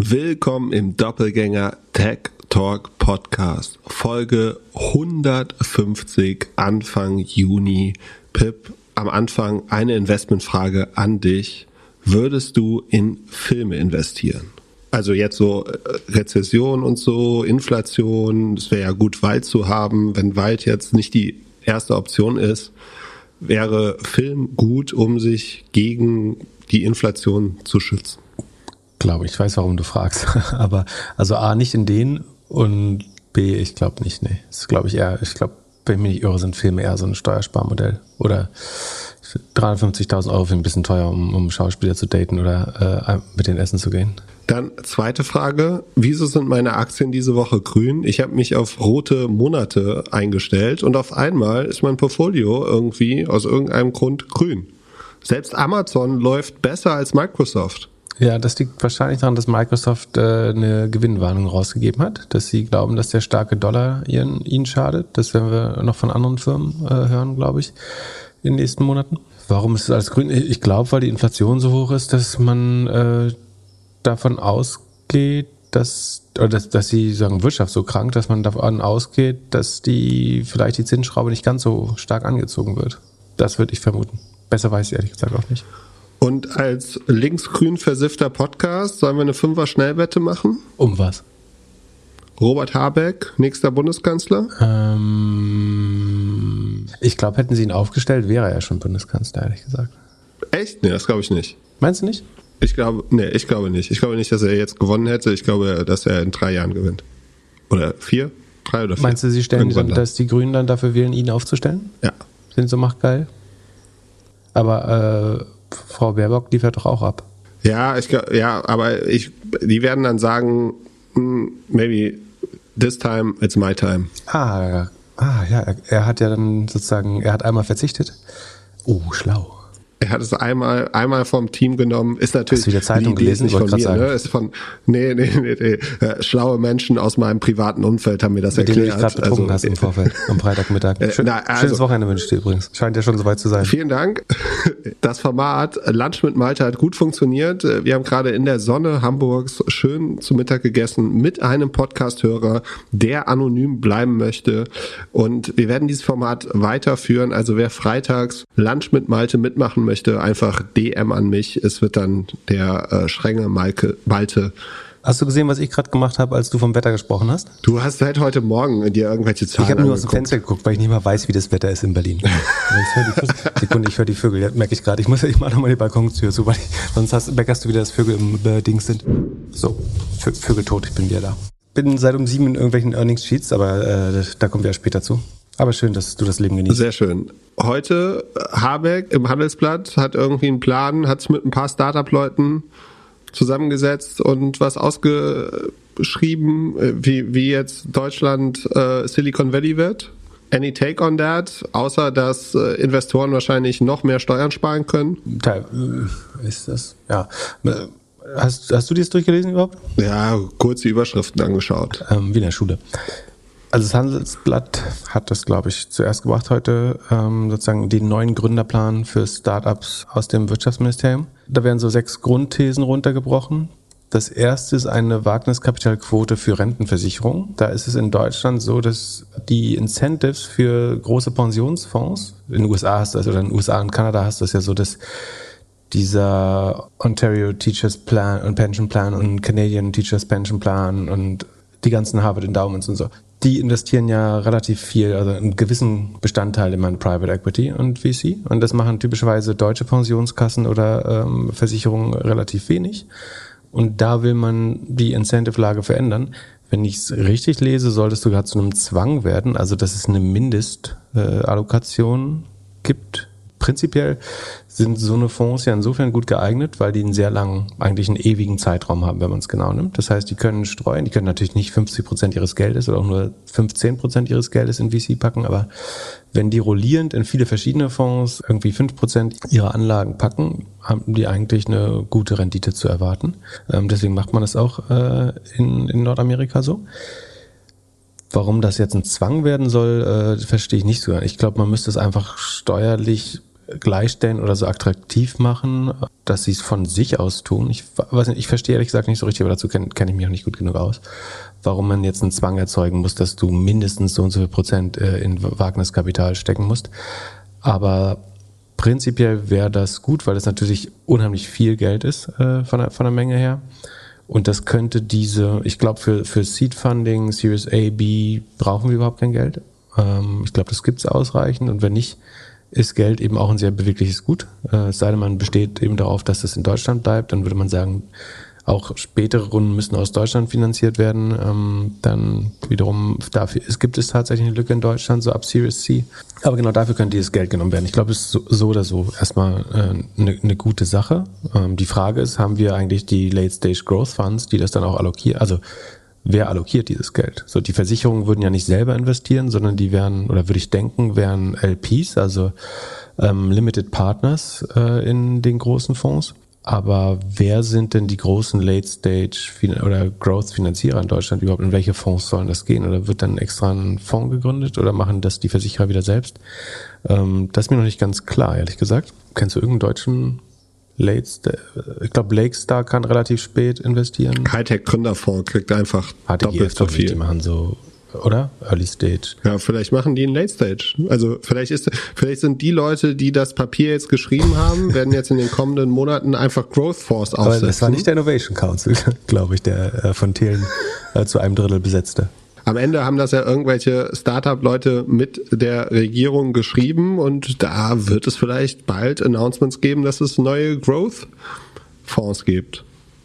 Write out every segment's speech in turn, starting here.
Willkommen im Doppelgänger Tech Talk Podcast, Folge 150, Anfang Juni. Pip, am Anfang eine Investmentfrage an dich. Würdest du in Filme investieren? Also jetzt so Rezession und so, Inflation, es wäre ja gut, Wald zu haben. Wenn Wald jetzt nicht die erste Option ist, wäre Film gut, um sich gegen die Inflation zu schützen. Glaube ich weiß, warum du fragst. Aber also A, nicht in den und B, ich glaube nicht, nee. Das ist, glaube ich, eher, wenn ich mich nicht irre, sind Filme eher so ein Steuersparmodell. Oder 350.000 Euro für ein bisschen teuer, um Schauspieler zu daten oder mit denen essen zu gehen. Dann zweite Frage, wieso sind meine Aktien diese Woche grün? Ich habe mich auf rote Monate eingestellt und auf einmal ist mein Portfolio irgendwie aus irgendeinem Grund grün. Selbst Amazon läuft besser als Microsoft. Ja, das liegt wahrscheinlich daran, dass Microsoft eine Gewinnwarnung rausgegeben hat, dass sie glauben, dass der starke Dollar ihnen schadet. Das werden wir noch von anderen Firmen hören, glaube ich, in den nächsten Monaten. Warum ist es alles grün? Ich glaube, weil die Inflation so hoch ist, dass man davon ausgeht, dass die sagen, Wirtschaft so krank, dass man davon ausgeht, dass vielleicht die Zinsschraube nicht ganz so stark angezogen wird. Das würde ich vermuten. Besser weiß ich ehrlich gesagt auch nicht. Und als linksgrün versiffter Podcast sollen wir eine 5er-Schnellwette machen? Um was? Robert Habeck, nächster Bundeskanzler? Ich glaube, hätten sie ihn aufgestellt, wäre er ja schon Bundeskanzler, ehrlich gesagt. Echt? Nee, das glaube ich nicht. Meinst du nicht? Ich glaube nicht. Ich glaube nicht, dass er jetzt gewonnen hätte. Ich glaube, dass er in 3 Jahren gewinnt. Oder 4? 3 oder 4? Meinst du, sie stellen dann, dass die Grünen dann dafür wählen, ihn aufzustellen? Ja. Sind so machtgeil? Aber Frau Baerbock liefert doch auch ab. Ja, aber die werden dann sagen, maybe this time it's my time. Ja, er hat ja dann sozusagen, er hat einmal verzichtet. Oh, schlau. Er hat es einmal vom Team genommen. Ist natürlich. Hast du wieder Zeitung gelesen? Nicht von mir, ne? Ist von nee. Schlaue Menschen aus meinem privaten Umfeld haben mir das erklärt. Den du dich gerade betrunken hast im Vorfeld, am Freitagmittag. Schönes Wochenende wünsche ich dir übrigens. Scheint ja schon soweit zu sein. Vielen Dank. Das Format Lunch mit Malte hat gut funktioniert. Wir haben gerade in der Sonne Hamburgs schön zu Mittag gegessen mit einem Podcast-Hörer, der anonym bleiben möchte. Und wir werden dieses Format weiterführen. Also wer freitags Lunch mit Malte mitmachen möchte, einfach DM an mich. Es wird dann der strenge Malte. Hast du gesehen, was ich gerade gemacht habe, als du vom Wetter gesprochen hast? Du hast seit heute Morgen dir irgendwelche Zahlen Ich habe nur aus dem Fenster geguckt, weil ich nicht mal weiß, wie das Wetter ist in Berlin. Ich höre die Vögel, das merke ich gerade. Ich mache nochmal die Balkontür zu, weil sonst meckerst du wieder, dass Vögel im Dings sind. So, Vögel tot, ich bin wieder da. Bin seit um 7 in irgendwelchen Earnings-Sheets, aber da kommen wir ja später zu. Aber schön, dass du das Leben genießt. Sehr schön. Heute Habeck im Handelsblatt hat irgendwie einen Plan, hat es mit ein paar Startup-Leuten zusammengesetzt und was ausgeschrieben, wie jetzt Deutschland Silicon Valley wird. Any take on that? Außer, dass Investoren wahrscheinlich noch mehr Steuern sparen können? Ist das? Ja. Hast du dir das durchgelesen überhaupt? Ja, kurz die Überschriften angeschaut. Wie in der Schule. Also das Handelsblatt hat das, glaube ich, zuerst gebracht heute, sozusagen den neuen Gründerplan für Startups aus dem Wirtschaftsministerium. Da werden so 6 Grundthesen runtergebrochen. Das erste ist eine Wagniskapitalquote für Rentenversicherung. Da ist es in Deutschland so, dass die Incentives für große Pensionsfonds, in den USA hast du das, oder in den USA und Kanada hast du das ja so, dass dieser Ontario Teachers Plan und Pension Plan und Canadian Teachers Pension Plan und die ganzen Harvard Endowments und so, die investieren ja relativ viel, also einen gewissen Bestandteil in mein Private Equity und VC. Und das machen typischerweise deutsche Pensionskassen oder Versicherungen relativ wenig. Und da will man die Incentive-Lage verändern. Wenn ich es richtig lese, soll das sogar zu einem Zwang werden, also dass es eine Mindestallokation gibt. Prinzipiell sind so eine Fonds ja insofern gut geeignet, weil die einen sehr langen, eigentlich einen ewigen Zeitraum haben, wenn man es genau nimmt. Das heißt, die können streuen, die können natürlich nicht 50% ihres Geldes oder auch nur 15% ihres Geldes in VC packen, aber wenn die rollierend in viele verschiedene Fonds irgendwie 5% ihrer Anlagen packen, haben die eigentlich eine gute Rendite zu erwarten. Deswegen macht man das auch in Nordamerika so. Warum das jetzt ein Zwang werden soll, verstehe ich nicht so. Ich glaube, man müsste es einfach steuerlich gleichstellen oder so attraktiv machen, dass sie es von sich aus tun. Ich weiß nicht, ich verstehe ehrlich gesagt nicht so richtig, aber dazu kenne ich mich auch nicht gut genug aus, warum man jetzt einen Zwang erzeugen muss, dass du mindestens so und so viel Prozent in Wagniskapital stecken musst. Aber prinzipiell wäre das gut, weil das natürlich unheimlich viel Geld ist von der Menge her. Und das könnte ich glaube für Seed Funding, Series A, B brauchen wir überhaupt kein Geld. Ich glaube, das gibt es ausreichend und wenn nicht, ist Geld eben auch ein sehr bewegliches Gut. Es sei denn, man besteht eben darauf, dass es in Deutschland bleibt, dann würde man sagen, auch spätere Runden müssen aus Deutschland finanziert werden. Dann wiederum, gibt es tatsächlich eine Lücke in Deutschland, so ab Series C. Aber genau dafür könnte dieses Geld genommen werden. Ich glaube, es ist so oder so erstmal eine gute Sache. Die Frage ist, haben wir eigentlich die Late-Stage Growth Funds, die das dann auch allokieren? Also wer allokiert dieses Geld? So, die Versicherungen würden ja nicht selber investieren, sondern die wären, oder würde ich denken, wären LPs, also Limited Partners in den großen Fonds. Aber wer sind denn die großen Late-Stage oder Growth-Finanzierer in Deutschland überhaupt? In welche Fonds sollen das gehen? Oder wird dann extra ein Fonds gegründet oder machen das die Versicherer wieder selbst? Das ist mir noch nicht ganz klar, ehrlich gesagt. Kennst du irgendeinen deutschen Late-Stage? Ich glaube, Lakestar kann relativ spät investieren. Hightech Gründerfonds kriegt einfach doppelt so viel. Die machen so, oder? Early Stage. Ja, vielleicht machen die einen Late Stage. Also vielleicht sind die Leute, die das Papier jetzt geschrieben haben, werden jetzt in den kommenden Monaten einfach Growth Fonds aufsetzen. Aber das war nicht der Innovation Council, glaube ich, der von Thelen zu einem Drittel besetzte. Am Ende haben das ja irgendwelche Startup-Leute mit der Regierung geschrieben und da wird es vielleicht bald Announcements geben, dass es neue Growth-Fonds gibt.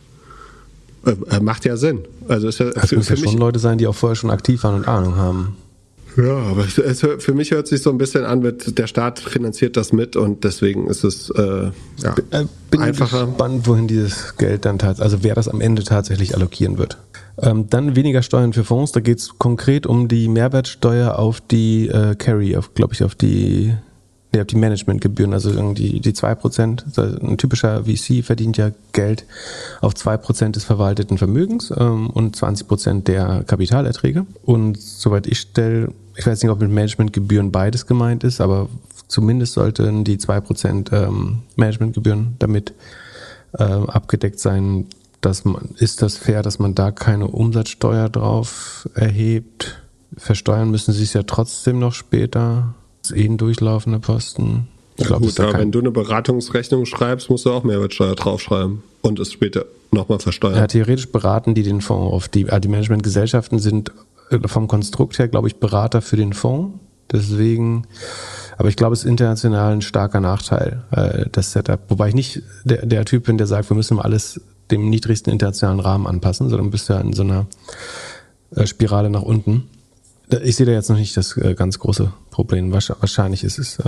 Macht ja Sinn. Also ist ja das müssen ja schon Leute sein, die auch vorher schon aktiv waren und Ahnung haben. Ja, aber für mich hört sich so ein bisschen an, der Staat finanziert das mit und deswegen ist es bin einfacher. Gespannt, wohin dieses Geld dann also wer das am Ende tatsächlich allokieren wird. Dann weniger Steuern für Fonds. Da geht es konkret um die Mehrwertsteuer auf die Carry, auf die Managementgebühren, also irgendwie die 2%. Ein typischer VC verdient ja Geld auf 2% des verwalteten Vermögens und 20% der Kapitalerträge. Und soweit ich weiß nicht, ob mit Managementgebühren beides gemeint ist, aber zumindest sollten die 2% Managementgebühren damit abgedeckt sein. Ist das fair, dass man da keine Umsatzsteuer drauf erhebt? Versteuern müssen sie es ja trotzdem noch später. Das ist ein durchlaufender Posten. Ich glaube, wenn du eine Beratungsrechnung schreibst, musst du auch Mehrwertsteuer draufschreiben und es später nochmal versteuern. Ja, theoretisch beraten die den Fonds auf. Die Managementgesellschaften sind vom Konstrukt her, glaube ich, Berater für den Fonds. Deswegen, aber ich glaube, es ist international ein starker Nachteil, das Setup. Wobei ich nicht der Typ bin, der sagt, wir müssen mal alles dem niedrigsten internationalen Rahmen anpassen, sondern bist ja in so einer Spirale nach unten. Ich sehe da jetzt noch nicht das ganz große Problem. Wahrscheinlich ist es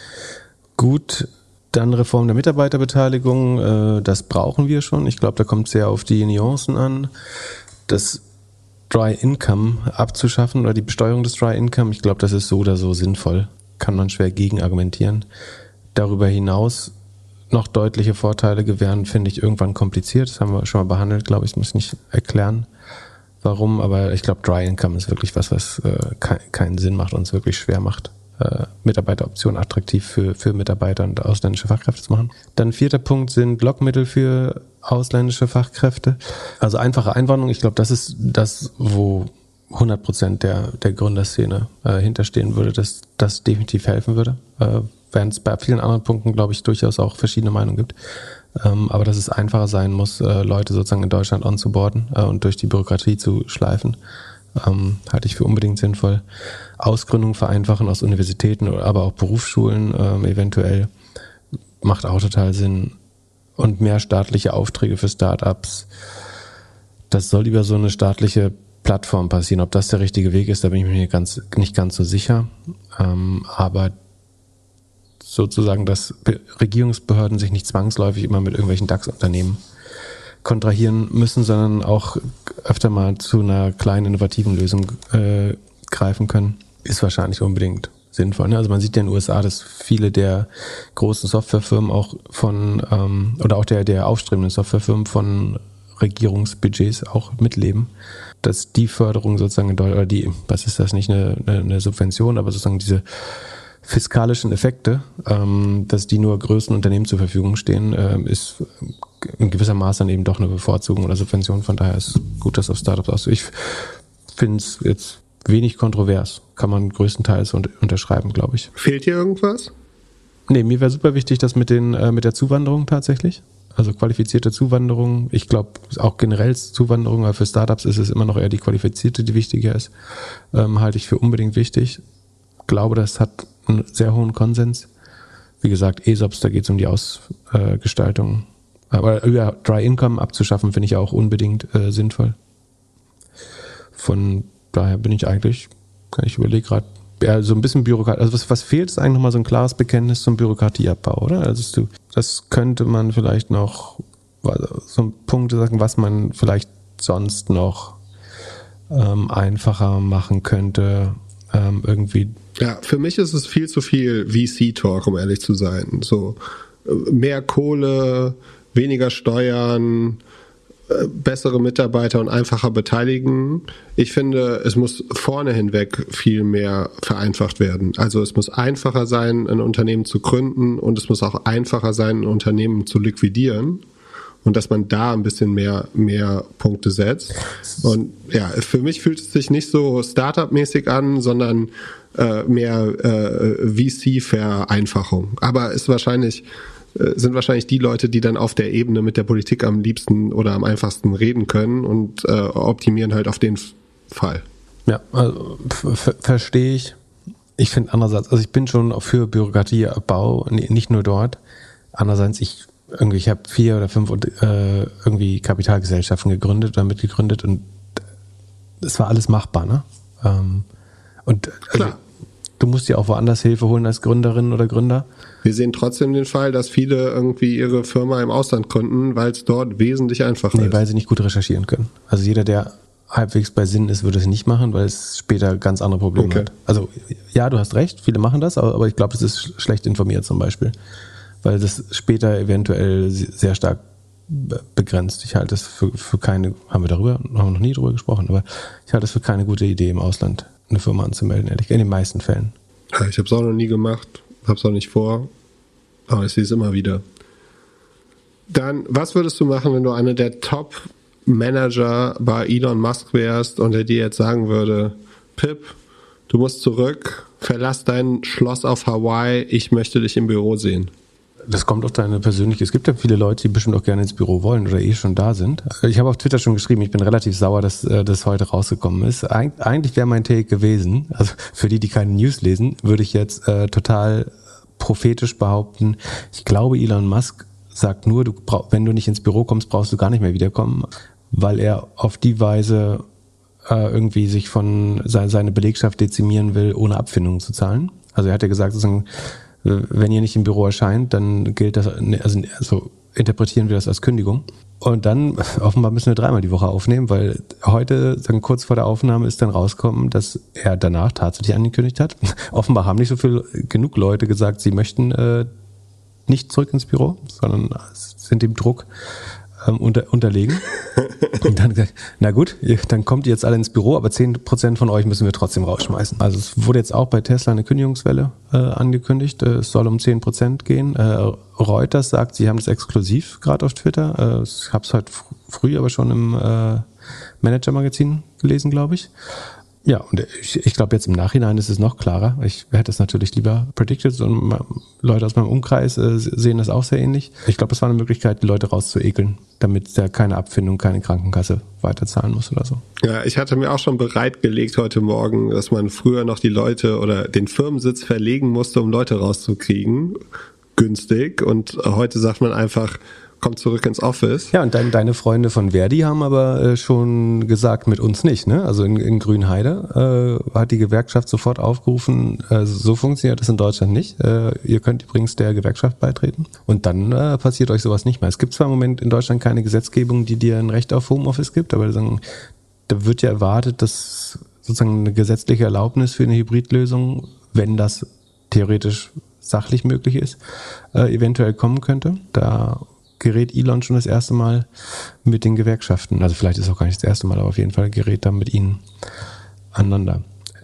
gut. Dann Reform der Mitarbeiterbeteiligung, das brauchen wir schon. Ich glaube, da kommt es sehr auf die Nuancen an. Das Dry Income abzuschaffen oder die Besteuerung des Dry Income, ich glaube, das ist so oder so sinnvoll. Kann man schwer gegen argumentieren. Darüber hinaus noch deutliche Vorteile gewähren, finde ich irgendwann kompliziert. Das haben wir schon mal behandelt, glaube ich, muss ich nicht erklären, warum, aber ich glaube, Dry Income ist wirklich was keinen Sinn macht und es wirklich schwer macht, Mitarbeiteroptionen attraktiv für Mitarbeiter und ausländische Fachkräfte zu machen. Dann 4. Punkt sind Lockmittel für ausländische Fachkräfte. Also einfache Einwanderung, ich glaube, das ist das, wo 100% der Gründerszene hinterstehen würde, dass das definitiv helfen würde. Während es bei vielen anderen Punkten, glaube ich, durchaus auch verschiedene Meinungen gibt. Aber dass es einfacher sein muss, Leute sozusagen in Deutschland onzuboarden und durch die Bürokratie zu schleifen, halte ich für unbedingt sinnvoll. Ausgründung vereinfachen aus Universitäten, aber auch Berufsschulen eventuell macht auch total Sinn. Und mehr staatliche Aufträge für Startups. Das soll über so eine staatliche Plattform passieren. Ob das der richtige Weg ist, da bin ich mir nicht ganz so sicher. Aber sozusagen, dass Regierungsbehörden sich nicht zwangsläufig immer mit irgendwelchen DAX-Unternehmen kontrahieren müssen, sondern auch öfter mal zu einer kleinen innovativen Lösung greifen können, ist wahrscheinlich unbedingt sinnvoll. Ne? Also man sieht ja in den USA, dass viele der großen Softwarefirmen auch oder auch der aufstrebenden Softwarefirmen von Regierungsbudgets auch mitleben, dass die Förderung sozusagen in Deutschland, oder was ist das, nicht eine Subvention, aber sozusagen diese fiskalischen Effekte, dass die nur größten Unternehmen zur Verfügung stehen, ist in gewisser Maße dann eben doch eine Bevorzugung oder Subvention. Von daher ist gut, dass auf Startups aussieht. Ich finde es jetzt wenig kontrovers. Kann man größtenteils unterschreiben, glaube ich. Fehlt dir irgendwas? Nee, mir wäre super wichtig, das mit der Zuwanderung tatsächlich. Also qualifizierte Zuwanderung. Ich glaube auch generell Zuwanderung, aber für Startups ist es immer noch eher die qualifizierte, die wichtiger ist. Halte ich für unbedingt wichtig. Glaube, das hat einen sehr hohen Konsens. Wie gesagt, ESOPs, da geht es um die Ausgestaltung. Aber über Dry Income abzuschaffen, finde ich auch unbedingt sinnvoll. Von daher bin ich eigentlich, ich überlege gerade, ja, so ein bisschen Bürokratie. Also was fehlt, ist eigentlich nochmal so ein klares Bekenntnis zum Bürokratieabbau, oder? Also das könnte man vielleicht noch, so Punkte sagen, was man vielleicht sonst noch einfacher machen könnte, irgendwie. Ja, für mich ist es viel zu viel VC-Talk, um ehrlich zu sein. So mehr Kohle, weniger Steuern, bessere Mitarbeiter und einfacher beteiligen. Ich finde, es muss vorne hinweg viel mehr vereinfacht werden. Also es muss einfacher sein, ein Unternehmen zu gründen und es muss auch einfacher sein, ein Unternehmen zu liquidieren und dass man da ein bisschen mehr Punkte setzt. Und ja, für mich fühlt es sich nicht so Startup-mäßig an, sondern mehr VC-Vereinfachung. Aber ist sind wahrscheinlich die Leute, die dann auf der Ebene mit der Politik am liebsten oder am einfachsten reden können und optimieren halt auf den Fall. Ja, also verstehe ich. Ich finde andererseits, also ich bin schon für Bürokratieabbau, nicht nur dort. Andererseits, ich habe 4 oder 5 irgendwie Kapitalgesellschaften gegründet oder mitgegründet und es war alles machbar, ne? Und also, du musst dir auch woanders Hilfe holen als Gründerin oder Gründer. Wir sehen trotzdem den Fall, dass viele irgendwie ihre Firma im Ausland gründen, weil es dort wesentlich einfacher ist. Weil sie nicht gut recherchieren können. Also jeder, der halbwegs bei Sinn ist, würde es nicht machen, weil es später ganz andere Probleme hat. Also ja, du hast recht, viele machen das, aber ich glaube, es ist schlecht informiert zum Beispiel. Weil das später eventuell sehr stark begrenzt. Ich halte es für keine, haben wir noch nie drüber gesprochen, aber ich halte es für keine gute Idee, im Ausland eine Firma anzumelden, ehrlich, in den meisten Fällen. Ja, ich habe es auch noch nie gemacht, habe es auch nicht vor, aber ich sehe es immer wieder. Dann, was würdest du machen, wenn du einer der Top-Manager bei Elon Musk wärst und er dir jetzt sagen würde, Pip, du musst zurück, verlass dein Schloss auf Hawaii, ich möchte dich im Büro sehen? Das kommt auf deine persönliche. Es gibt ja viele Leute, die bestimmt auch gerne ins Büro wollen oder schon da sind. Ich habe auf Twitter schon geschrieben, ich bin relativ sauer, dass das heute rausgekommen ist. Eigentlich wäre mein Take gewesen, also für die keine News lesen, würde ich jetzt total prophetisch behaupten, ich glaube, Elon Musk sagt nur, wenn du nicht ins Büro kommst, brauchst du gar nicht mehr wiederkommen, weil er auf die Weise irgendwie sich von seine Belegschaft dezimieren will, ohne Abfindungen zu zahlen. Also er hat ja gesagt, sozusagen, wenn ihr nicht im Büro erscheint, dann gilt das, also interpretieren wir das als Kündigung. Und dann, offenbar müssen wir 3-mal die Woche aufnehmen, weil heute, kurz vor der Aufnahme ist dann rausgekommen, dass er danach tatsächlich angekündigt hat. Offenbar haben nicht genug Leute gesagt, sie möchten nicht zurück ins Büro, sondern sind dem Druck unterlegen. Und dann gesagt, na gut, dann kommt ihr jetzt alle ins Büro, aber 10% von euch müssen wir trotzdem rausschmeißen. Also es wurde jetzt auch bei Tesla eine Kündigungswelle angekündigt. Es soll um 10% gehen. Reuters sagt, sie haben das exklusiv gerade auf Twitter. Ich habe es heute früh aber schon im Manager-Magazin gelesen, glaube ich. Ja, und ich glaube, jetzt im Nachhinein ist es noch klarer. Ich hätte es natürlich lieber predicted und Leute aus meinem Umkreis sehen das auch sehr ähnlich. Ich glaube, das war eine Möglichkeit, die Leute rauszuekeln, damit der keine Abfindung, keine Krankenkasse weiterzahlen muss oder so. Ja, ich hatte mir auch schon bereitgelegt heute Morgen, dass man früher noch die Leute oder den Firmensitz verlegen musste, um Leute rauszukriegen. Günstig. Und heute sagt man einfach, kommt zurück ins Office. Ja, und deine Freunde von Verdi haben aber schon gesagt, mit uns nicht, ne? Also in Grünheide hat die Gewerkschaft sofort aufgerufen, so funktioniert das in Deutschland nicht. Ihr könnt übrigens der Gewerkschaft beitreten. Und dann passiert euch sowas nicht mehr. Es gibt zwar im Moment in Deutschland keine Gesetzgebung, die dir ein Recht auf Homeoffice gibt, aber da wird ja erwartet, dass sozusagen eine gesetzliche Erlaubnis für eine Hybridlösung, wenn das theoretisch sachlich möglich ist, eventuell kommen könnte. Da gerät Elon schon das erste Mal mit den Gewerkschaften. Also vielleicht ist es auch gar nicht das erste Mal, aber auf jeden Fall gerät er mit ihnen aneinander.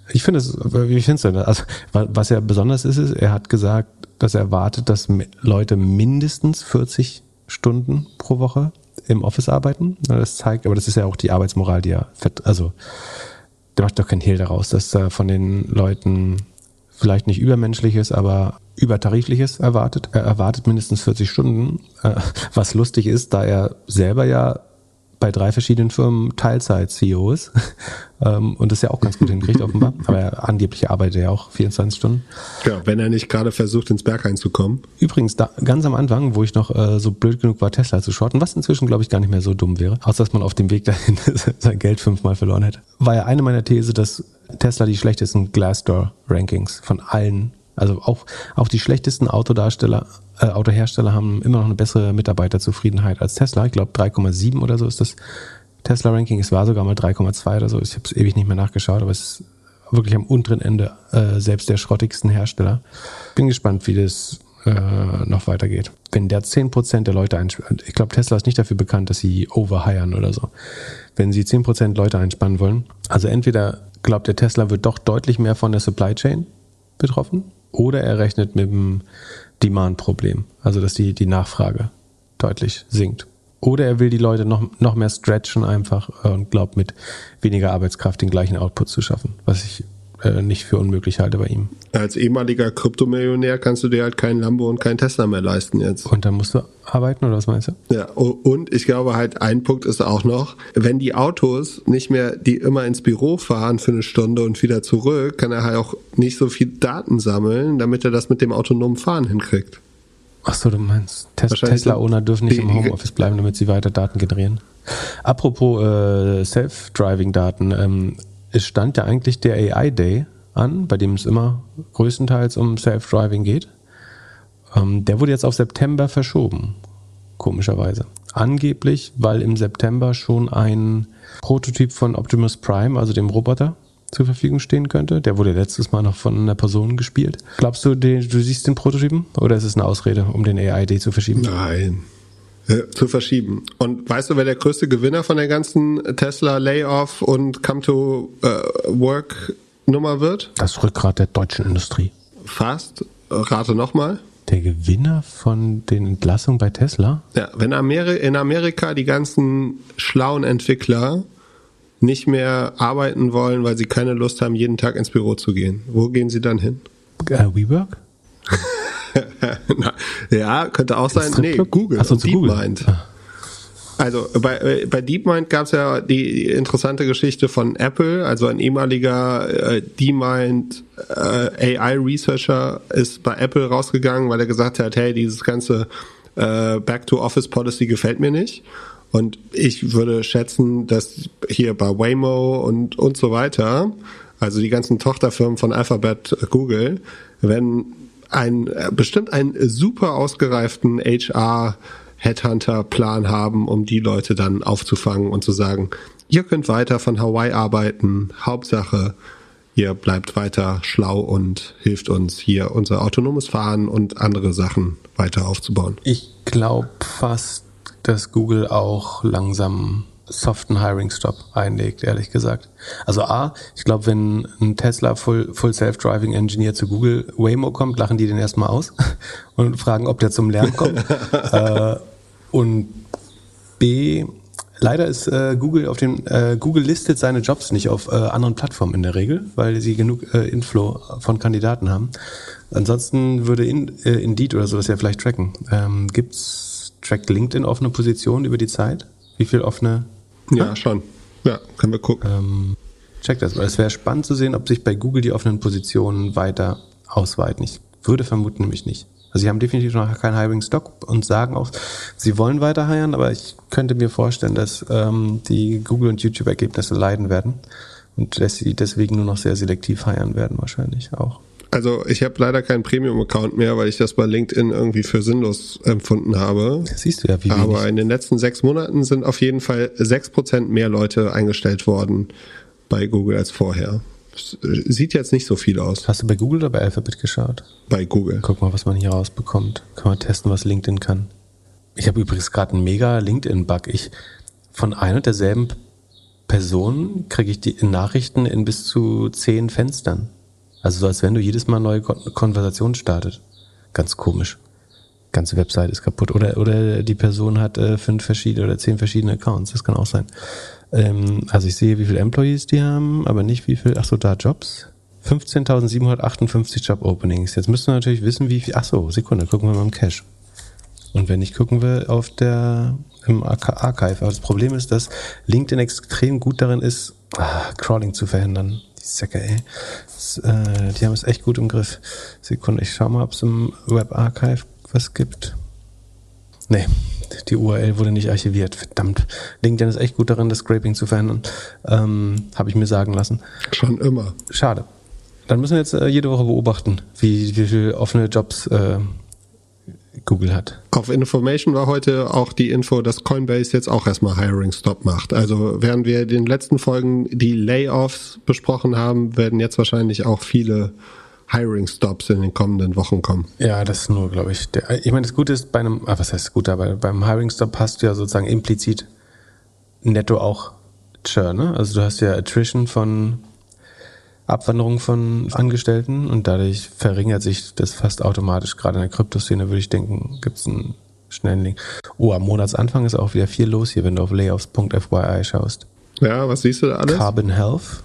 Ich finde es, wie findest du das? Also, was ja besonders ist, er hat gesagt, dass er erwartet, dass Leute mindestens 40 Stunden pro Woche im Office arbeiten. Das zeigt, aber das ist ja auch die Arbeitsmoral, die er, also, der macht doch kein Hehl daraus, dass er von den Leuten vielleicht nicht Übermenschliches, aber Übertarifliches erwartet. Er erwartet mindestens 40 Stunden, was lustig ist, da er selber ja bei 3 verschiedenen Firmen Teilzeit-CEO ist und das ja auch ganz gut hinkriegt offenbar, aber angeblich arbeitet er ja auch 24 Stunden. Ja, wenn er nicht gerade versucht, ins Berg einzukommen. Übrigens, da, ganz am Anfang, wo ich noch so blöd genug war, Tesla zu shorten, was inzwischen, glaube ich, gar nicht mehr so dumm wäre, außer dass man auf dem Weg dahin sein Geld 5-mal verloren hätte, war ja eine meiner These, dass Tesla die schlechtesten Glassdoor-Rankings von allen, also auch die schlechtesten Autohersteller haben immer noch eine bessere Mitarbeiterzufriedenheit als Tesla. Ich glaube 3,7 oder so ist das Tesla-Ranking. Es war sogar mal 3,2 oder so. Ich habe es ewig nicht mehr nachgeschaut, aber es ist wirklich am unteren Ende selbst der schrottigsten Hersteller. Bin gespannt, wie das noch weitergeht. Wenn der 10% der Leute einspannt, ich glaube, Tesla ist nicht dafür bekannt, dass sie overhiren oder so. Wenn sie 10% Leute einspannen wollen, also entweder glaubt der Tesla wird doch deutlich mehr von der Supply Chain betroffen oder er rechnet mit dem Demand-Problem, also dass die Nachfrage deutlich sinkt. Oder er will die Leute noch mehr stretchen einfach und glaubt mit weniger Arbeitskraft den gleichen Output zu schaffen, was ich nicht für unmöglich halte bei ihm. Als ehemaliger Kryptomillionär kannst du dir halt kein Lambo und kein Tesla mehr leisten jetzt. Und dann musst du arbeiten, oder was meinst du? Ja, und ich glaube halt, ein Punkt ist auch noch, wenn die Autos nicht mehr die immer ins Büro fahren für eine Stunde und wieder zurück, kann er halt auch nicht so viel Daten sammeln, damit er das mit dem autonomen Fahren hinkriegt. Achso, du meinst, Tesla-Owner dürfen nicht im Homeoffice bleiben, damit sie weiter Daten generieren. Apropos Self-Driving-Daten, es stand ja eigentlich der AI-Day an, bei dem es immer größtenteils um Self-Driving geht. Der wurde jetzt auf September verschoben, komischerweise. Angeblich, weil im September schon ein Prototyp von Optimus Prime, also dem Roboter, zur Verfügung stehen könnte. Der wurde letztes Mal noch von einer Person gespielt. Glaubst du, du siehst den Prototypen? Oder ist es eine Ausrede, um den AI-Day zu verschieben? Nein. Zu verschieben. Und weißt du, wer der größte Gewinner von der ganzen Tesla-Layoff und Come-to-Work-Nummer wird? Das Rückgrat der deutschen Industrie. Fast. Rate nochmal. Der Gewinner von den Entlassungen bei Tesla? Ja, wenn in Amerika die ganzen schlauen Entwickler nicht mehr arbeiten wollen, weil sie keine Lust haben, jeden Tag ins Büro zu gehen, wo gehen sie dann hin? WeWork? Ja, könnte auch sein. Nee, Google. Achso, DeepMind. Also bei DeepMind gab es ja die interessante Geschichte von Apple, also ein ehemaliger DeepMind AI-Researcher ist bei Apple rausgegangen, weil er gesagt hat, hey, dieses ganze Back-to-Office-Policy gefällt mir nicht. Und ich würde schätzen, dass hier bei Waymo und so weiter, also die ganzen Tochterfirmen von Alphabet, Google, wenn bestimmt einen super ausgereiften HR-Headhunter-Plan haben, um die Leute dann aufzufangen und zu sagen, ihr könnt weiter von Hawaii arbeiten, Hauptsache, ihr bleibt weiter schlau und hilft uns hier unser autonomes Fahren und andere Sachen weiter aufzubauen. Ich glaube fast, dass Google auch langsam soften Hiring-Stop einlegt, ehrlich gesagt. Also ich glaube, wenn ein Tesla Full Self-Driving Engineer zu Google Waymo kommt, lachen die den erstmal aus und fragen, ob der zum Lernen kommt. Und B, leider ist Google Google listet seine Jobs nicht auf anderen Plattformen in der Regel, weil sie genug Inflow von Kandidaten haben. Ansonsten würde Indeed oder so das ja vielleicht tracken. Trackt LinkedIn offene Positionen über die Zeit? Wie viel offene? Ja, schon. Ja, können wir gucken. Check das, weil es wäre spannend zu sehen, ob sich bei Google die offenen Positionen weiter ausweiten. Ich würde vermuten nämlich nicht. Also sie haben definitiv noch keinen Hiring-Stock und sagen auch, sie wollen weiter hiren, aber ich könnte mir vorstellen, dass die Google- und YouTube-Ergebnisse leiden werden und dass sie deswegen nur noch sehr selektiv hiren werden wahrscheinlich auch. Also ich habe leider keinen Premium-Account mehr, weil ich das bei LinkedIn irgendwie für sinnlos empfunden habe. Das siehst du ja, wie wenig. Aber in den letzten 6 Monaten sind auf jeden Fall 6% mehr Leute eingestellt worden bei Google als vorher. Sieht jetzt nicht so viel aus. Hast du bei Google oder bei Alphabet geschaut? Bei Google. Guck mal, was man hier rausbekommt. Kann man testen, was LinkedIn kann. Ich habe übrigens gerade einen mega LinkedIn-Bug. Von ein und derselben Person kriege ich die Nachrichten in bis zu 10 Fenstern. Also so, als wenn du jedes Mal neue Konversationen startet. Ganz komisch. Ganze Website ist kaputt. Oder die Person hat 5 verschiedene oder 10 verschiedene Accounts. Das kann auch sein. Also ich sehe, wie viele Employees die haben, aber nicht wie viel. Achso, da Jobs. 15.758 Job-Openings. Jetzt müssen wir natürlich wissen, wie viel. Achso, Sekunde, gucken wir mal im Cache. Und wenn nicht, gucken wir im Archive. Aber das Problem ist, dass LinkedIn extrem gut darin ist, Crawling zu verhindern. Die Säcke, ey. Die haben es echt gut im Griff. Sekunde, ich schau mal, ob es im Web Archive was gibt. Nee, die URL wurde nicht archiviert. Verdammt. LinkedIn ist echt gut darin, das Scraping zu verhindern. Habe ich mir sagen lassen. Schon immer. Schade. Dann müssen wir jetzt jede Woche beobachten, wie viele offene Jobs Google hat. Auf Information war heute auch die Info, dass Coinbase jetzt auch erstmal Hiring Stop macht. Also während wir in den letzten Folgen die Layoffs besprochen haben, werden jetzt wahrscheinlich auch viele Hiring Stops in den kommenden Wochen kommen. Ja, das ist nur, glaube ich, ich meine, das Gute ist bei einem, was heißt gut, aber beim Hiring Stop hast du ja sozusagen implizit netto auch Churn, ne? Also du hast ja Attrition von Abwanderung von Angestellten und dadurch verringert sich das fast automatisch. Gerade in der Kryptoszene würde ich denken, gibt es einen schnellen Link. Oh, am Monatsanfang ist auch wieder viel los hier, wenn du auf layoffs.fyi schaust. Ja, was siehst du da alles? Carbon Health,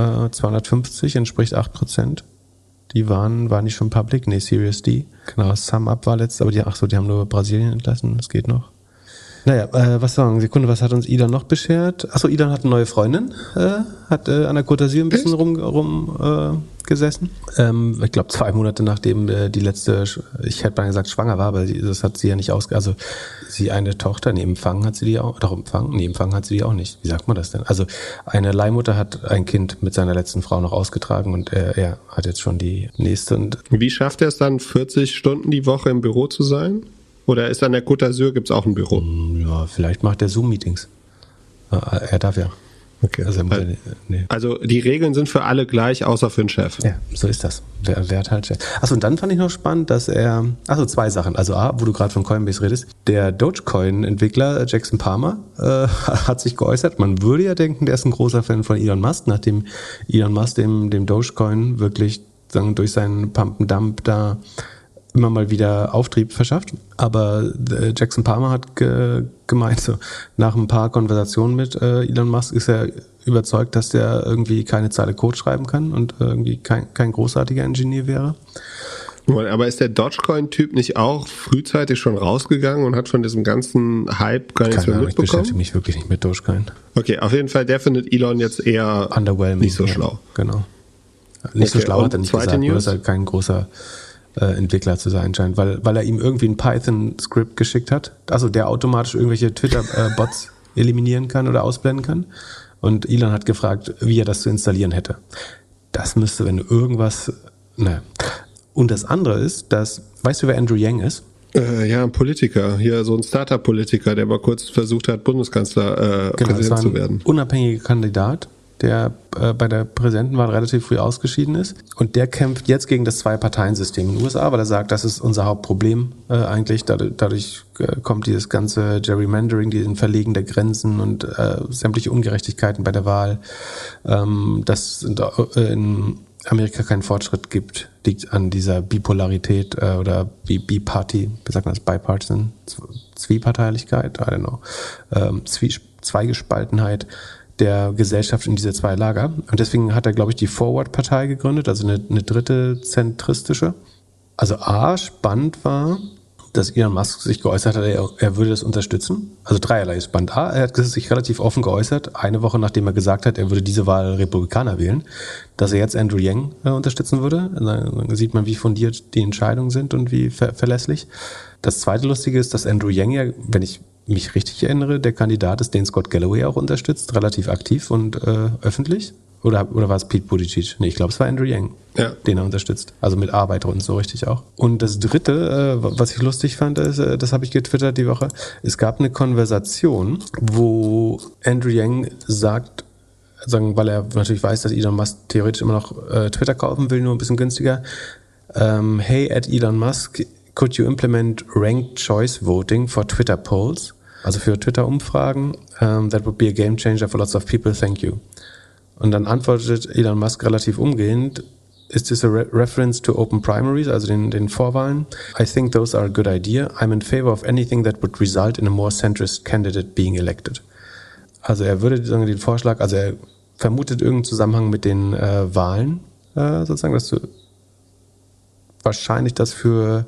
250, entspricht 8%. Die waren nicht schon public? Nee, Series D. Genau, SumUp war letzt, aber die haben nur Brasilien entlassen, das geht noch. Naja, was sagen, Sekunde, was hat uns Elon noch beschert? Achso, Elon hat eine neue Freundin, hat an der Côte d'Azur ein bisschen rumgesessen. Ich glaube 2 Monate nachdem die letzte, ich hätte mal gesagt schwanger war, aber das hat sie ja nicht also sie eine Tochter, empfangen hat sie die auch, doch empfangen hat sie die auch nicht. Wie sagt man das denn? Also eine Leihmutter hat ein Kind mit seiner letzten Frau noch ausgetragen und er hat jetzt schon die nächste. Und wie schafft er es dann, 40 Stunden die Woche im Büro zu sein? Oder ist an der Côte d'Azur, gibt es auch ein Büro? Ja, vielleicht macht er Zoom-Meetings. Er darf ja. Okay. Also die Regeln sind für alle gleich, außer für den Chef. Ja, so ist das. Wer hat halt Chef. Achso, und dann fand ich noch spannend, dass er, 2 Sachen. Also wo du gerade von Coinbase redest, der Dogecoin-Entwickler Jackson Palmer hat sich geäußert. Man würde ja denken, der ist ein großer Fan von Elon Musk, nachdem Elon Musk dem Dogecoin wirklich durch seinen Pump-and-Dump da immer mal wieder Auftrieb verschafft. Aber Jackson Palmer hat gemeint, so, nach ein paar Konversationen mit Elon Musk ist er überzeugt, dass der irgendwie keine Zeile Code schreiben kann und irgendwie kein großartiger Ingenieur wäre. Aber ist der Dogecoin-Typ nicht auch frühzeitig schon rausgegangen und hat von diesem ganzen Hype gar nichts mehr mitbekommen? Ich beschäftige mich wirklich nicht mit Dogecoin. Okay, auf jeden Fall, der findet Elon jetzt eher nicht so schlau. Genau. Nicht so schlau hat er nicht gesagt, nur dass er kein großer Entwickler zu sein scheint, weil er ihm irgendwie ein Python-Skript geschickt hat, also der automatisch irgendwelche Twitter-Bots eliminieren kann oder ausblenden kann. Und Elon hat gefragt, wie er das zu installieren hätte. Das müsste, wenn du irgendwas... Naja. Und das andere ist, weißt du, wer Andrew Yang ist? Ja, ein Politiker, hier so ein Startup-Politiker, der mal kurz versucht hat, Bundeskanzler Präsident zu werden. Unabhängiger Kandidat, der bei der Präsidentenwahl relativ früh ausgeschieden ist. Und der kämpft jetzt gegen das Zwei-Parteien-System in den USA, weil er sagt, das ist unser Hauptproblem eigentlich. Dadurch kommt dieses ganze Gerrymandering, diesen Verlegen der Grenzen und sämtliche Ungerechtigkeiten bei der Wahl. Dass in Amerika keinen Fortschritt gibt, liegt an dieser Bipolarität oder Bi-Party, wie sagt man das, Bipartisan, Zwieparteilichkeit, I don't know, Zweigespaltenheit der Gesellschaft in diese 2 Lager. Und deswegen hat er, glaube ich, die Forward-Partei gegründet, also eine dritte zentristische. Also spannend war, dass Elon Musk sich geäußert hat, er würde das unterstützen. Also dreierlei ist spannend. Er hat sich relativ offen geäußert, eine Woche nachdem er gesagt hat, er würde diese Wahl Republikaner wählen, dass er jetzt Andrew Yang unterstützen würde. Dann sieht man, wie fundiert die Entscheidungen sind und wie verlässlich. Das zweite Lustige ist, dass Andrew Yang ja, wenn ich mich richtig erinnere, der Kandidat ist, den Scott Galloway auch unterstützt, relativ aktiv und öffentlich. Oder war es Pete Buttigieg? Nee, ich glaube, es war Andrew Yang, den er unterstützt. Also mit Arbeit und so richtig auch. Und das Dritte, was ich lustig fand, ist, das habe ich getwittert die Woche, es gab eine Konversation, wo Andrew Yang sagt, weil er natürlich weiß, dass Elon Musk theoretisch immer noch Twitter kaufen will, nur ein bisschen günstiger. Hey, at Elon Musk, could you implement ranked choice voting for Twitter polls? Also für Twitter-Umfragen, that would be a game changer for lots of people, thank you. Und dann antwortet Elon Musk relativ umgehend, is this a reference to open primaries, also den Vorwahlen? I think those are a good idea. I'm in favor of anything that would result in a more centrist candidate being elected. Also er würde den Vorschlag, also er vermutet irgendeinen Zusammenhang mit den Wahlen, sozusagen, dass du wahrscheinlich das für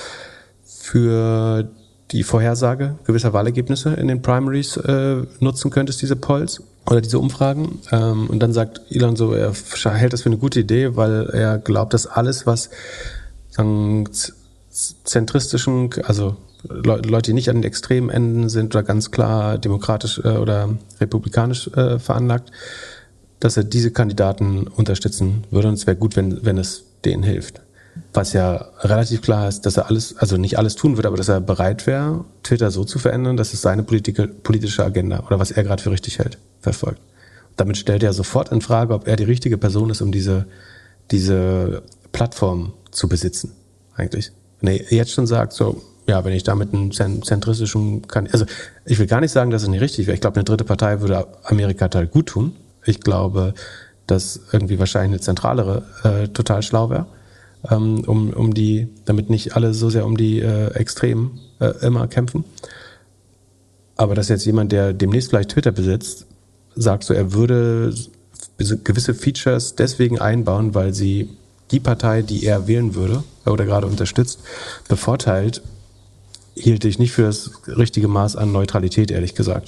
die Vorhersage gewisser Wahlergebnisse in den Primaries nutzen könntest, diese Polls oder diese Umfragen. Und dann sagt Elon so, er hält das für eine gute Idee, weil er glaubt, dass alles, was sagen, zentristischen, also Leute, die nicht an den extremen Enden sind oder ganz klar demokratisch oder republikanisch veranlagt, dass er diese Kandidaten unterstützen würde. Und es wäre gut, wenn es denen hilft. Was ja relativ klar ist, dass er also nicht alles tun würde, aber dass er bereit wäre, Twitter so zu verändern, dass es seine politische Agenda oder was er gerade für richtig hält, verfolgt. Damit stellt er sofort in Frage, ob er die richtige Person ist, um diese Plattform zu besitzen, eigentlich. Wenn er jetzt schon sagt, so, ja, wenn ich da mit einem zentristischen, also ich will gar nicht sagen, dass es nicht richtig wäre. Ich glaube, eine dritte Partei würde Amerika total gut tun. Ich glaube, dass irgendwie wahrscheinlich eine zentralere total schlau wäre. Damit nicht alle so sehr um die Extremen immer kämpfen. Aber dass jetzt jemand, der demnächst vielleicht Twitter besitzt, sagt so, er würde gewisse Features deswegen einbauen, weil sie die Partei, die er wählen würde oder gerade unterstützt, bevorteilt, hielt ich nicht für das richtige Maß an Neutralität, ehrlich gesagt.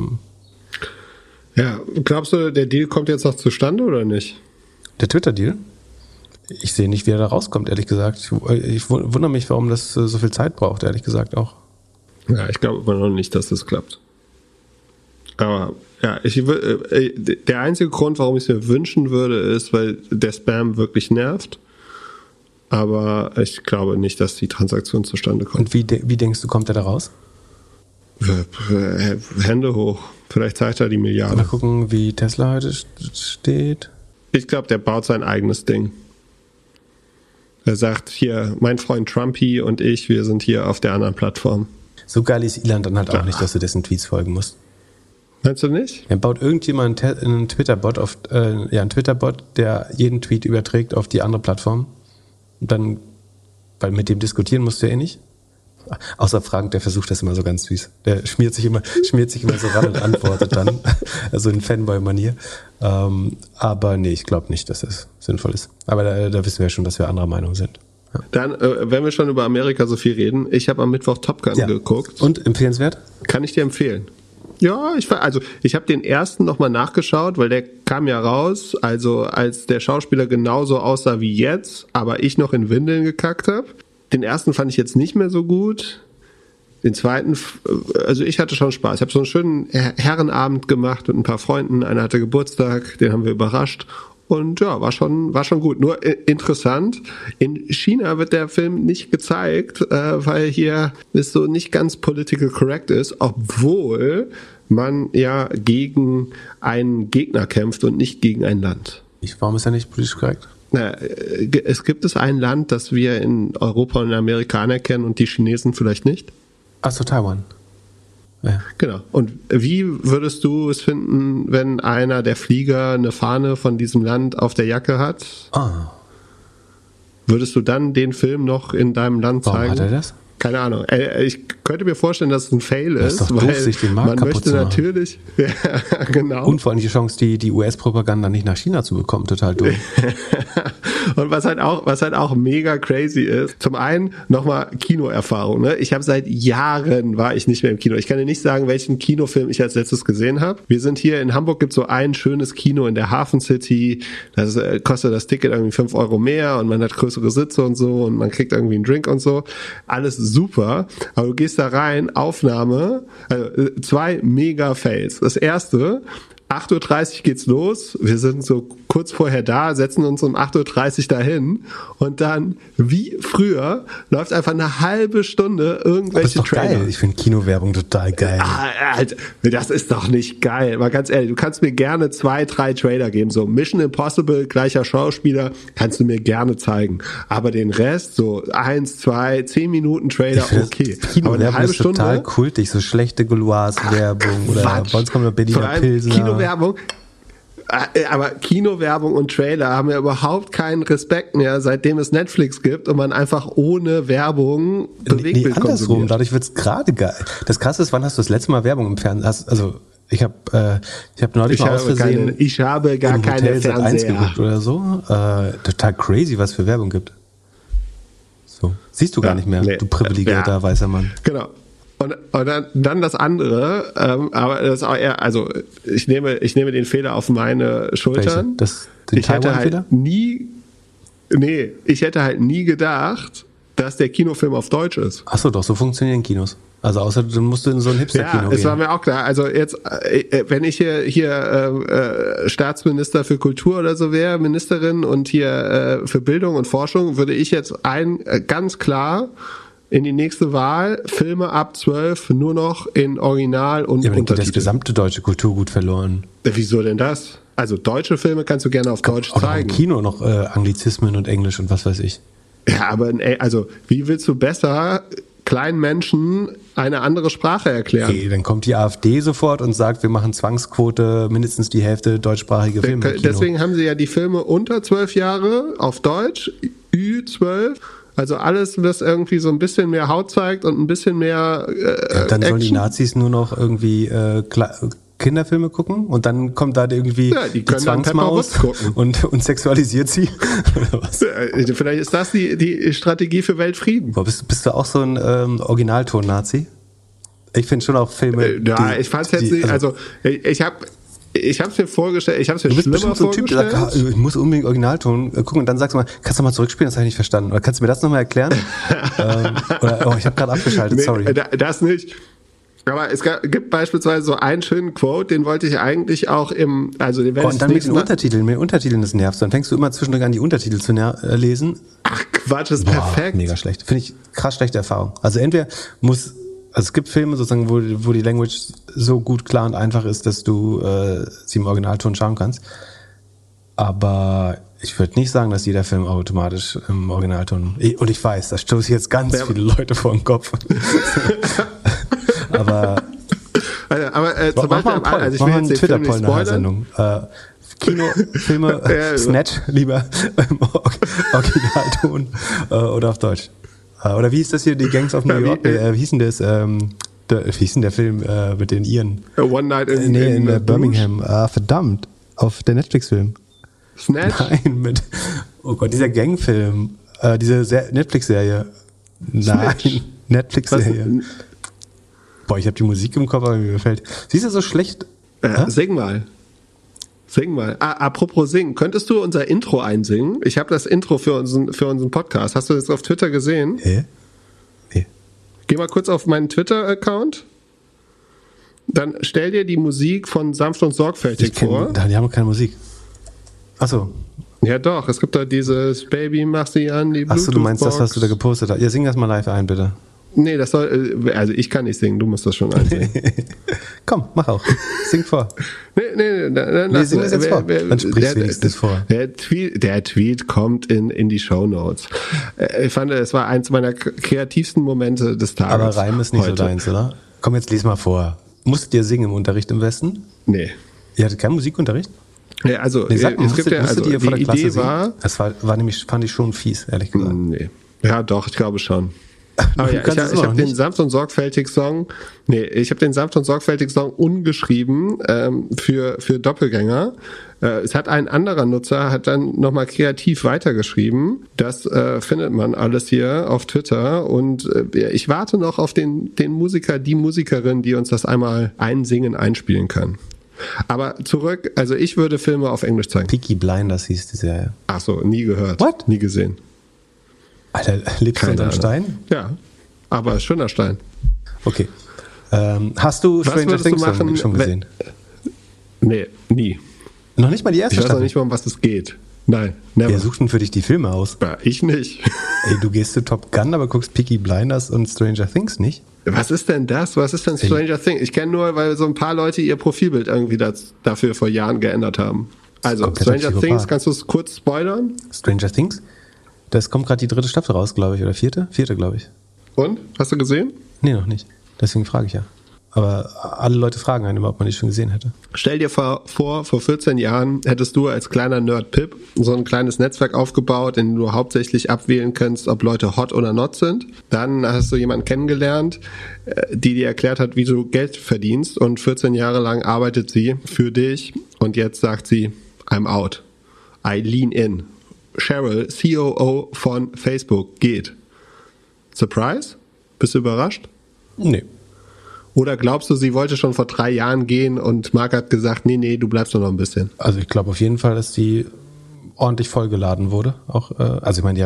Ja, glaubst du, der Deal kommt jetzt noch zustande oder nicht? Der Twitter-Deal? Ich sehe nicht, wie er da rauskommt, ehrlich gesagt. Ich wundere mich, warum das so viel Zeit braucht, ehrlich gesagt auch. Ja, ich glaube immer noch nicht, dass das klappt. Aber ja, der einzige Grund, warum ich es mir wünschen würde, ist, weil der Spam wirklich nervt. Aber ich glaube nicht, dass die Transaktion zustande kommt. Und wie denkst du, kommt er da raus? Hände hoch. Vielleicht zeigt er die Milliarden. Mal gucken, wie Tesla heute steht. Ich glaube, der baut sein eigenes Ding. Er sagt, hier, mein Freund Trumpy und ich, wir sind hier auf der anderen Plattform. So geil ist Elon dann halt auch nicht, dass du dessen Tweets folgen musst. Meinst du nicht? Er baut irgendjemand einen Twitter-Bot, einen Twitter-Bot, der jeden Tweet überträgt auf die andere Plattform. Und dann, weil mit dem diskutieren musst du ja eh nicht. Außer Frank, der versucht das immer so ganz süß. Der schmiert sich immer so ran und antwortet dann. Also in Fanboy-Manier. Aber nee, ich glaube nicht, dass das sinnvoll ist. Aber da wissen wir ja schon, dass wir anderer Meinung sind. Ja. Dann, wenn wir schon über Amerika so viel reden, ich habe am Mittwoch Top Gun geguckt. Und empfehlenswert? Kann ich dir empfehlen. Ja, ich habe den ersten nochmal nachgeschaut, weil der kam ja raus, also als der Schauspieler genauso aussah wie jetzt, aber ich noch in Windeln gekackt habe. Den ersten fand ich jetzt nicht mehr so gut. Den zweiten, also ich hatte schon Spaß. Ich habe so einen schönen Herrenabend gemacht mit ein paar Freunden. Einer hatte Geburtstag, den haben wir überrascht. Und ja, war schon gut. Nur interessant, in China wird der Film nicht gezeigt, weil hier es so nicht ganz political correct ist, obwohl man ja gegen einen Gegner kämpft und nicht gegen ein Land. Warum ist er nicht politisch korrekt? Es gibt ein Land, das wir in Europa und in Amerika anerkennen und die Chinesen vielleicht nicht. Achso, Taiwan. Ja. Genau. Und wie würdest du es finden, wenn einer der Flieger eine Fahne von diesem Land auf der Jacke hat? Ah. Würdest du dann den Film noch in deinem Land zeigen? Warum hat er das? Keine Ahnung. Ich könnte mir vorstellen, dass es ein Fail ist, doch doof, weil sich den Markt man möchte natürlich, ja, genau. Und vor allem die Chance, die US-Propaganda nicht nach China zu bekommen, total doof. Und was halt auch mega crazy ist, zum einen nochmal Kinoerfahrung, ne? Ich habe seit Jahren war ich nicht mehr im Kino. Ich kann dir nicht sagen, welchen Kinofilm ich als letztes gesehen habe. Wir sind hier in Hamburg, gibt so ein schönes Kino in der Hafen City. Das kostet das Ticket irgendwie 5 Euro mehr und man hat größere Sitze und so und man kriegt irgendwie einen Drink und so. Alles super. Aber du gehst da rein, Aufnahme, also 2 mega Fails. Das erste, 8:30 Uhr geht's los. Wir sind so kurz vorher da, setzen uns um 8:30 Uhr dahin und dann, wie früher, läuft einfach eine halbe Stunde irgendwelche das ist doch Trailer. geil. Ich finde Kinowerbung total geil. Alter, das ist doch nicht geil. Mal ganz ehrlich, du kannst mir gerne 2, 3 Trailer geben. So Mission Impossible, gleicher Schauspieler, kannst du mir gerne zeigen. Aber den Rest, so 1, 2, 10 Minuten Trailer, okay. Aber eine halbe ist Stunde. Total kultig, so schlechte Gouloirs-Werbung oder bei uns kommt noch Berliner Pilsner. Kinowerbung. Aber Kinowerbung und Trailer haben ja überhaupt keinen Respekt mehr, seitdem es Netflix gibt und man einfach ohne Werbung Bewegtbild andersrum, konsumiert. dadurch wird's gerade geil. Das Krasse ist, wann hast du das letzte Mal Werbung im Fernsehen? Also ich habe neulich mal aus Versehen ich habe gar keine Sat.1 Fernseher geguckt oder so. Total crazy, was für Werbung gibt. So siehst du gar nicht mehr, du privilegierter weißer Mann. Genau. Und dann das andere, aber das ist auch eher, also ich nehme den Fehler auf meine Schultern. Den ich hätte Taiwan-Fehler? Ich hätte halt nie gedacht, dass der Kinofilm auf Deutsch ist. Ach so, doch, so funktionieren Kinos. Also außer du musst in so ein Hipster-Kino gehen. Es war mir auch klar. Also jetzt, wenn ich hier Staatsminister für Kultur oder so wäre, Ministerin und hier für Bildung und Forschung, würde ich jetzt ganz klar in die nächste Wahl Filme ab 12 nur noch in Original und Untertitel. Untertitel. Das gesamte deutsche Kulturgut verloren. Wieso denn das? Also deutsche Filme kannst du gerne auf Deutsch zeigen. Im Kino noch Anglizismen und Englisch und was weiß ich. Ja, aber also wie willst du besser kleinen Menschen eine andere Sprache erklären? Okay, dann kommt die AfD sofort und sagt, wir machen Zwangsquote, mindestens die Hälfte deutschsprachige Filme im Kino. Deswegen haben sie ja die Filme unter 12 Jahre auf Deutsch, Ü12. Also alles, was irgendwie so ein bisschen mehr Haut zeigt und ein bisschen mehr dann sollen die Action. Nazis nur noch irgendwie Kinderfilme gucken und dann kommt da irgendwie die Zwangsmaus und sexualisiert sie. Oder was? Vielleicht ist das die Strategie für Weltfrieden. Boah, bist du auch so ein Originalton-Nazi? Ich finde schon auch Filme. Ich fand's jetzt nicht, also ich habe es mir vorgestellt, ich habe es mir schlimmer so ein Typ, der sagt, ich muss unbedingt Originalton gucken und dann sagst du mal, kannst du mal zurückspielen, das habe ich nicht verstanden. Oder kannst du mir das nochmal erklären? Ich habe gerade abgeschaltet, sorry. Das nicht. Aber es gibt beispielsweise so einen schönen Quote, den wollte ich eigentlich auch den werde ich und dann mit den Untertiteln, das nervt. Dann fängst du immer zwischendurch an, die Untertitel zu lesen. Ach Quatsch, das ist perfekt. Mega schlecht. Finde ich krass schlechte Erfahrung. Also es gibt Filme sozusagen, wo die Language so gut, klar und einfach ist, dass du sie im Originalton schauen kannst. Aber ich würde nicht sagen, dass jeder Film automatisch im Originalton... Und ich weiß, da stoße ich jetzt ganz viele Leute vor den Kopf. Aber zum Beispiel, also ich will jetzt den Film nicht spoilern. Kinofilme, Snatch, lieber im Originalton oder auf Deutsch. Oder wie hieß das hier, die Gangs of New York? Wie hieß denn das? Wie hieß denn der Film mit den Iren? One Night in Birmingham. Verdammt, auf der Netflix-Film. Snatch? Nein, oh Gott, dieser Gangfilm, diese Netflix-Serie. Nein, Netflix-Serie. Boah, ich habe die Musik im Kopf, aber mir gefällt. Siehst du, so schlecht? Sing mal. Apropos singen, könntest du unser Intro einsingen? Ich habe das Intro für unseren Podcast. Hast du das auf Twitter gesehen? Nee. Geh mal kurz auf meinen Twitter-Account. Dann stell dir die Musik von Sanft und Sorgfältig vor. Die haben keine Musik. Achso. Ja doch, es gibt da dieses Baby, mach sie an, die Bluetooth-Box. Achso, du meinst das, was du da gepostet hast. Ja, sing das mal live ein, bitte. Nee, das soll, also ich kann nicht singen, du musst das schon einsingen. Komm, mach auch. Sing vor. Nee, sing das jetzt vor. Dann sprichst du wenigstens vor. Der Tweet kommt in die Shownotes. Ich fand, es war eins meiner kreativsten Momente des Tages. Aber Reim ist nicht so deins, oder? Komm, jetzt lies mal vor. Musstet ihr singen im Unterricht im Westen? Nee. Ihr hattet keinen Musikunterricht? Ja, also, es gibt ja, also die Idee war... Das war nämlich, fand ich schon fies, ehrlich gesagt. Nee. Ja, doch, ich glaube schon. Aber ja, ich habe den Sanft und Sorgfältig Song, umgeschrieben für Doppelgänger. Es hat ein anderer Nutzer, hat dann nochmal kreativ weitergeschrieben. Das findet man alles hier auf Twitter. Und ich warte noch auf den Musiker, die Musikerin, die uns das einmal einspielen kann. Aber zurück, also ich würde Filme auf Englisch zeigen. Peaky Blinders hieß die Serie. Ach so, nie gehört. What? Nie gesehen. Alter, lebst du unter einem Stein? Ja, aber schöner Stein. Okay. Hast du Stranger Things schon gesehen? Nee, nie. Noch nicht mal die erste Ich weiß Staffel? noch nicht mal, um was es geht. Nein, never. Wer sucht denn für dich die Filme aus? Ja, ich nicht. Ey, du gehst zu Top Gun, aber guckst Peaky Blinders und Stranger Things nicht? Was ist denn das? Was ist denn Stranger Things? Ich kenne nur, weil so ein paar Leute ihr Profilbild irgendwie dafür vor Jahren geändert haben. Also, Stranger Things, kannst du es kurz spoilern? Stranger Things? Das kommt gerade die 3. Staffel raus, glaube ich, oder 4.? 4., glaube ich. Und? Hast du gesehen? Nee, noch nicht. Deswegen frage ich ja. Aber alle Leute fragen einen immer, ob man die schon gesehen hätte. Stell dir vor 14 Jahren hättest du als kleiner Nerd Pip so ein kleines Netzwerk aufgebaut, in dem du hauptsächlich abwählen kannst, ob Leute hot oder not sind. Dann hast du jemanden kennengelernt, die dir erklärt hat, wie du Geld verdienst, und 14 Jahre lang arbeitet sie für dich und jetzt sagt sie, I'm out. I lean in. Sheryl, COO von Facebook, geht. Surprise? Bist du überrascht? Nee. Oder glaubst du, sie wollte schon vor 3 Jahren gehen und Mark hat gesagt, nee, du bleibst noch ein bisschen? Also ich glaube auf jeden Fall, dass die ordentlich vollgeladen wurde. Auch, also ich meine,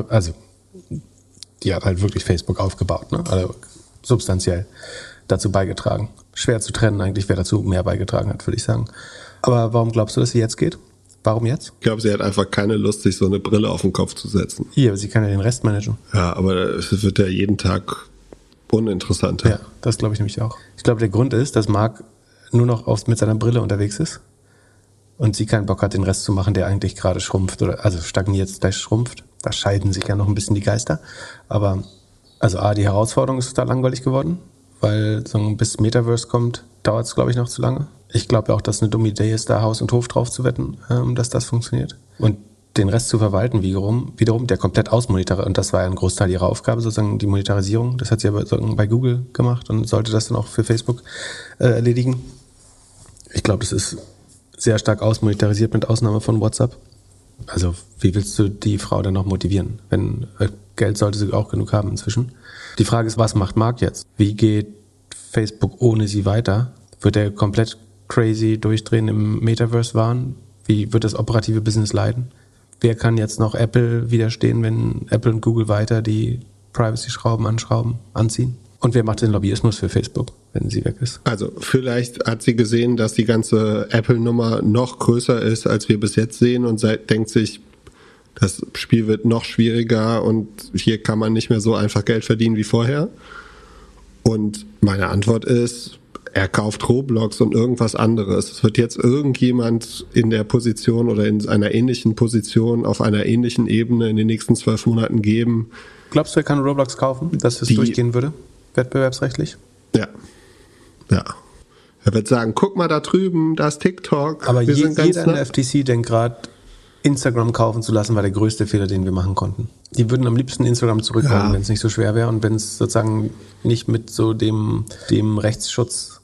die hat halt wirklich Facebook aufgebaut, ne? Also substanziell dazu beigetragen. Schwer zu trennen eigentlich, wer dazu mehr beigetragen hat, würde ich sagen. Aber warum glaubst du, dass sie jetzt geht? Warum jetzt? Ich glaube, sie hat einfach keine Lust, sich so eine Brille auf den Kopf zu setzen. Hier, aber sie kann ja den Rest managen. Ja, aber es wird ja jeden Tag uninteressanter. Ja, das glaube ich nämlich auch. Ich glaube, der Grund ist, dass Mark nur noch mit seiner Brille unterwegs ist und sie keinen Bock hat, den Rest zu machen, der eigentlich gerade schrumpft oder also stagniert slash schrumpft. Da scheiden sich ja noch ein bisschen die Geister. Aber also die Herausforderung ist total langweilig geworden, weil so bis Metaverse kommt, dauert es, glaube ich, noch zu lange. Ich glaube ja auch, dass eine dumme Idee ist, da Haus und Hof drauf zu wetten, dass das funktioniert. Und den Rest zu verwalten wiederum, der komplett ausmonetarisiert, und das war ja ein Großteil ihrer Aufgabe, sozusagen die Monetarisierung. Das hat sie aber bei Google gemacht und sollte das dann auch für Facebook erledigen. Ich glaube, das ist sehr stark ausmonetarisiert mit Ausnahme von WhatsApp. Also wie willst du die Frau dann noch motivieren? Wenn Geld sollte sie auch genug haben inzwischen. Die Frage ist, was macht Mark jetzt? Wie geht Facebook ohne sie weiter? Wird er komplett crazy durchdrehen im Metaverse-Wahn? Wie wird das operative Business leiden? Wer kann jetzt noch Apple widerstehen, wenn Apple und Google weiter die Privacy-Schrauben anziehen? Und wer macht den Lobbyismus für Facebook, wenn sie weg ist? Also vielleicht hat sie gesehen, dass die ganze Apple-Nummer noch größer ist, als wir bis jetzt sehen, und denkt sich, das Spiel wird noch schwieriger und hier kann man nicht mehr so einfach Geld verdienen wie vorher. Und meine Antwort ist, er kauft Roblox und irgendwas anderes. Es wird jetzt irgendjemand in der Position oder in einer ähnlichen Position auf einer ähnlichen Ebene in den nächsten 12 Monaten geben. Glaubst du, er kann Roblox kaufen, dass es durchgehen würde, wettbewerbsrechtlich? Ja. Er wird sagen, guck mal da drüben, da ist TikTok. Aber jeder in der FTC denkt gerade, Instagram kaufen zu lassen, war der größte Fehler, den wir machen konnten. Die würden am liebsten Instagram zurückholen, wenn es nicht so schwer wäre und wenn es sozusagen nicht mit so dem Rechtsschutz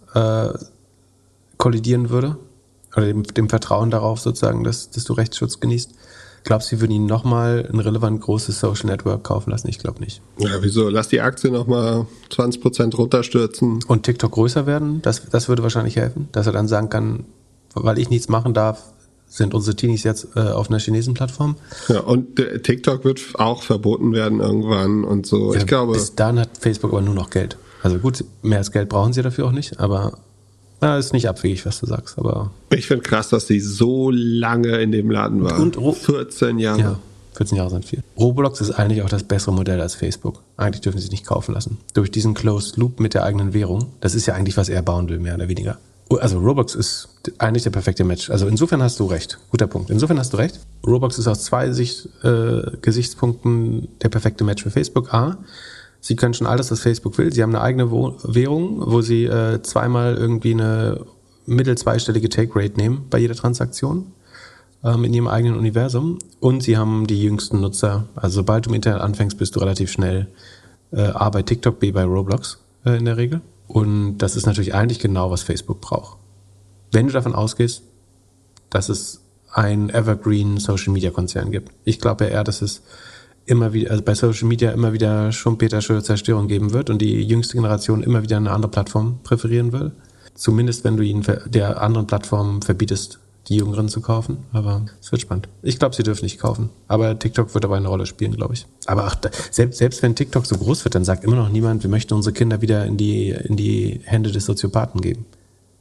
kollidieren würde oder dem Vertrauen darauf sozusagen, dass du Rechtsschutz genießt. Glaubst du, sie würden ihn nochmal ein relevant großes Social Network kaufen lassen? Ich glaube nicht. Ja, wieso? Lass die Aktie nochmal 20% runterstürzen. Und TikTok größer werden? Das würde wahrscheinlich helfen, dass er dann sagen kann, weil ich nichts machen darf, sind unsere Teenies jetzt auf einer Chinesen-Plattform. Ja, und TikTok wird auch verboten werden irgendwann und so. Ja, ich glaube. Bis dann hat Facebook aber nur noch Geld. Also gut, mehr als Geld brauchen sie dafür auch nicht, aber ist nicht abwegig, was du sagst. Aber ich finde krass, dass sie so lange in dem Laden war. Und 14 Jahre. Ja, 14 Jahre sind viel. Roblox ist eigentlich auch das bessere Modell als Facebook. Eigentlich dürfen sie es nicht kaufen lassen. Durch diesen Closed Loop mit der eigenen Währung, das ist ja eigentlich, was er bauen will, mehr oder weniger. Also Roblox ist eigentlich der perfekte Match. Also insofern hast du recht. Guter Punkt. Insofern hast du recht. Roblox ist aus 2 Gesichtspunkten der perfekte Match für Facebook. A, sie können schon alles, was Facebook will. Sie haben eine eigene Währung, wo sie zweimal irgendwie eine mittel-zweistellige Take-Rate nehmen bei jeder Transaktion in ihrem eigenen Universum. Und sie haben die jüngsten Nutzer. Also sobald du im Internet anfängst, bist du relativ schnell A bei TikTok, B bei Roblox in der Regel. Und das ist natürlich eigentlich genau, was Facebook braucht. Wenn du davon ausgehst, dass es ein Evergreen Social Media Konzern gibt. Ich glaube ja eher, dass es immer wieder, also bei Social Media immer wieder schumpetersche Zerstörung geben wird und die jüngste Generation immer wieder eine andere Plattform präferieren will. Zumindest wenn du ihnen der anderen Plattform verbietest, die Jüngeren zu kaufen. Aber es wird spannend. Ich glaube, sie dürfen nicht kaufen. Aber TikTok wird dabei eine Rolle spielen, glaube ich. Aber selbst wenn TikTok so groß wird, dann sagt immer noch niemand, wir möchten unsere Kinder wieder in die Hände des Soziopathen geben.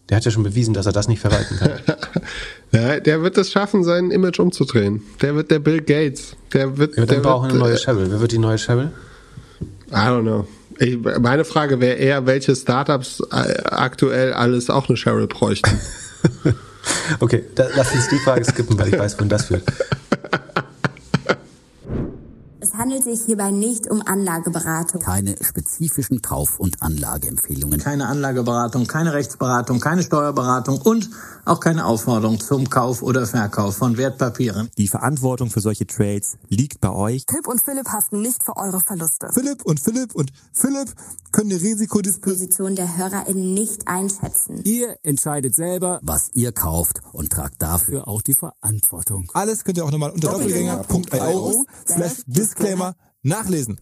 Der hat ja schon bewiesen, dass er das nicht verwalten kann. Ja, der wird es schaffen, sein Image umzudrehen. Der wird der Bill Gates. Wir brauchen eine neue Cheryl. Wer wird die neue Cheryl? I don't know. Meine Frage wäre eher, welche Startups aktuell alles auch eine Cheryl bräuchten. Okay, lass uns die Frage skippen, weil ich weiß, wohin das führt. Es handelt sich hierbei nicht um Anlageberatung. Keine spezifischen Kauf- und Anlageempfehlungen. Keine Anlageberatung, keine Rechtsberatung, keine Steuerberatung und auch keine Aufforderung zum Kauf oder Verkauf von Wertpapieren. Die Verantwortung für solche Trades liegt bei euch. Philipp und Philipp haften nicht für eure Verluste. Philipp können die Risikodisposition der HörerInnen nicht einschätzen. Ihr entscheidet selber, was ihr kauft und tragt dafür auch die Verantwortung. Alles könnt ihr auch nochmal unter doppelgänger.io/Disclaimer nachlesen.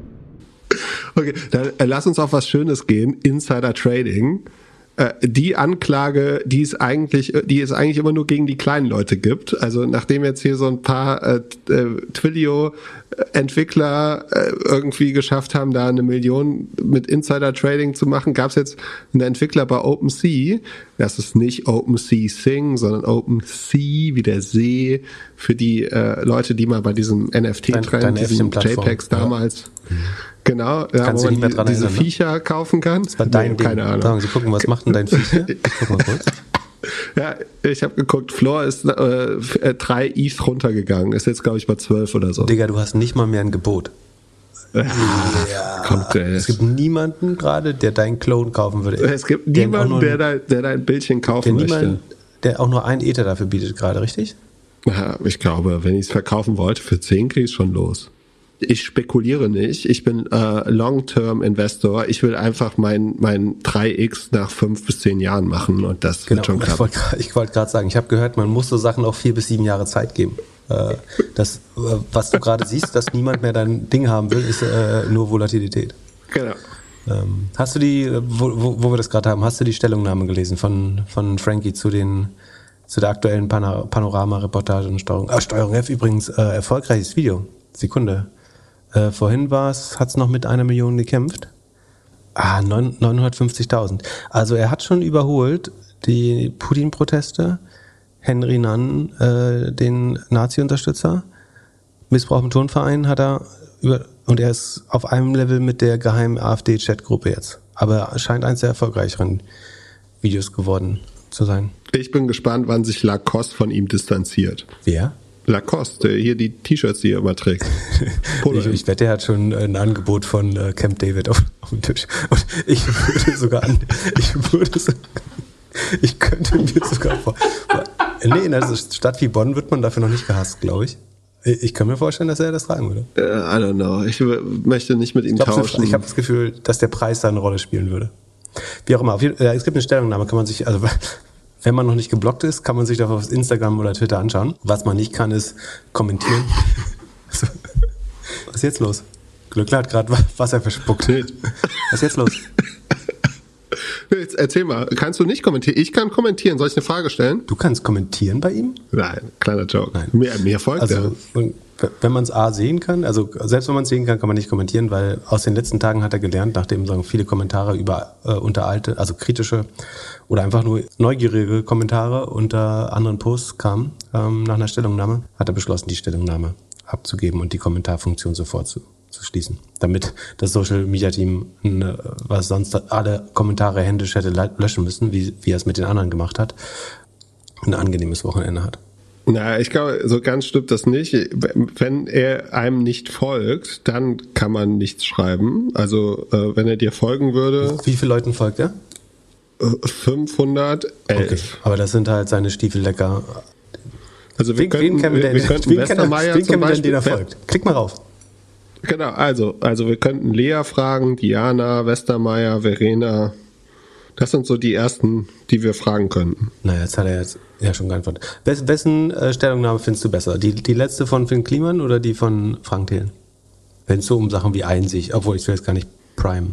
Okay, dann lass uns auf was Schönes gehen. Insider Trading. Die Anklage, die es eigentlich immer nur gegen die kleinen Leute gibt. Also nachdem jetzt hier so ein paar Twilio-Entwickler irgendwie geschafft haben, da 1 Million mit Insider Trading zu machen, gab es jetzt einen Entwickler bei OpenSea. Das ist nicht OpenSea Sing, sondern OpenSea wie der See für die Leute, die mal bei diesem NFT-Trend, diesen JPEGs damals... Ja. Genau, ja, wo man diese Viecher kaufen kann. Das war dein Ding. Keine Ahnung. Sagen Sie gucken, was macht denn dein Viecher? Guck mal kurz. Ja, ich habe geguckt, Floor ist 3 ETH runtergegangen. Ist jetzt, glaube ich, bei 12 oder so. Digga, du hast nicht mal mehr ein Gebot. Ja. Kommt, es gibt niemanden gerade, der deinen Clone kaufen würde. Es gibt niemanden, der dein Bildchen kaufen möchte. Der auch nur 1 Ether dafür bietet gerade, richtig? Ja, ich glaube, wenn ich es verkaufen wollte, für 10 kriege ich es schon los. Ich spekuliere nicht. Ich bin Long-Term-Investor. Ich will einfach mein 3x nach 5 bis 10 Jahren machen und das wird schon klappen. Ich wollte gerade sagen, ich habe gehört, man muss so Sachen auch 4 bis 7 Jahre Zeit geben. Das, was du gerade siehst, dass niemand mehr dein Ding haben will, ist nur Volatilität. Genau. Hast du wo wir das gerade haben, hast du die Stellungnahme gelesen von Frankie zu der aktuellen Panorama-Reportage und Steuerung? Steuerung F übrigens, erfolgreiches Video. Sekunde. Vorhin hat es noch mit 1 Million gekämpft. 950.000. Also er hat schon überholt die Putin-Proteste, Henry Nunn, den Nazi-Unterstützer, Missbrauch im Turnverein und er ist auf einem Level mit der geheimen AfD-Chat-Gruppe jetzt. Aber scheint eines der erfolgreicheren Videos geworden zu sein. Ich bin gespannt, wann sich Lacoste von ihm distanziert. Wer? Lacoste, hier die T-Shirts, die er immer trägt. Ich wette, er hat schon ein Angebot von Camp David auf dem Tisch. Und ich könnte mir sogar nee, in einer Stadt wie Bonn wird man dafür noch nicht gehasst, glaube ich. Ich kann mir vorstellen, dass er das tragen würde. I don't know. Ich möchte nicht mit ihm tauschen. Ich habe das Gefühl, dass der Preis da eine Rolle spielen würde. Wie auch immer. Es gibt eine Stellungnahme, kann man sich, also wenn man noch nicht geblockt ist, kann man sich doch auf Instagram oder Twitter anschauen. Was man nicht kann, ist kommentieren. Was ist jetzt los? Glückler hat gerade Wasser verspuckt. Was ist jetzt los? Jetzt erzähl mal, kannst du nicht kommentieren? Ich kann kommentieren. Soll ich eine Frage stellen? Du kannst kommentieren bei ihm? Nein, kleiner Joke. Nein. Mir folgt er. Wenn man es sehen kann, also selbst wenn man es sehen kann, kann man nicht kommentieren, weil aus den letzten Tagen hat er gelernt, nachdem viele Kommentare über unteralte, also kritische oder einfach nur neugierige Kommentare unter anderen Posts kamen, nach einer Stellungnahme, hat er beschlossen, die Stellungnahme abzugeben und die Kommentarfunktion sofort zu schließen, damit das Social Media Team, was sonst alle Kommentare händisch hätte löschen müssen, wie er es mit den anderen gemacht hat, ein angenehmes Wochenende hat. Na, ich glaube, so ganz stimmt das nicht. Wenn er einem nicht folgt, dann kann man nichts schreiben. Also, wenn er dir folgen würde... Wie viele Leuten folgt er? 511. Okay, aber das sind halt seine Stiefelecker. Also wir könnten Westermeier zum Beispiel... Den er folgt. Klick mal rauf. Genau, also wir könnten Lea fragen, Diana, Westermeier, Verena... Das sind so die ersten, die wir fragen könnten. Naja, jetzt hat er ja schon geantwortet. Wessen Stellungnahme findest du besser? Die letzte von Finn Kliman oder die von Frank Thelen? Wenn es so um Sachen wie Einsicht, obwohl ich will jetzt gar nicht Prime.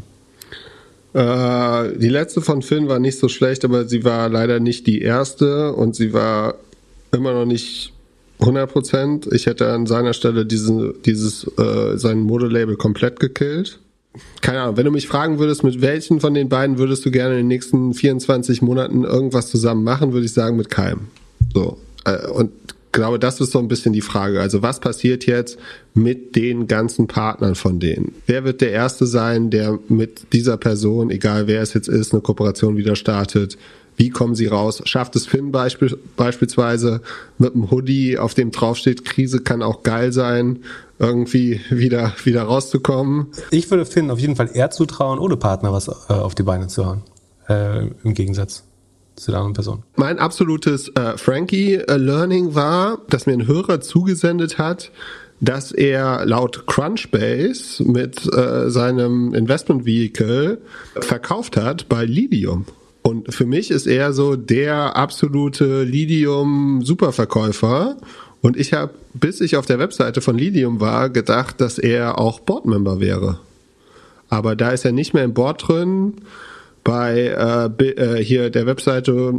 Die letzte von Finn war nicht so schlecht, aber sie war leider nicht die erste und sie war immer noch nicht 100%. Ich hätte an seiner Stelle sein Modelabel komplett gekillt. keine Ahnung, wenn du mich fragen würdest, mit welchen von den beiden würdest du gerne in den nächsten 24 Monaten irgendwas zusammen machen, würde ich sagen mit keinem. So. Und ich glaube, das ist so ein bisschen die Frage. Also was passiert jetzt mit den ganzen Partnern von denen? Wer wird der Erste sein, der mit dieser Person, egal wer es jetzt ist, eine Kooperation wieder startet? Wie kommen sie raus? Schafft es Finn beispielsweise mit einem Hoodie, auf dem draufsteht, Krise kann auch geil sein, irgendwie wieder rauszukommen? Ich würde Finn auf jeden Fall eher zutrauen, ohne Partner was auf die Beine zu hauen. Im Gegensatz zu der anderen Person. Mein absolutes Frankie-Learning war, dass mir ein Hörer zugesendet hat, dass er laut Crunchbase mit seinem Investment-Vehicle verkauft hat bei Lilium. Und für mich ist er so der absolute Lilium-Superverkäufer. Und ich habe, bis ich auf der Webseite von Lilium war, gedacht, dass er auch Boardmember wäre. Aber da ist er nicht mehr im Board drin. Bei hier der Webseite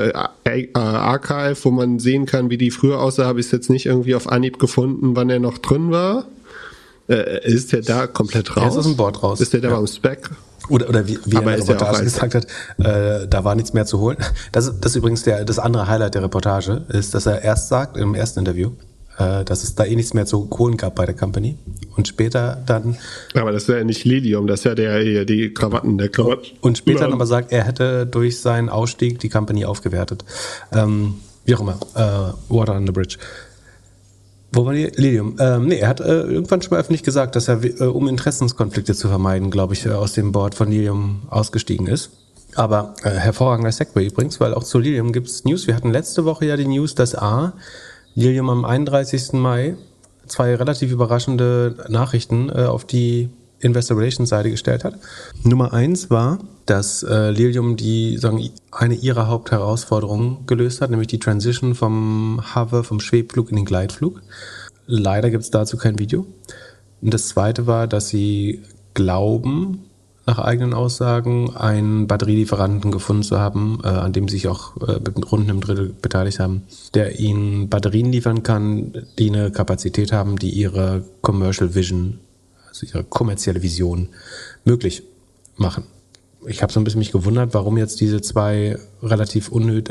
Archive, wo man sehen kann, wie die früher aussah, habe ich es jetzt nicht irgendwie auf Anhieb gefunden, wann er noch drin war. Ist der da komplett raus? Er ist aus dem Board raus. Ist der da beim Spec? Oder wie er in der Reportage gesagt hat, da war nichts mehr zu holen. Das ist übrigens das andere Highlight der Reportage, ist, dass er erst sagt, im ersten Interview, dass es da nichts mehr zu holen gab bei der Company. Und später dann... Aber das ist ja nicht Lilium, das ist ja die Krawatten, der Krawatten. Und später dann aber sagt, er hätte durch seinen Ausstieg die Company aufgewertet. Wie auch immer. Water under the bridge. Wo war die? Lilium. Er hat irgendwann schon mal öffentlich gesagt, dass er, um Interessenskonflikte zu vermeiden, glaube ich, aus dem Board von Lilium ausgestiegen ist. Aber hervorragender Segway übrigens, weil auch zu Lilium gibt es News. Wir hatten letzte Woche ja die News, dass Lilium am 31. Mai 2 relativ überraschende Nachrichten auf die Investor Relations Seite gestellt hat. Nummer 1 war, dass Lilium eine ihrer Hauptherausforderungen gelöst hat, nämlich die Transition vom Schwebflug in den Gleitflug. Leider gibt es dazu kein Video. Und das zweite war, dass sie glauben, nach eigenen Aussagen, einen Batterielieferanten gefunden zu haben, an dem sie sich auch mit rund einem Drittel beteiligt haben, der ihnen Batterien liefern kann, die eine Kapazität haben, die ihre Commercial Vision, also ihre kommerzielle Vision, möglich machen. Ich habe so ein bisschen mich gewundert, warum jetzt diese 2 relativ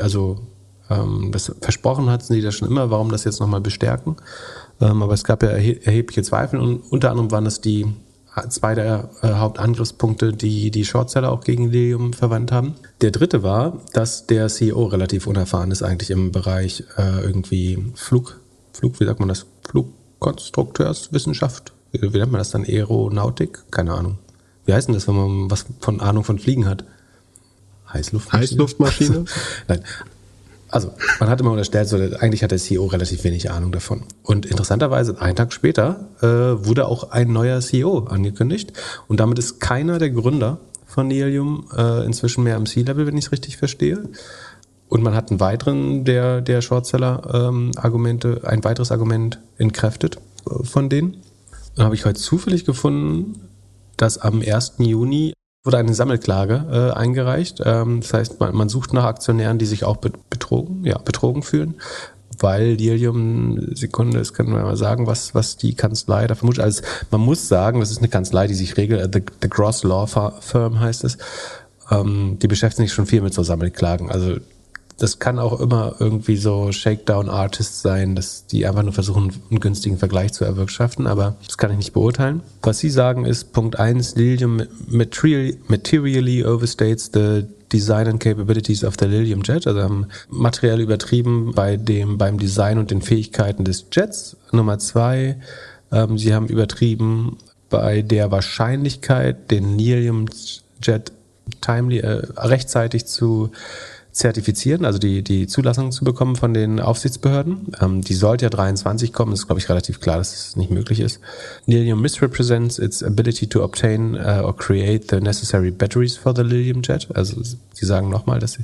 das versprochen hatten sie das schon immer, warum das jetzt nochmal bestärken. Aber es gab ja erhebliche Zweifel und unter anderem waren es die 2 der Hauptangriffspunkte, die Shortseller auch gegen Lilium verwandt haben. Der dritte war, dass der CEO relativ unerfahren ist eigentlich im Bereich irgendwie wie sagt man das? Flugkonstrukteurswissenschaft? Wie nennt man das dann? Aeronautik? Keine Ahnung. Wie heißt denn das, wenn man was von Ahnung von Fliegen hat? Heißluftmaschine? Nein. Also, man hat immer unterstellt, eigentlich hat der CEO relativ wenig Ahnung davon. Und interessanterweise, einen Tag später, wurde auch ein neuer CEO angekündigt. Und damit ist keiner der Gründer von Lilium inzwischen mehr am C-Level, wenn ich es richtig verstehe. Und man hat einen weiteren der Shortseller-Argumente, ein weiteres Argument entkräftet von denen. Dann habe ich heute zufällig gefunden, dass am 1. Juni wurde eine Sammelklage eingereicht. Das heißt, man sucht nach Aktionären, die sich auch betrogen fühlen, weil Lilium, das können wir mal sagen, was die Kanzlei da vermutet. Also man muss sagen, das ist eine Kanzlei, die sich regelt, The Gross Law Firm heißt es, die beschäftigen sich schon viel mit so Sammelklagen. Also das kann auch immer irgendwie so Shakedown-Artists sein, dass die einfach nur versuchen, einen günstigen Vergleich zu erwirtschaften, aber das kann ich nicht beurteilen. Was sie sagen ist, Punkt 1, Lilium materially overstates the design and capabilities of the Lilium Jet, also haben materiell übertrieben beim Design und den Fähigkeiten des Jets. Nummer 2, sie haben übertrieben bei der Wahrscheinlichkeit, den Lilium Jet rechtzeitig zu zertifizieren, also die Zulassung zu bekommen von den Aufsichtsbehörden. Die sollte ja 23 kommen, das ist, glaube ich, relativ klar, dass es nicht möglich ist. Lilium misrepresents its ability to obtain or create the necessary batteries for the Lilium Jet. Also sie sagen nochmal, dass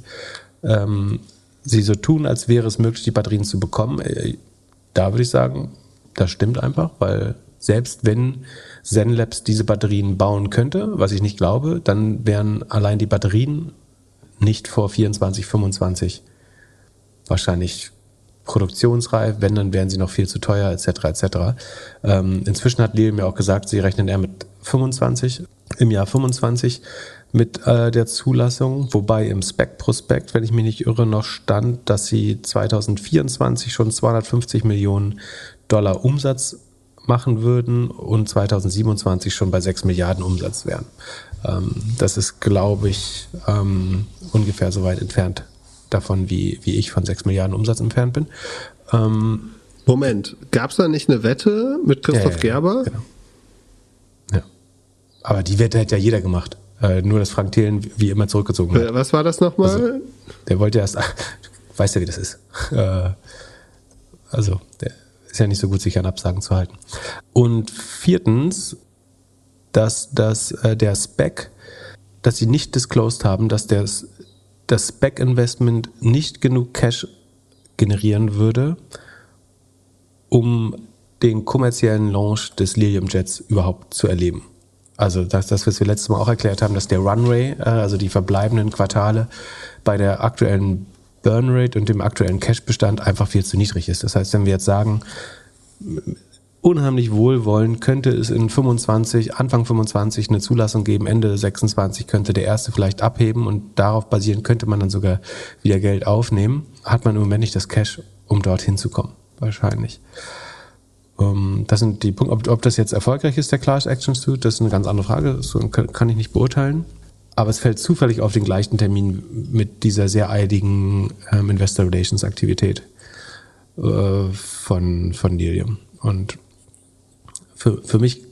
sie so tun, als wäre es möglich, die Batterien zu bekommen. Da würde ich sagen, das stimmt einfach, weil selbst wenn Zenlabs diese Batterien bauen könnte, was ich nicht glaube, dann wären allein die Batterien nicht vor 24, 25 wahrscheinlich produktionsreif, wenn, dann wären sie noch viel zu teuer, etc. etc. Inzwischen hat Lilium ja auch gesagt, sie rechnen eher mit 25 im Jahr 25 mit der Zulassung, wobei im SPAC-Prospekt, wenn ich mich nicht irre, noch stand, dass sie 2024 schon 250 Millionen Dollar Umsatz machen würden und 2027 schon bei 6 Milliarden Umsatz wären. Das ist, glaube ich, ungefähr so weit entfernt davon, wie ich von 6 Milliarden Umsatz entfernt bin. Moment, gab es da nicht eine Wette mit Christoph Gerber? Genau. Ja. Aber die Wette hätte ja jeder gemacht. Nur, dass Frank Thelen wie immer zurückgezogen hat. Was war das nochmal? Also, der wollte erst, weißt ja, wie das ist. Also, der ist ja nicht so gut, sich an Absagen zu halten. Und viertens, dass der SPAC, dass sie nicht disclosed haben, dass das SPAC-Investment nicht genug Cash generieren würde, um den kommerziellen Launch des Lilium Jets überhaupt zu erleben. Also das, was wir letztes Mal auch erklärt haben, dass der Runway, also die verbleibenden Quartale bei der aktuellen Burnrate und dem aktuellen Cash-Bestand einfach viel zu niedrig ist. Das heißt, wenn wir jetzt sagen, unheimlich wohlwollend könnte es in Anfang 25 eine Zulassung geben, Ende 26 könnte der erste vielleicht abheben und darauf basierend könnte man dann sogar wieder Geld aufnehmen, hat man im Moment nicht das Cash, um dorthin zu kommen. Wahrscheinlich. Das sind die Punkte. Ob das jetzt erfolgreich ist, der Class Action Suit, das ist eine ganz andere Frage. Das kann ich nicht beurteilen. Aber es fällt zufällig auf den gleichen Termin mit dieser sehr eiligen Investor Relations Aktivität von Lilium. Und für mich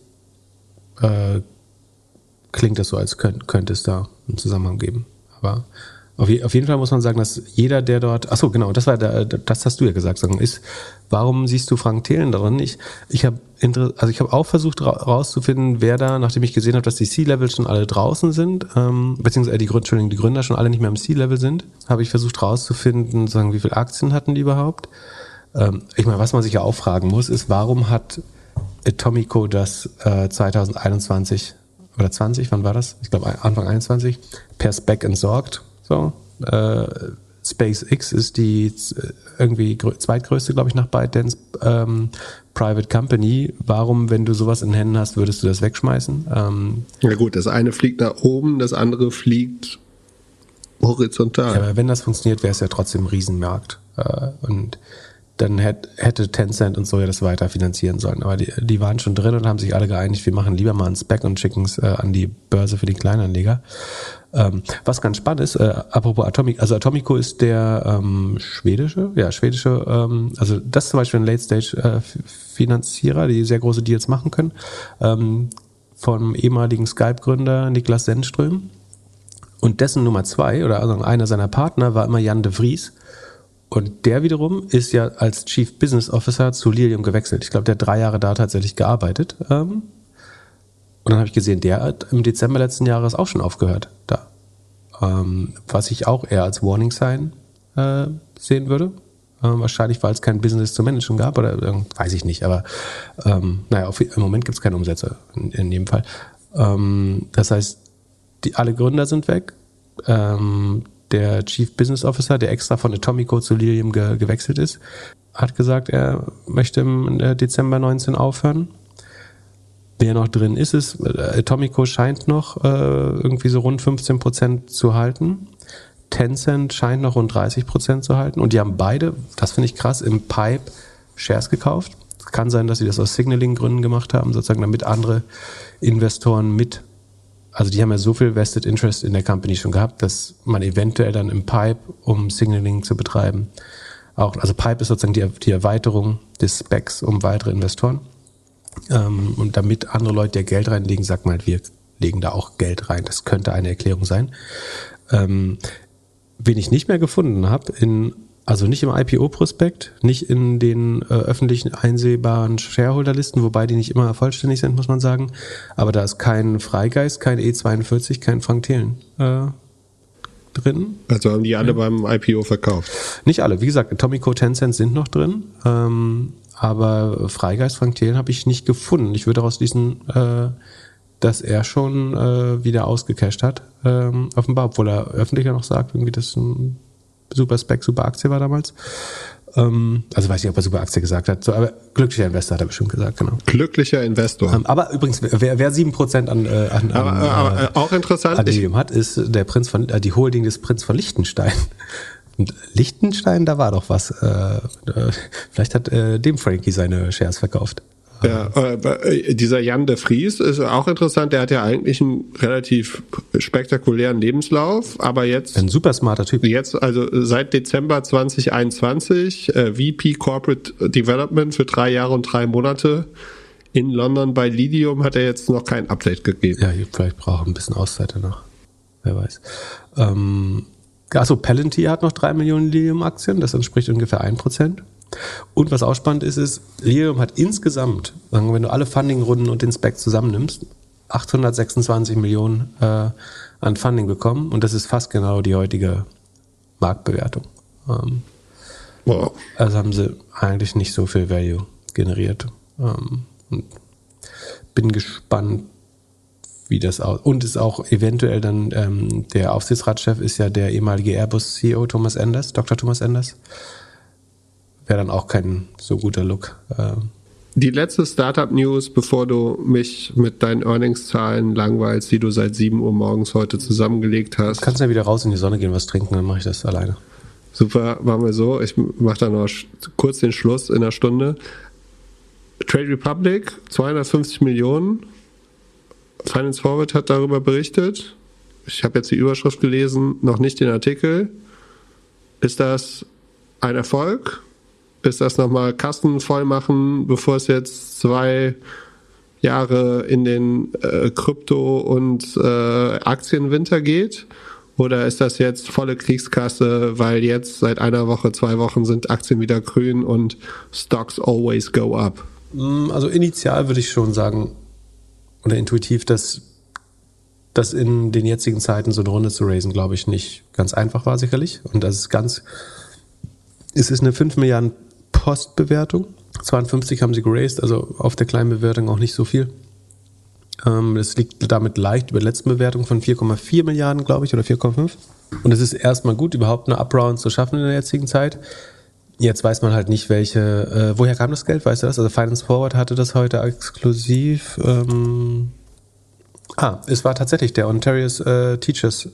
klingt das so, als könnte es da einen Zusammenhang geben. Aber auf jeden Fall muss man sagen, dass jeder, der dort, achso, genau, das hast du ja gesagt, ist, warum siehst du Frank Thelen darin? Ich habe auch versucht rauszufinden, wer da, nachdem ich gesehen habe, dass die C-Level schon alle draußen sind, beziehungsweise die Gründer schon alle nicht mehr im C-Level sind, habe ich versucht rauszufinden, sagen, wie viele Aktien hatten die überhaupt? Ich meine, was man sich ja auch fragen muss, ist, warum hat Atomico das 2021 oder 20, wann war das? Ich glaube Anfang 21, per SPAC entsorgt. So, SpaceX ist die irgendwie zweitgrößte, glaube ich, nach ByteDance Private Company. Warum, wenn du sowas in Händen hast, würdest du das wegschmeißen? Ja gut, das eine fliegt nach oben, das andere fliegt horizontal. Ja, aber wenn das funktioniert, wäre es ja trotzdem ein Riesenmarkt. Und dann hätte Tencent und so ja das weiter finanzieren sollen. Aber die waren schon drin und haben sich alle geeinigt, wir machen lieber mal einen SPAC und schicken es an die Börse für die Kleinanleger. Was ganz spannend ist, apropos Atomico ist der schwedische, also das ist zum Beispiel ein Late-Stage-Finanzierer, die sehr große Deals machen können, vom ehemaligen Skype-Gründer Niklas Zennström. Und dessen Nummer 2 oder also einer seiner Partner war immer Jan de Vries. Und der wiederum ist ja als Chief Business Officer zu Lilium gewechselt. Ich glaube, der hat 3 Jahre da tatsächlich gearbeitet. Und dann habe ich gesehen, der hat im Dezember letzten Jahres auch schon aufgehört da. Was ich auch eher als Warning Sign sehen würde. Wahrscheinlich, weil es kein Business zu managen gab oder weiß ich nicht. Aber im Moment gibt es keine Umsätze in jedem Fall. Das heißt, alle Gründer sind weg. Der Chief Business Officer, der extra von Atomico zu Lilium gewechselt ist, hat gesagt, er möchte im Dezember 19 aufhören. Wer noch drin ist, Atomico scheint noch irgendwie so rund 15% zu halten. Tencent scheint noch rund 30% zu halten. Und die haben beide, das finde ich krass, im Pipe Shares gekauft. Es kann sein, dass sie das aus Signaling-Gründen gemacht haben, sozusagen damit andere Investoren also die haben ja so viel Vested Interest in der Company schon gehabt, dass man eventuell dann im Pipe, um Signaling zu betreiben, also Pipe ist sozusagen die Erweiterung des Specs um weitere Investoren. Und damit andere Leute ja Geld reinlegen, sagt man halt, wir legen da auch Geld rein. Das könnte eine Erklärung sein. Wen ich nicht mehr gefunden habe, also nicht im IPO-Prospekt, nicht in den öffentlichen einsehbaren Shareholderlisten, wobei die nicht immer vollständig sind, muss man sagen. Aber da ist kein Freigeist, kein E42, kein Frank Thelen drin. Also haben die alle beim IPO verkauft? Nicht alle. Wie gesagt, Atomico, Tencent sind noch drin. Aber Freigeist, Frank Thelen habe ich nicht gefunden. Ich würde daraus schließen, dass er schon wieder ausgecasht hat, offenbar, obwohl er öffentlich ja noch sagt, irgendwie das ein super Spec, super Aktie war damals. Also weiß nicht, ob er super Aktie gesagt hat, so, aber glücklicher Investor hat er bestimmt gesagt, genau. Glücklicher Investor. Aber übrigens, wer 7% aber auch interessant. an Lilium hat, ist der die Holding des Prinz von Liechtenstein. Und Liechtenstein, da war doch was. Vielleicht hat dem Frankie seine Shares verkauft. Ja, dieser Jan de Vries ist auch interessant. Der hat ja eigentlich einen relativ spektakulären Lebenslauf, aber jetzt ein super smarter Typ. Jetzt also seit Dezember 2021 VP Corporate Development für 3 Jahre und 3 Monate in London bei Lilium, hat er jetzt noch kein Update gegeben. Ja, vielleicht braucht er ein bisschen Auszeit danach. Wer weiß. Also Palantir hat noch 3 Millionen Lilium-Aktien, das entspricht ungefähr 1%. Und was auch spannend ist, Lilium hat insgesamt, wenn du alle Funding-Runden und den Spec zusammennimmst, 826 Millionen an Funding bekommen. Und das ist fast genau die heutige Marktbewertung. Wow. Also haben sie eigentlich nicht so viel Value generiert. Und bin gespannt, wie das aussieht. Und ist auch eventuell dann, der Aufsichtsratschef ist ja der ehemalige Airbus-CEO Thomas Enders, Dr. Thomas Enders. Wäre dann auch kein so guter Look. Die letzte Startup-News, bevor du mich mit deinen Earnings-Zahlen langweilst, die du seit 7 Uhr morgens heute zusammengelegt hast. Du kannst ja wieder raus in die Sonne gehen, was trinken, dann mache ich das alleine. Super, machen wir so. Ich mache dann noch kurz den Schluss in einer Stunde. Trade Republic, 250 Millionen. Finance Forward hat darüber berichtet. Ich habe jetzt die Überschrift gelesen, noch nicht den Artikel. Ist das ein Erfolg? Ist das nochmal Kassen voll machen, bevor es jetzt 2 Jahre in den Krypto- und Aktienwinter geht? Oder ist das jetzt volle Kriegskasse, weil jetzt seit einer Woche, 2 Wochen sind Aktien wieder grün und Stocks always go up? Also initial würde ich schon sagen, oder intuitiv, dass das in den jetzigen Zeiten so eine Runde zu raisen, glaube ich, nicht ganz einfach war sicherlich. Und das ist es ist eine 5 Milliarden Postbewertung. 52 haben sie geraced, also auf der kleinen Bewertung auch nicht so viel. Das liegt damit leicht über die letzten Bewertung von 4,4 Milliarden, glaube ich, oder 4,5. Und es ist erstmal gut, überhaupt eine Upround zu schaffen in der jetzigen Zeit. Jetzt weiß man halt nicht, woher kam das Geld, weißt du das? Also Finance Forward hatte das heute exklusiv. Es war tatsächlich der Ontario's Teachers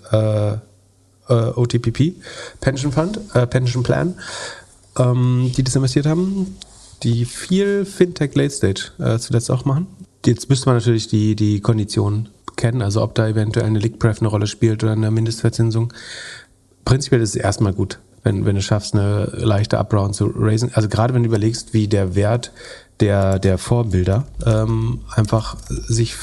OTPP Pension Fund, Pension Plan, die das investiert haben, die viel Fintech Late Stage zuletzt auch machen. Jetzt müsste man natürlich die Konditionen kennen, also ob da eventuell eine Liquid eine Rolle spielt oder eine Mindestverzinsung. Prinzipiell ist es erstmal gut, wenn du schaffst, eine leichte Upround zu raisen. Also gerade wenn du überlegst, wie der Wert der Vorbilder einfach sich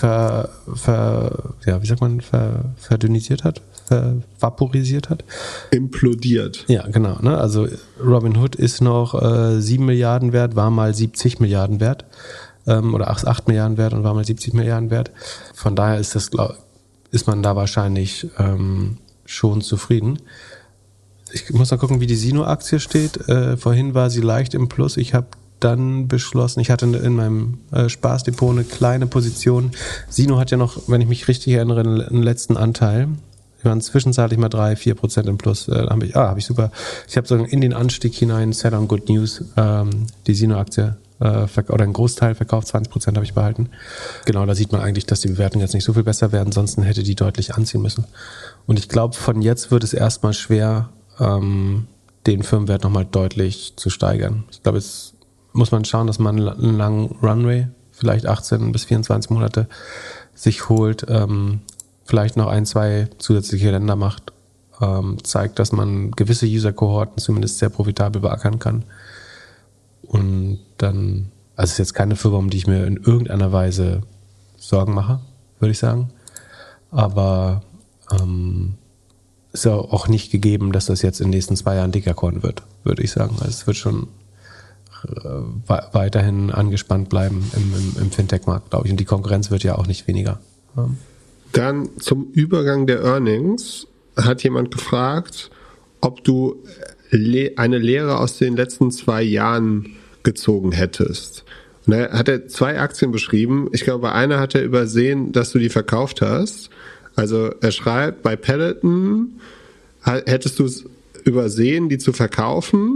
verdünnisiert hat, vaporisiert hat. Implodiert. Ja, genau. Ne? Also Robinhood ist noch 7 Milliarden wert, war mal 70 Milliarden wert. Oder 8 Milliarden wert und war mal 70 Milliarden wert. Von daher ist man da wahrscheinlich schon zufrieden. Ich muss mal gucken, wie die Sino-Aktie steht. Vorhin war sie leicht im Plus. Ich habe dann beschlossen, ich hatte in meinem Spaßdepot eine kleine Position. Sino hat ja noch, wenn ich mich richtig erinnere, einen letzten Anteil. Wir waren zwischenzeitlich mal 3-4% im Plus. Habe ich super. Ich habe sogar in den Anstieg hinein, Set on Good News, die Sino-Aktie oder einen Großteil verkauft, 20% habe ich behalten. Genau, da sieht man eigentlich, dass die Bewertungen jetzt nicht so viel besser werden, ansonsten hätte die deutlich anziehen müssen. Und ich glaube, von jetzt wird es erstmal schwer, den Firmenwert nochmal deutlich zu steigern. Ich glaube, jetzt muss man schauen, dass man einen langen Runway, vielleicht 18 bis 24 Monate, sich holt, vielleicht noch 1-2 zusätzliche Länder macht, zeigt, dass man gewisse User-Kohorten zumindest sehr profitabel beackern kann. Und dann, also es ist jetzt keine Firma, um die ich mir in irgendeiner Weise Sorgen mache, würde ich sagen. Aber ist ja auch nicht gegeben, dass das jetzt in den nächsten 2 Jahren Dekakorn wird, würde ich sagen. Also es wird schon weiterhin angespannt bleiben im Fintech-Markt, glaube ich. Und die Konkurrenz wird ja auch nicht weniger. Dann zum Übergang der Earnings hat jemand gefragt, ob du eine Lehre aus den letzten 2 Jahren gezogen hättest. Und da hat er 2 Aktien beschrieben. Ich glaube, bei einer hat er übersehen, dass du die verkauft hast. Also er schreibt, bei Peloton hättest du es übersehen, die zu verkaufen.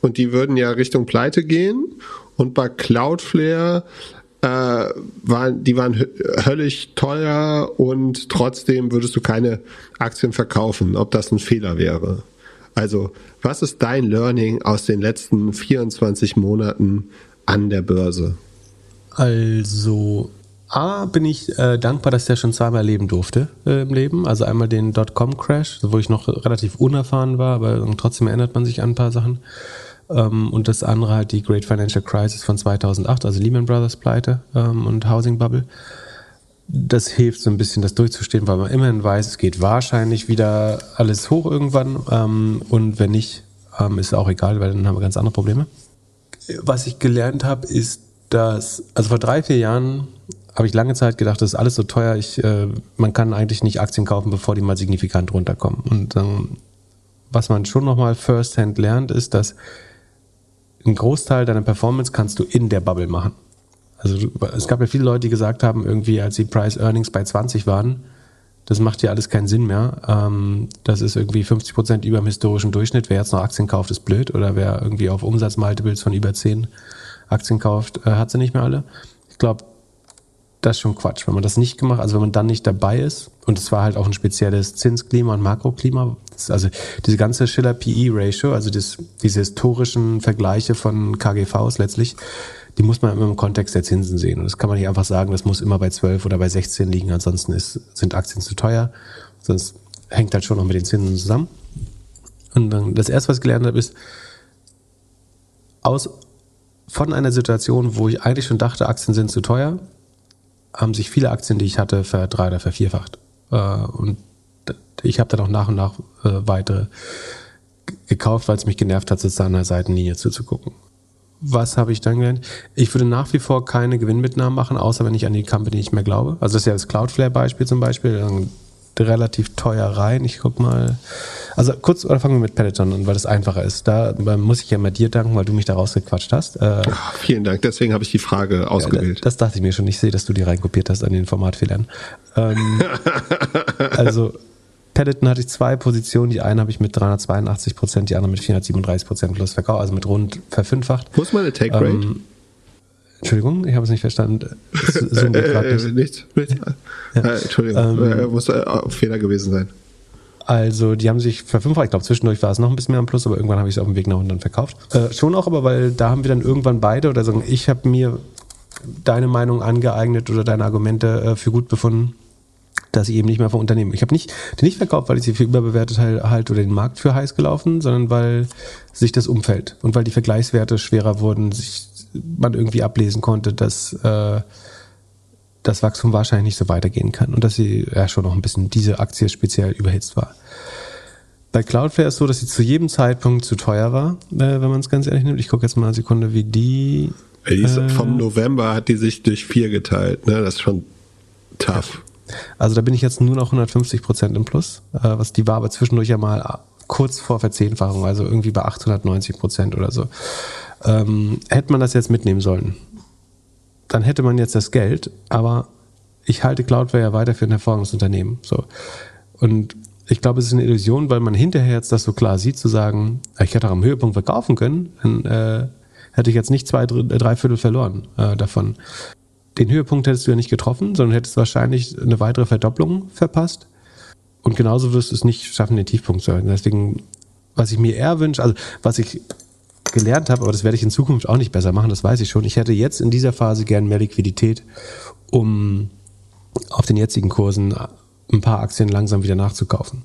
und die würden ja Richtung Pleite gehen. Und bei Cloudflare waren höllisch teuer und trotzdem würdest du keine Aktien verkaufen, ob das ein Fehler wäre. Also, was ist dein Learning aus den letzten 24 Monaten an der Börse? Also, bin ich dankbar, dass ich das schon zweimal erleben durfte im Leben. Also einmal den Dotcom-Crash, wo ich noch relativ unerfahren war, aber trotzdem erinnert man sich an ein paar Sachen. Und das andere halt die Great Financial Crisis von 2008, also Lehman Brothers Pleite und Housing Bubble. Das hilft so ein bisschen, das durchzustehen, weil man immerhin weiß, es geht wahrscheinlich wieder alles hoch irgendwann. Und wenn nicht, ist auch egal, weil dann haben wir ganz andere Probleme. Was ich gelernt habe, ist, dass, also vor 3-4 Jahren habe ich lange Zeit gedacht, das ist alles so teuer, man kann eigentlich nicht Aktien kaufen, bevor die mal signifikant runterkommen. Und was man schon nochmal firsthand lernt, ist, dass einen Großteil deiner Performance kannst du in der Bubble machen. Also es gab ja viele Leute, die gesagt haben, irgendwie als die Price Earnings bei 20 waren, das macht ja alles keinen Sinn mehr. Das ist irgendwie 50% über dem historischen Durchschnitt. Wer jetzt noch Aktien kauft, ist blöd. Oder wer irgendwie auf Umsatzmultiples von über 10 Aktien kauft, hat sie nicht mehr alle. Ich glaube, das ist schon Quatsch, wenn man das nicht gemacht, also wenn man dann nicht dabei ist, und es war halt auch ein spezielles Zinsklima und Makroklima, also diese ganze Shiller-PE-Ratio, also diese historischen Vergleiche von KGVs letztlich, die muss man immer im Kontext der Zinsen sehen. Und das kann man nicht einfach sagen, das muss immer bei 12 oder bei 16 liegen, ansonsten sind Aktien zu teuer, sonst hängt halt schon noch mit den Zinsen zusammen. Und dann das Erste, was ich gelernt habe, ist, von einer Situation, wo ich eigentlich schon dachte, Aktien sind zu teuer, haben sich viele Aktien, die ich hatte, verdrei- oder vervierfacht. Und ich habe dann auch nach und nach weitere gekauft, weil es mich genervt hat, sozusagen an der Seitenlinie zuzugucken. Was habe ich dann gelernt? Ich würde nach wie vor keine Gewinnmitnahmen machen, außer wenn ich an die Company nicht mehr glaube. Also das ist ja das Cloudflare-Beispiel zum Beispiel. Relativ teuer rein. Ich guck mal. Also oder fangen wir mit Peloton an, weil das einfacher ist. Da muss ich ja mal dir danken, weil du mich da rausgequatscht hast. Vielen Dank, deswegen habe ich die Frage ausgewählt. Das dachte ich mir schon. Ich sehe, dass du die reinkopiert hast an den Formatfehlern. Also Peloton hatte ich 2 Positionen. Die eine habe ich mit 382%, die andere mit 437% plus verkauft, also mit rund verfünffacht. Wo ist meine Take Rate? Entschuldigung, ich habe es nicht verstanden. Nichts. Ja. Entschuldigung, muss Fehler gewesen sein. Also die haben sich verfünffacht. Ich glaube, zwischendurch war es noch ein bisschen mehr am Plus, aber irgendwann habe ich es auf dem Weg nach unten dann verkauft. Schon auch, aber weil da haben wir dann irgendwann beide, oder sagen, ich habe mir deine Meinung angeeignet oder deine Argumente für gut befunden, dass ich eben nicht mehr vom Unternehmen. Ich habe die nicht verkauft, weil ich sie für überbewertet halt oder den Markt für heiß gelaufen, sondern weil sich das Umfeld und weil die Vergleichswerte schwerer wurden, man irgendwie ablesen konnte, dass das Wachstum wahrscheinlich nicht so weitergehen kann und dass sie ja schon noch ein bisschen, diese Aktie speziell überhitzt war. Bei Cloudflare ist es so, dass sie zu jedem Zeitpunkt zu teuer war, wenn man es ganz ehrlich nimmt. Ich gucke jetzt mal eine Sekunde, wie die... Vom November hat die sich durch 4 geteilt, ne? Das ist schon tough. Also da bin ich jetzt nur noch 150% im Plus, die war aber zwischendurch ja mal kurz vor Verzehnfachung, also irgendwie bei 890% oder so. Hätte man das jetzt mitnehmen sollen, dann hätte man jetzt das Geld, aber ich halte Cloudflare ja weiter für ein hervorragendes Unternehmen. So. Und ich glaube, es ist eine Illusion, weil man hinterher jetzt das so klar sieht, zu sagen, ich hätte auch am Höhepunkt verkaufen können, dann hätte ich jetzt nicht 3/4 verloren davon. Den Höhepunkt hättest du ja nicht getroffen, sondern hättest wahrscheinlich eine weitere Verdopplung verpasst. Und genauso wirst du es nicht schaffen, den Tiefpunkt zu halten. Deswegen, was ich mir eher wünsche, also was ich gelernt habe, aber das werde ich in Zukunft auch nicht besser machen, das weiß ich schon. Ich hätte jetzt in dieser Phase gern mehr Liquidität, um auf den jetzigen Kursen ein paar Aktien langsam wieder nachzukaufen.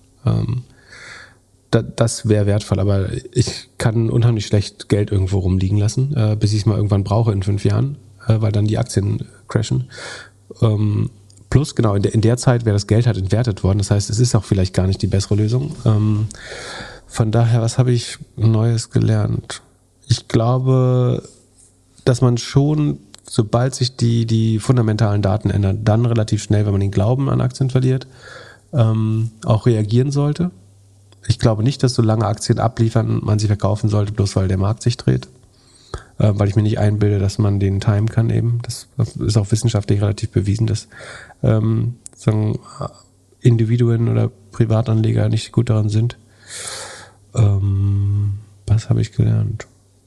Das wäre wertvoll, aber ich kann unheimlich schlecht Geld irgendwo rumliegen lassen, bis ich es mal irgendwann brauche in 5 Jahren, weil dann die Aktien crashen. Plus, genau, in der Zeit wäre das Geld halt entwertet worden. Das heißt, es ist auch vielleicht gar nicht die bessere Lösung. Von daher, was habe ich Neues gelernt? Ich glaube, dass man schon, sobald sich die fundamentalen Daten ändern, dann relativ schnell, wenn man den Glauben an Aktien verliert, auch reagieren sollte. Ich glaube nicht, dass solange Aktien abliefern, man sie verkaufen sollte, bloß weil der Markt sich dreht. Weil ich mir nicht einbilde, dass man den timen kann eben. Das ist auch wissenschaftlich relativ bewiesen, dass sagen Individuen oder Privatanleger nicht gut daran sind. Was habe ich gelernt?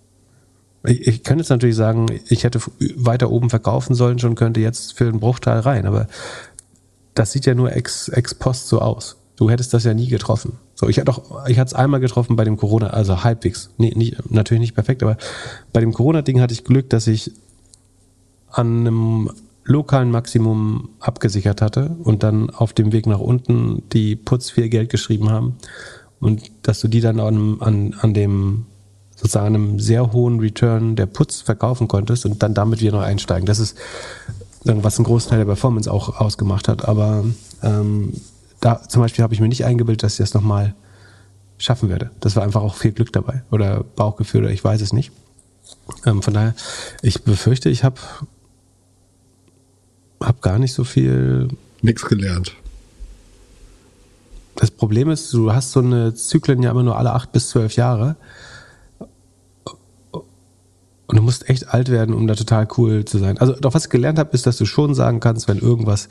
Ich könnte jetzt natürlich sagen, ich hätte weiter oben verkaufen sollen, schon könnte jetzt für einen Bruchteil rein, aber das sieht ja nur ex post so aus. Du hättest das ja nie getroffen. So, ich hatte es einmal getroffen bei dem Corona, also halbwegs. Natürlich nicht perfekt, aber bei dem Corona-Ding hatte ich Glück, dass ich an einem lokalen Maximum abgesichert hatte und dann auf dem Weg nach unten die Puts viel Geld geschrieben haben und dass du die dann an dem sozusagen einem sehr hohen Return der Puts verkaufen konntest und dann damit wieder noch einsteigen. Das ist, was einen Großteil der Performance auch ausgemacht hat. Aber da zum Beispiel habe ich mir nicht eingebildet, dass ich das nochmal schaffen werde. Das war einfach auch viel Glück dabei oder Bauchgefühl oder ich weiß es nicht. Von daher, ich befürchte, ich habe gar nicht so viel... Nichts gelernt. Das Problem ist, du hast so eine Zyklen ja immer nur alle 8 bis 12 Jahre. Und du musst echt alt werden, um da total cool zu sein. Also doch, was ich gelernt habe, ist, dass du schon sagen kannst, wenn irgendwas,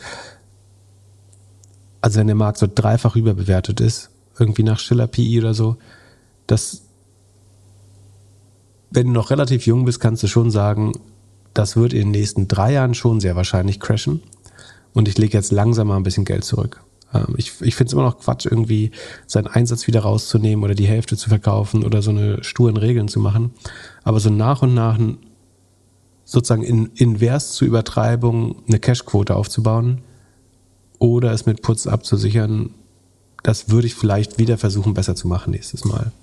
also wenn der Markt so dreifach überbewertet ist, irgendwie nach Schiller PI oder so, dass wenn du noch relativ jung bist, kannst du schon sagen, das wird in den nächsten 3 Jahren schon sehr wahrscheinlich crashen. Und ich lege jetzt langsam mal ein bisschen Geld zurück. Ich finde es immer noch Quatsch, irgendwie seinen Einsatz wieder rauszunehmen oder die Hälfte zu verkaufen oder so eine sturen Regeln zu machen. Aber so nach und nach sozusagen invers zur Übertreibung eine Cashquote aufzubauen oder es mit Puts abzusichern, das würde ich vielleicht wieder versuchen, besser zu machen nächstes Mal.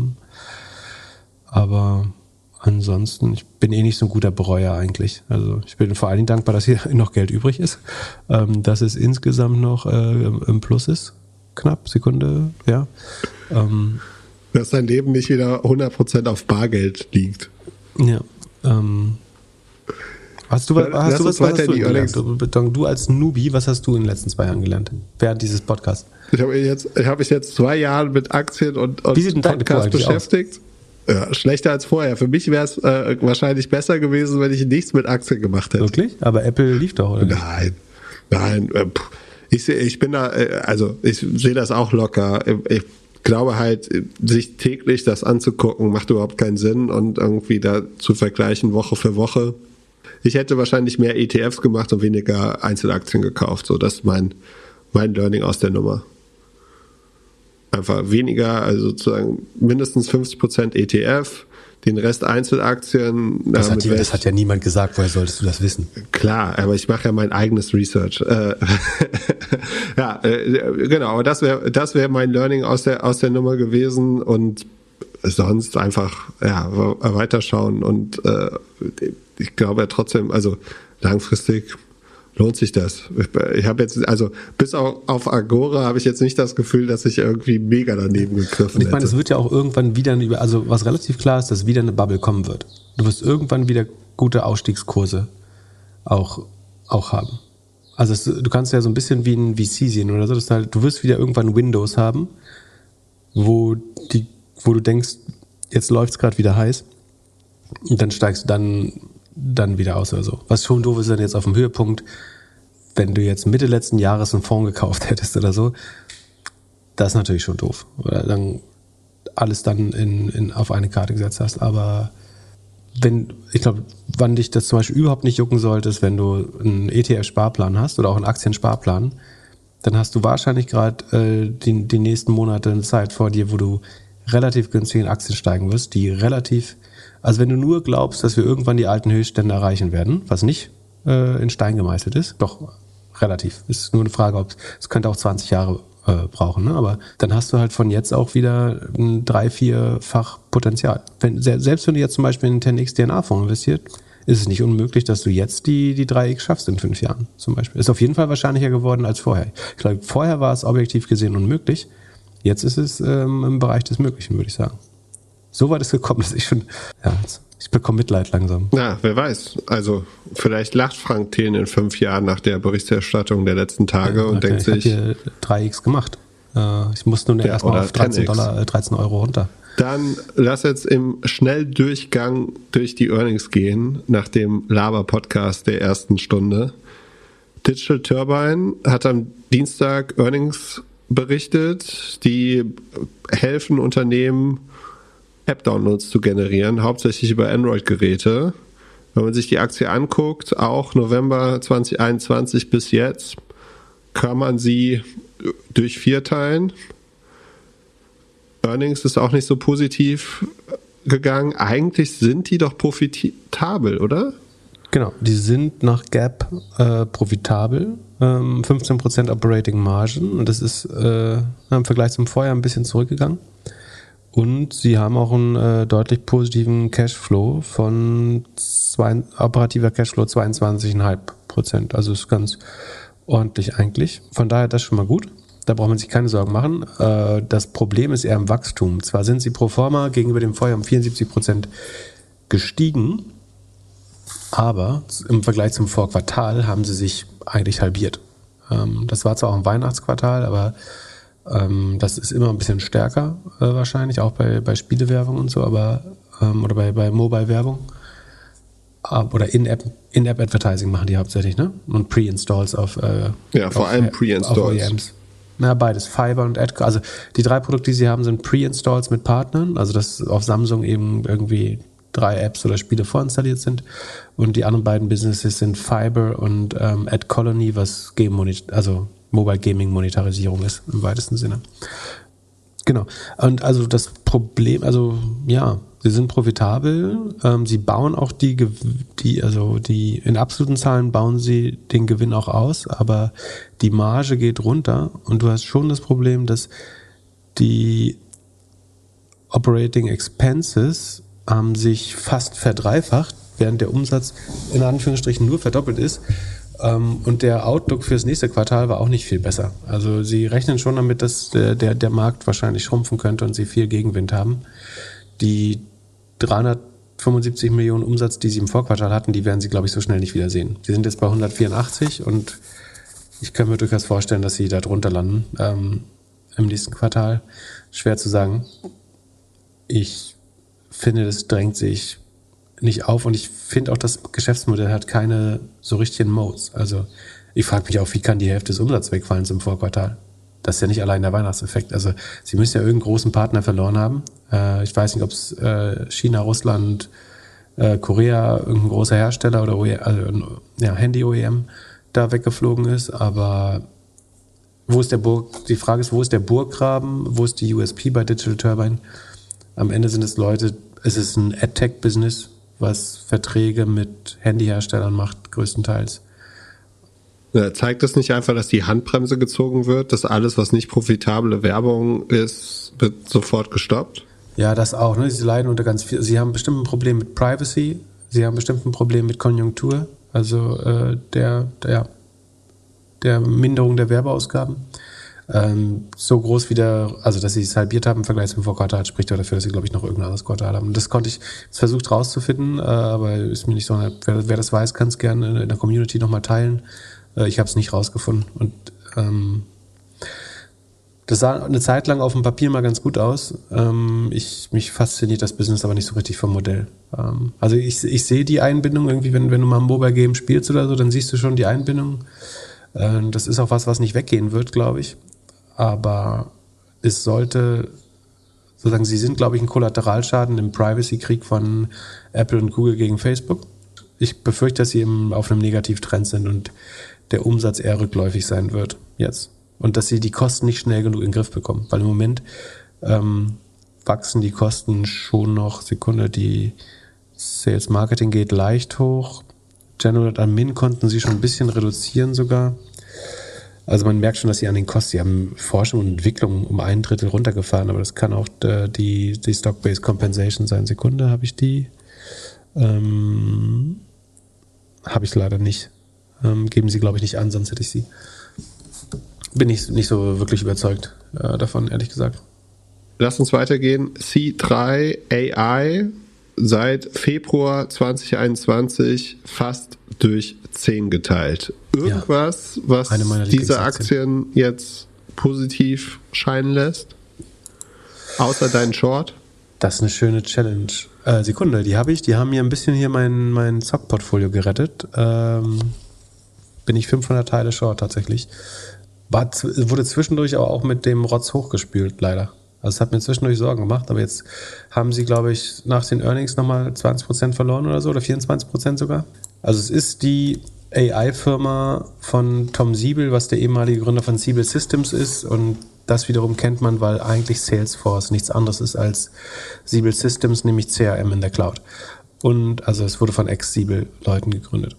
Aber ansonsten, ich bin nicht so ein guter Bereuer eigentlich. Also ich bin vor allen Dingen dankbar, dass hier noch Geld übrig ist. Dass es insgesamt noch im Plus ist. Knapp, Sekunde, ja. Dass dein Leben nicht wieder 100% auf Bargeld liegt. Ja. Du als Newbie, was hast du in den letzten 2 Jahren gelernt? Während dieses Podcasts? Ich habe mich jetzt 2 Jahre mit Aktien und Podcast beschäftigt. Aus? Ja, schlechter als vorher. Für mich wäre es wahrscheinlich besser gewesen, wenn ich nichts mit Aktien gemacht hätte. Wirklich? Aber Apple lief doch, oder? Nein. Ich bin da, also ich sehe das auch locker. Ich glaube halt, sich täglich das anzugucken, macht überhaupt keinen Sinn und irgendwie da zu vergleichen Woche für Woche. Ich hätte wahrscheinlich mehr ETFs gemacht und weniger Einzelaktien gekauft. So, das ist mein Learning aus der Nummer. Einfach weniger, also sozusagen mindestens 50% ETF, den Rest Einzelaktien. Das hat ja niemand gesagt, woher solltest du das wissen? Klar, aber ich mache ja mein eigenes Research. Genau, aber das wäre mein Learning aus der Nummer gewesen und sonst einfach weiterschauen und ich glaube trotzdem, also langfristig lohnt sich das. Ich habe jetzt, also bis auf Agora habe ich jetzt nicht das Gefühl, dass ich irgendwie mega daneben gegriffen hätte. Ich meine, es wird ja auch irgendwann wieder, also was relativ klar ist, dass wieder eine Bubble kommen wird. Du wirst irgendwann wieder gute Ausstiegskurse auch haben. Also du kannst ja so ein bisschen wie ein VC sehen oder so, dass du wirst wieder irgendwann Windows haben, wo du denkst, jetzt läuft es gerade wieder heiß und dann steigst du dann wieder aus oder so. Was schon doof ist, dann jetzt auf dem Höhepunkt, wenn du jetzt Mitte letzten Jahres einen Fonds gekauft hättest oder so, das ist natürlich schon doof. Oder dann alles dann auf eine Karte gesetzt hast. Aber ich glaube, wann dich das zum Beispiel überhaupt nicht jucken sollte, ist, wenn du einen ETF-Sparplan hast oder auch einen Aktiensparplan, dann hast du wahrscheinlich gerade die nächsten Monate eine Zeit vor dir, wo du relativ günstig in Aktien steigen wirst, also wenn du nur glaubst, dass wir irgendwann die alten Höchststände erreichen werden, was nicht in Stein gemeißelt ist, doch relativ, ist nur eine Frage, es könnte auch 20 Jahre brauchen, ne? Aber dann hast du halt von jetzt auch wieder ein 3-4-fach Potenzial. Selbst wenn du jetzt zum Beispiel in den 10x DNA-Fonds investiert, ist es nicht unmöglich, dass du jetzt die 3x schaffst in 5 Jahren zum Beispiel. Ist auf jeden Fall wahrscheinlicher geworden als vorher. Ich glaube, vorher war es objektiv gesehen unmöglich. Jetzt ist es im Bereich des Möglichen, würde ich sagen. So weit ist gekommen, dass ich bekomme Mitleid langsam. Ja, wer weiß. Also vielleicht lacht Frank Thelen in 5 Jahren nach der Berichterstattung der letzten Tage und denkt sich... Ich habe hier 3x gemacht. Ich muss nun erstmal auf 13 Euro runter. Dann lass jetzt im Schnelldurchgang durch die Earnings gehen, nach dem Laber-Podcast der ersten Stunde. Digital Turbine hat am Dienstag Earnings berichtet, die helfen Unternehmen App-Downloads zu generieren, hauptsächlich über Android-Geräte. Wenn man sich die Aktie anguckt, auch November 2021 bis jetzt, kann man sie durch 4 teilen. Earnings ist auch nicht so positiv gegangen. Eigentlich sind die doch profitabel, oder? Genau, die sind nach GAAP profitabel. 15% Operating Margin und das ist im Vergleich zum Vorjahr ein bisschen zurückgegangen. Und sie haben auch einen deutlich positiven Cashflow von operativer Cashflow 22,5%. Also ist ganz ordentlich eigentlich. Von daher das schon mal gut. Da braucht man sich keine Sorgen machen. Das Problem ist eher im Wachstum. Zwar sind sie pro forma gegenüber dem Vorjahr um 74% gestiegen, aber im Vergleich zum Vorquartal haben sie sich eigentlich halbiert. Das war zwar auch ein Weihnachtsquartal, aber das ist immer ein bisschen stärker wahrscheinlich, auch bei Spielewerbung und so, aber oder bei Mobile-Werbung. Oder In-App-Advertising machen die hauptsächlich, ne? Und Pre-Installs auf vor allem Pre-Installs. OEMs. Na, beides, Fiber und Ad. Also die 3 Produkte, die sie haben, sind Pre-Installs mit Partnern, also dass auf Samsung eben irgendwie 3 Apps oder Spiele vorinstalliert sind. Und die anderen beiden Businesses sind Fiber und Ad Colony, was Mobile Gaming Monetarisierung ist im weitesten Sinne. Genau. Und also das Problem, sie sind profitabel, sie bauen auch die in absoluten Zahlen bauen sie den Gewinn auch aus, aber die Marge geht runter und du hast schon das Problem, dass die Operating Expenses haben sich fast verdreifacht, während der Umsatz in Anführungsstrichen nur verdoppelt ist. Und der Outlook fürs nächste Quartal war auch nicht viel besser. Also sie rechnen schon damit, dass der Markt wahrscheinlich schrumpfen könnte und sie viel Gegenwind haben. Die 375 Millionen Umsatz, die sie im Vorquartal hatten, die werden sie, glaube ich, so schnell nicht wieder sehen. Sie sind jetzt bei 184 und ich kann mir durchaus vorstellen, dass sie da drunter landen im nächsten Quartal. Schwer zu sagen. Ich finde, das drängt sich nicht auf und ich finde auch, das Geschäftsmodell hat keine so richtigen Modes. Also ich frage mich auch, wie kann die Hälfte des Umsatzes wegfallen zum Vorquartal? Das ist ja nicht allein der Weihnachtseffekt. Also sie müssen ja irgendeinen großen Partner verloren haben. Ich weiß nicht, ob es China, Russland, Korea, irgendein großer Hersteller oder Handy-OEM da weggeflogen ist. Aber die Frage ist, wo ist der Burggraben? Wo ist die USP bei Digital Turbine? Am Ende sind es Leute, es ist ein AdTech-Business, was Verträge mit Handyherstellern macht, größtenteils. Ja, zeigt das nicht einfach, dass die Handbremse gezogen wird, dass alles, was nicht profitable Werbung ist, wird sofort gestoppt? Ja, das auch. Ne? Sie leiden unter ganz viel. Sie haben bestimmt ein Problem mit Privacy, sie haben bestimmt ein Problem mit Konjunktur, also der Minderung der Werbeausgaben. So groß dass sie es halbiert haben im Vergleich zum Vorquartal, spricht ja dafür, dass sie, glaube ich, noch irgendein anderes Quartal haben. Das konnte ich versucht rauszufinden, aber ist mir nicht so. Wer das weiß, kann es gerne in der Community nochmal teilen. Ich habe es nicht rausgefunden. Und das sah eine Zeit lang auf dem Papier mal ganz gut aus. Mich fasziniert das Business aber nicht so richtig vom Modell. Also ich sehe die Einbindung irgendwie, wenn du mal ein Mobile Game spielst oder so, dann siehst du schon die Einbindung. Das ist auch was nicht weggehen wird, glaube ich. Aber es sollte, sozusagen, sie sind, glaube ich, ein Kollateralschaden im Privacy-Krieg von Apple und Google gegen Facebook. Ich befürchte, dass sie eben auf einem Negativtrend sind und der Umsatz eher rückläufig sein wird jetzt. Und dass sie die Kosten nicht schnell genug in den Griff bekommen. Weil im Moment wachsen die Kosten schon noch. Sekunde, die Sales Marketing geht leicht hoch. General und Admin konnten sie schon ein bisschen reduzieren sogar. Also man merkt schon, dass sie an den Kosten, sie haben Forschung und Entwicklung um 1/3 runtergefahren, aber das kann auch die Stock-Based Compensation sein. Sekunde, habe ich die? Habe ich leider nicht. Geben sie, glaube ich, nicht an, sonst hätte ich sie. Bin ich nicht so wirklich überzeugt davon, ehrlich gesagt. Lass uns weitergehen. C3 AI seit Februar 2021 fast durch 10 geteilt. Irgendwas, was diese Aktien jetzt positiv scheinen lässt? Außer deinen Short? Das ist eine schöne Challenge. Sekunde, die habe ich. Die haben mir ein bisschen hier mein Zock-Portfolio gerettet. Bin ich 500 Teile Short tatsächlich. Wurde zwischendurch aber auch mit dem Rotz hochgespült, leider. Also es hat mir zwischendurch Sorgen gemacht, aber jetzt haben sie, glaube ich, nach den Earnings nochmal 20% verloren oder so, oder 24% sogar. Also es ist die AI-Firma von Tom Siebel, was der ehemalige Gründer von Siebel Systems ist, und das wiederum kennt man, weil eigentlich Salesforce nichts anderes ist als Siebel Systems, nämlich CRM in der Cloud. Und also es wurde von Ex-Siebel-Leuten gegründet.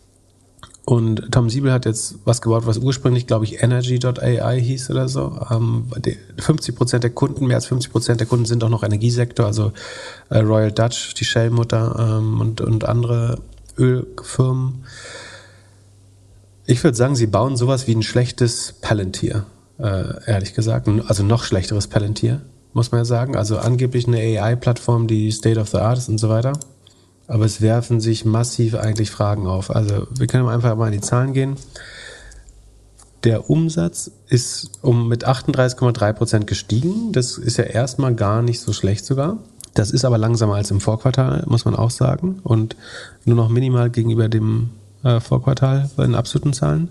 Und Tom Siebel hat jetzt was gebaut, was ursprünglich, glaube ich, Energy.ai hieß oder so. 50% der Kunden, mehr als 50% der Kunden sind auch noch Energiesektor, also Royal Dutch, die Shell-Mutter und andere Ölfirmen. Ich würde sagen, sie bauen sowas wie ein schlechtes Palantir, ehrlich gesagt. Also noch schlechteres Palantir, muss man ja sagen. Also angeblich eine AI-Plattform, die State of the Art ist und so weiter. Aber es werfen sich massiv eigentlich Fragen auf. Also wir können einfach mal in die Zahlen gehen. Der Umsatz ist mit 38,3% gestiegen. Das ist ja erstmal gar nicht so schlecht sogar. Das ist aber langsamer als im Vorquartal, muss man auch sagen. Und nur noch minimal gegenüber dem Vorquartal in absoluten Zahlen.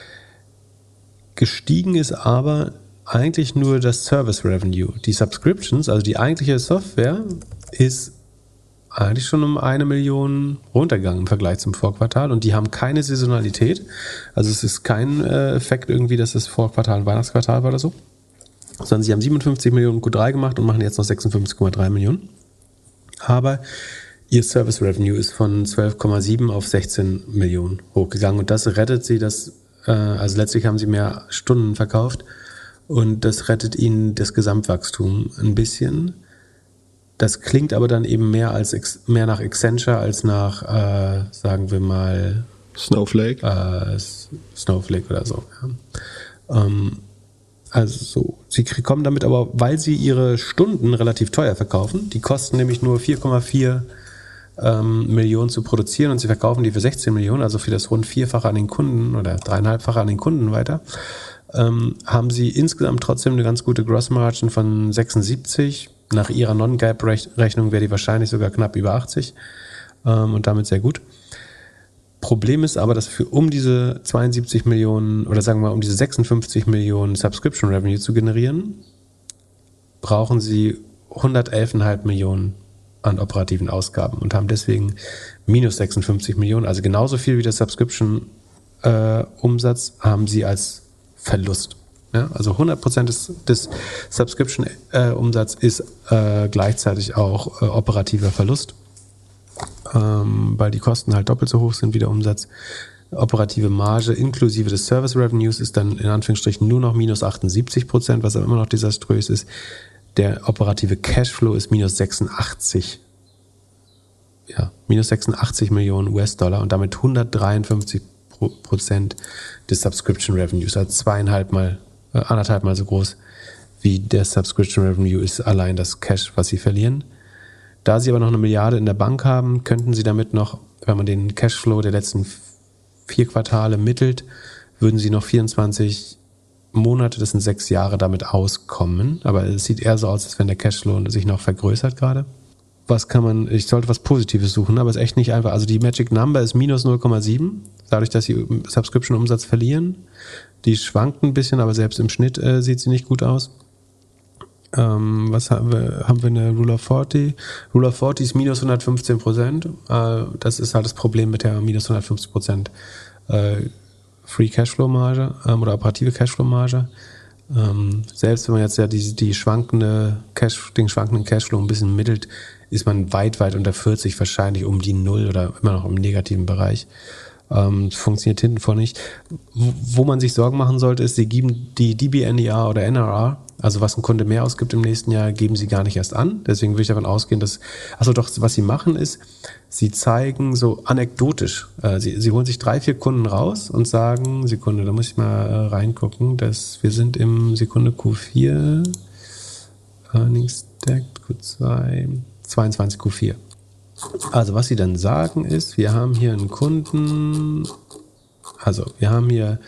Gestiegen ist aber eigentlich nur das Service Revenue. Die Subscriptions, also die eigentliche Software, ist eigentlich schon um 1 Million runtergegangen im Vergleich zum Vorquartal, und die haben keine Saisonalität. Also es ist kein Effekt irgendwie, dass das Vorquartal ein Weihnachtsquartal war oder so, sondern sie haben 57 Millionen Q3 gemacht und machen jetzt noch 56,3 Millionen. Aber ihr Service Revenue ist von 12,7 auf 16 Millionen hochgegangen, und das rettet sie, also letztlich haben sie mehr Stunden verkauft, und das rettet ihnen das Gesamtwachstum ein bisschen. Das klingt aber dann eben mehr nach Accenture als nach, sagen wir mal, Snowflake oder so. Ja. Also so. Sie kommen damit aber, weil sie ihre Stunden relativ teuer verkaufen, die kosten nämlich nur 4,4 Millionen zu produzieren, und sie verkaufen die für 16 Millionen, also für das rund 4-fache an den Kunden oder 3,5-fache an den Kunden weiter, haben sie insgesamt trotzdem eine ganz gute Gross-Margin von 76%. Nach ihrer Non-GAAP-Rechnung wäre die wahrscheinlich sogar knapp über 80 und damit sehr gut. Problem ist aber, dass um diese 72 Millionen oder sagen wir mal um diese 56 Millionen Subscription Revenue zu generieren, brauchen sie 111,5 Millionen an operativen Ausgaben und haben deswegen minus 56 Millionen, also genauso viel wie der Subscription Umsatz haben sie als Verlust. Ja, also 100% des Subscription-Umsatz ist gleichzeitig auch operativer Verlust, weil die Kosten halt doppelt so hoch sind wie der Umsatz. Operative Marge inklusive des Service Revenues ist dann in Anführungsstrichen nur noch minus 78%, was aber immer noch desaströs ist. Der operative Cashflow ist minus 86. Ja, minus 86 Millionen US-Dollar und damit 153% des Subscription Revenues, also 1,5 Mal so groß wie der Subscription Revenue ist allein das Cash, was sie verlieren. Da sie aber noch 1 Milliarde in der Bank haben, könnten sie damit noch, wenn man den Cashflow der letzten 4 Quartale mittelt, würden sie noch 24 Monate, das sind 6 Jahre, damit auskommen. Aber es sieht eher so aus, als wenn der Cashflow sich noch vergrößert gerade. Ich sollte was Positives suchen, aber es ist echt nicht einfach. Also die Magic Number ist minus 0,7, dadurch, dass sie Subscription-Umsatz verlieren. Die schwankt ein bisschen, aber selbst im Schnitt sieht sie nicht gut aus. Was haben wir? Haben wir eine Rule of 40? Rule of 40 ist minus 115%. Das ist halt das Problem mit der minus 150% Free Cashflow-Marge oder operative Cashflow-Marge. Selbst wenn man jetzt ja den schwankenden Cashflow ein bisschen mittelt, ist man weit unter 40, wahrscheinlich um die 0 oder immer noch im negativen Bereich. Funktioniert hinten vor nicht. Wo man sich Sorgen machen sollte, ist, sie geben die DBNER oder NRR, also was ein Kunde mehr ausgibt im nächsten Jahr, geben sie gar nicht erst an. Deswegen würde ich davon ausgehen, was sie machen ist, sie zeigen so anekdotisch, sie holen sich 3-4 Kunden raus und sagen, Sekunde, da muss ich mal reingucken, dass wir sind im Sekunde Q4, Earnings Stacked, Q2, 22 Q4. Also was sie dann sagen ist, wir haben hier einen Kunden, also wir haben hier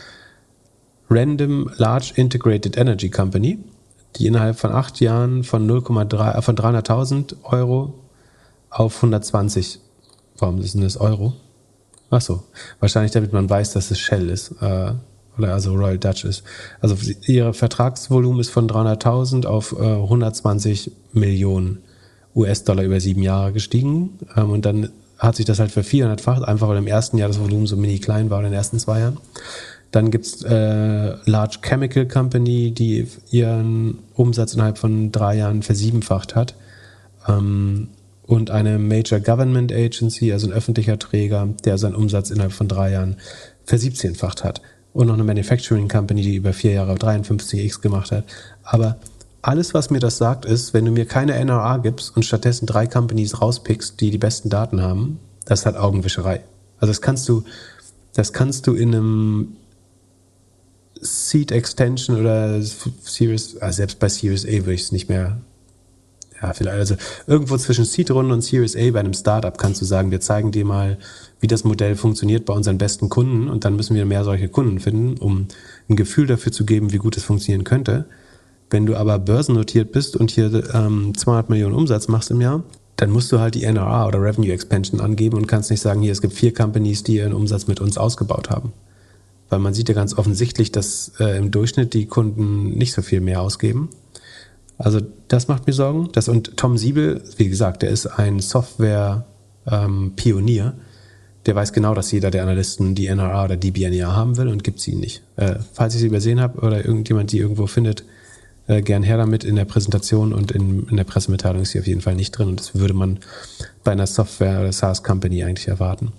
Random Large Integrated Energy Company, die innerhalb von 8 Jahren von 300.000 Euro auf 120, warum ist denn das Euro? Ach so, wahrscheinlich damit man weiß, dass es Shell ist, oder also Royal Dutch ist. Also ihr Vertragsvolumen ist von 300.000 auf 120 Millionen US-Dollar über 7 Jahre gestiegen. Und dann hat sich das halt ver400-facht, einfach weil im ersten Jahr das Volumen so mini klein war in den ersten 2 Jahren. Dann gibt's Large Chemical Company, die ihren Umsatz innerhalb von 3 Jahren versiebenfacht hat. Und eine Major Government Agency, also ein öffentlicher Träger, der seinen Umsatz innerhalb von 3 Jahren versiebzehnfacht hat. Und noch eine Manufacturing Company, die über 4 Jahre 53x gemacht hat. Aber alles, was mir das sagt, ist, wenn du mir keine NRA gibst und stattdessen 3 Companies rauspickst, die die besten Daten haben, das ist halt Augenwischerei. Also das kannst du in einem Seed Extension oder Series, also selbst bei Series A würde ich es nicht mehr, ja, vielleicht, also irgendwo zwischen Seed-Runden und Series A bei einem Startup kannst du sagen, wir zeigen dir mal, wie das Modell funktioniert bei unseren besten Kunden und dann müssen wir mehr solche Kunden finden, um ein Gefühl dafür zu geben, wie gut es funktionieren könnte. Wenn du aber börsennotiert bist und hier 200 Millionen Umsatz machst im Jahr, dann musst du halt die NRA oder Revenue Expansion angeben und kannst nicht sagen, hier, es gibt 4 Companies, die ihren Umsatz mit uns ausgebaut haben. Weil man sieht ja ganz offensichtlich, dass im Durchschnitt die Kunden nicht so viel mehr ausgeben. Also das macht mir Sorgen. Und Tom Siebel, wie gesagt, der ist ein Software-Pionier. Der weiß genau, dass jeder der Analysten die NRA oder die BNR haben will und gibt sie ihnen nicht. Falls ich sie übersehen habe oder irgendjemand die irgendwo findet, gern her damit. In der Präsentation und in der Pressemitteilung ist sie auf jeden Fall nicht drin. Und das würde man bei einer Software- oder SaaS-Company eigentlich erwarten.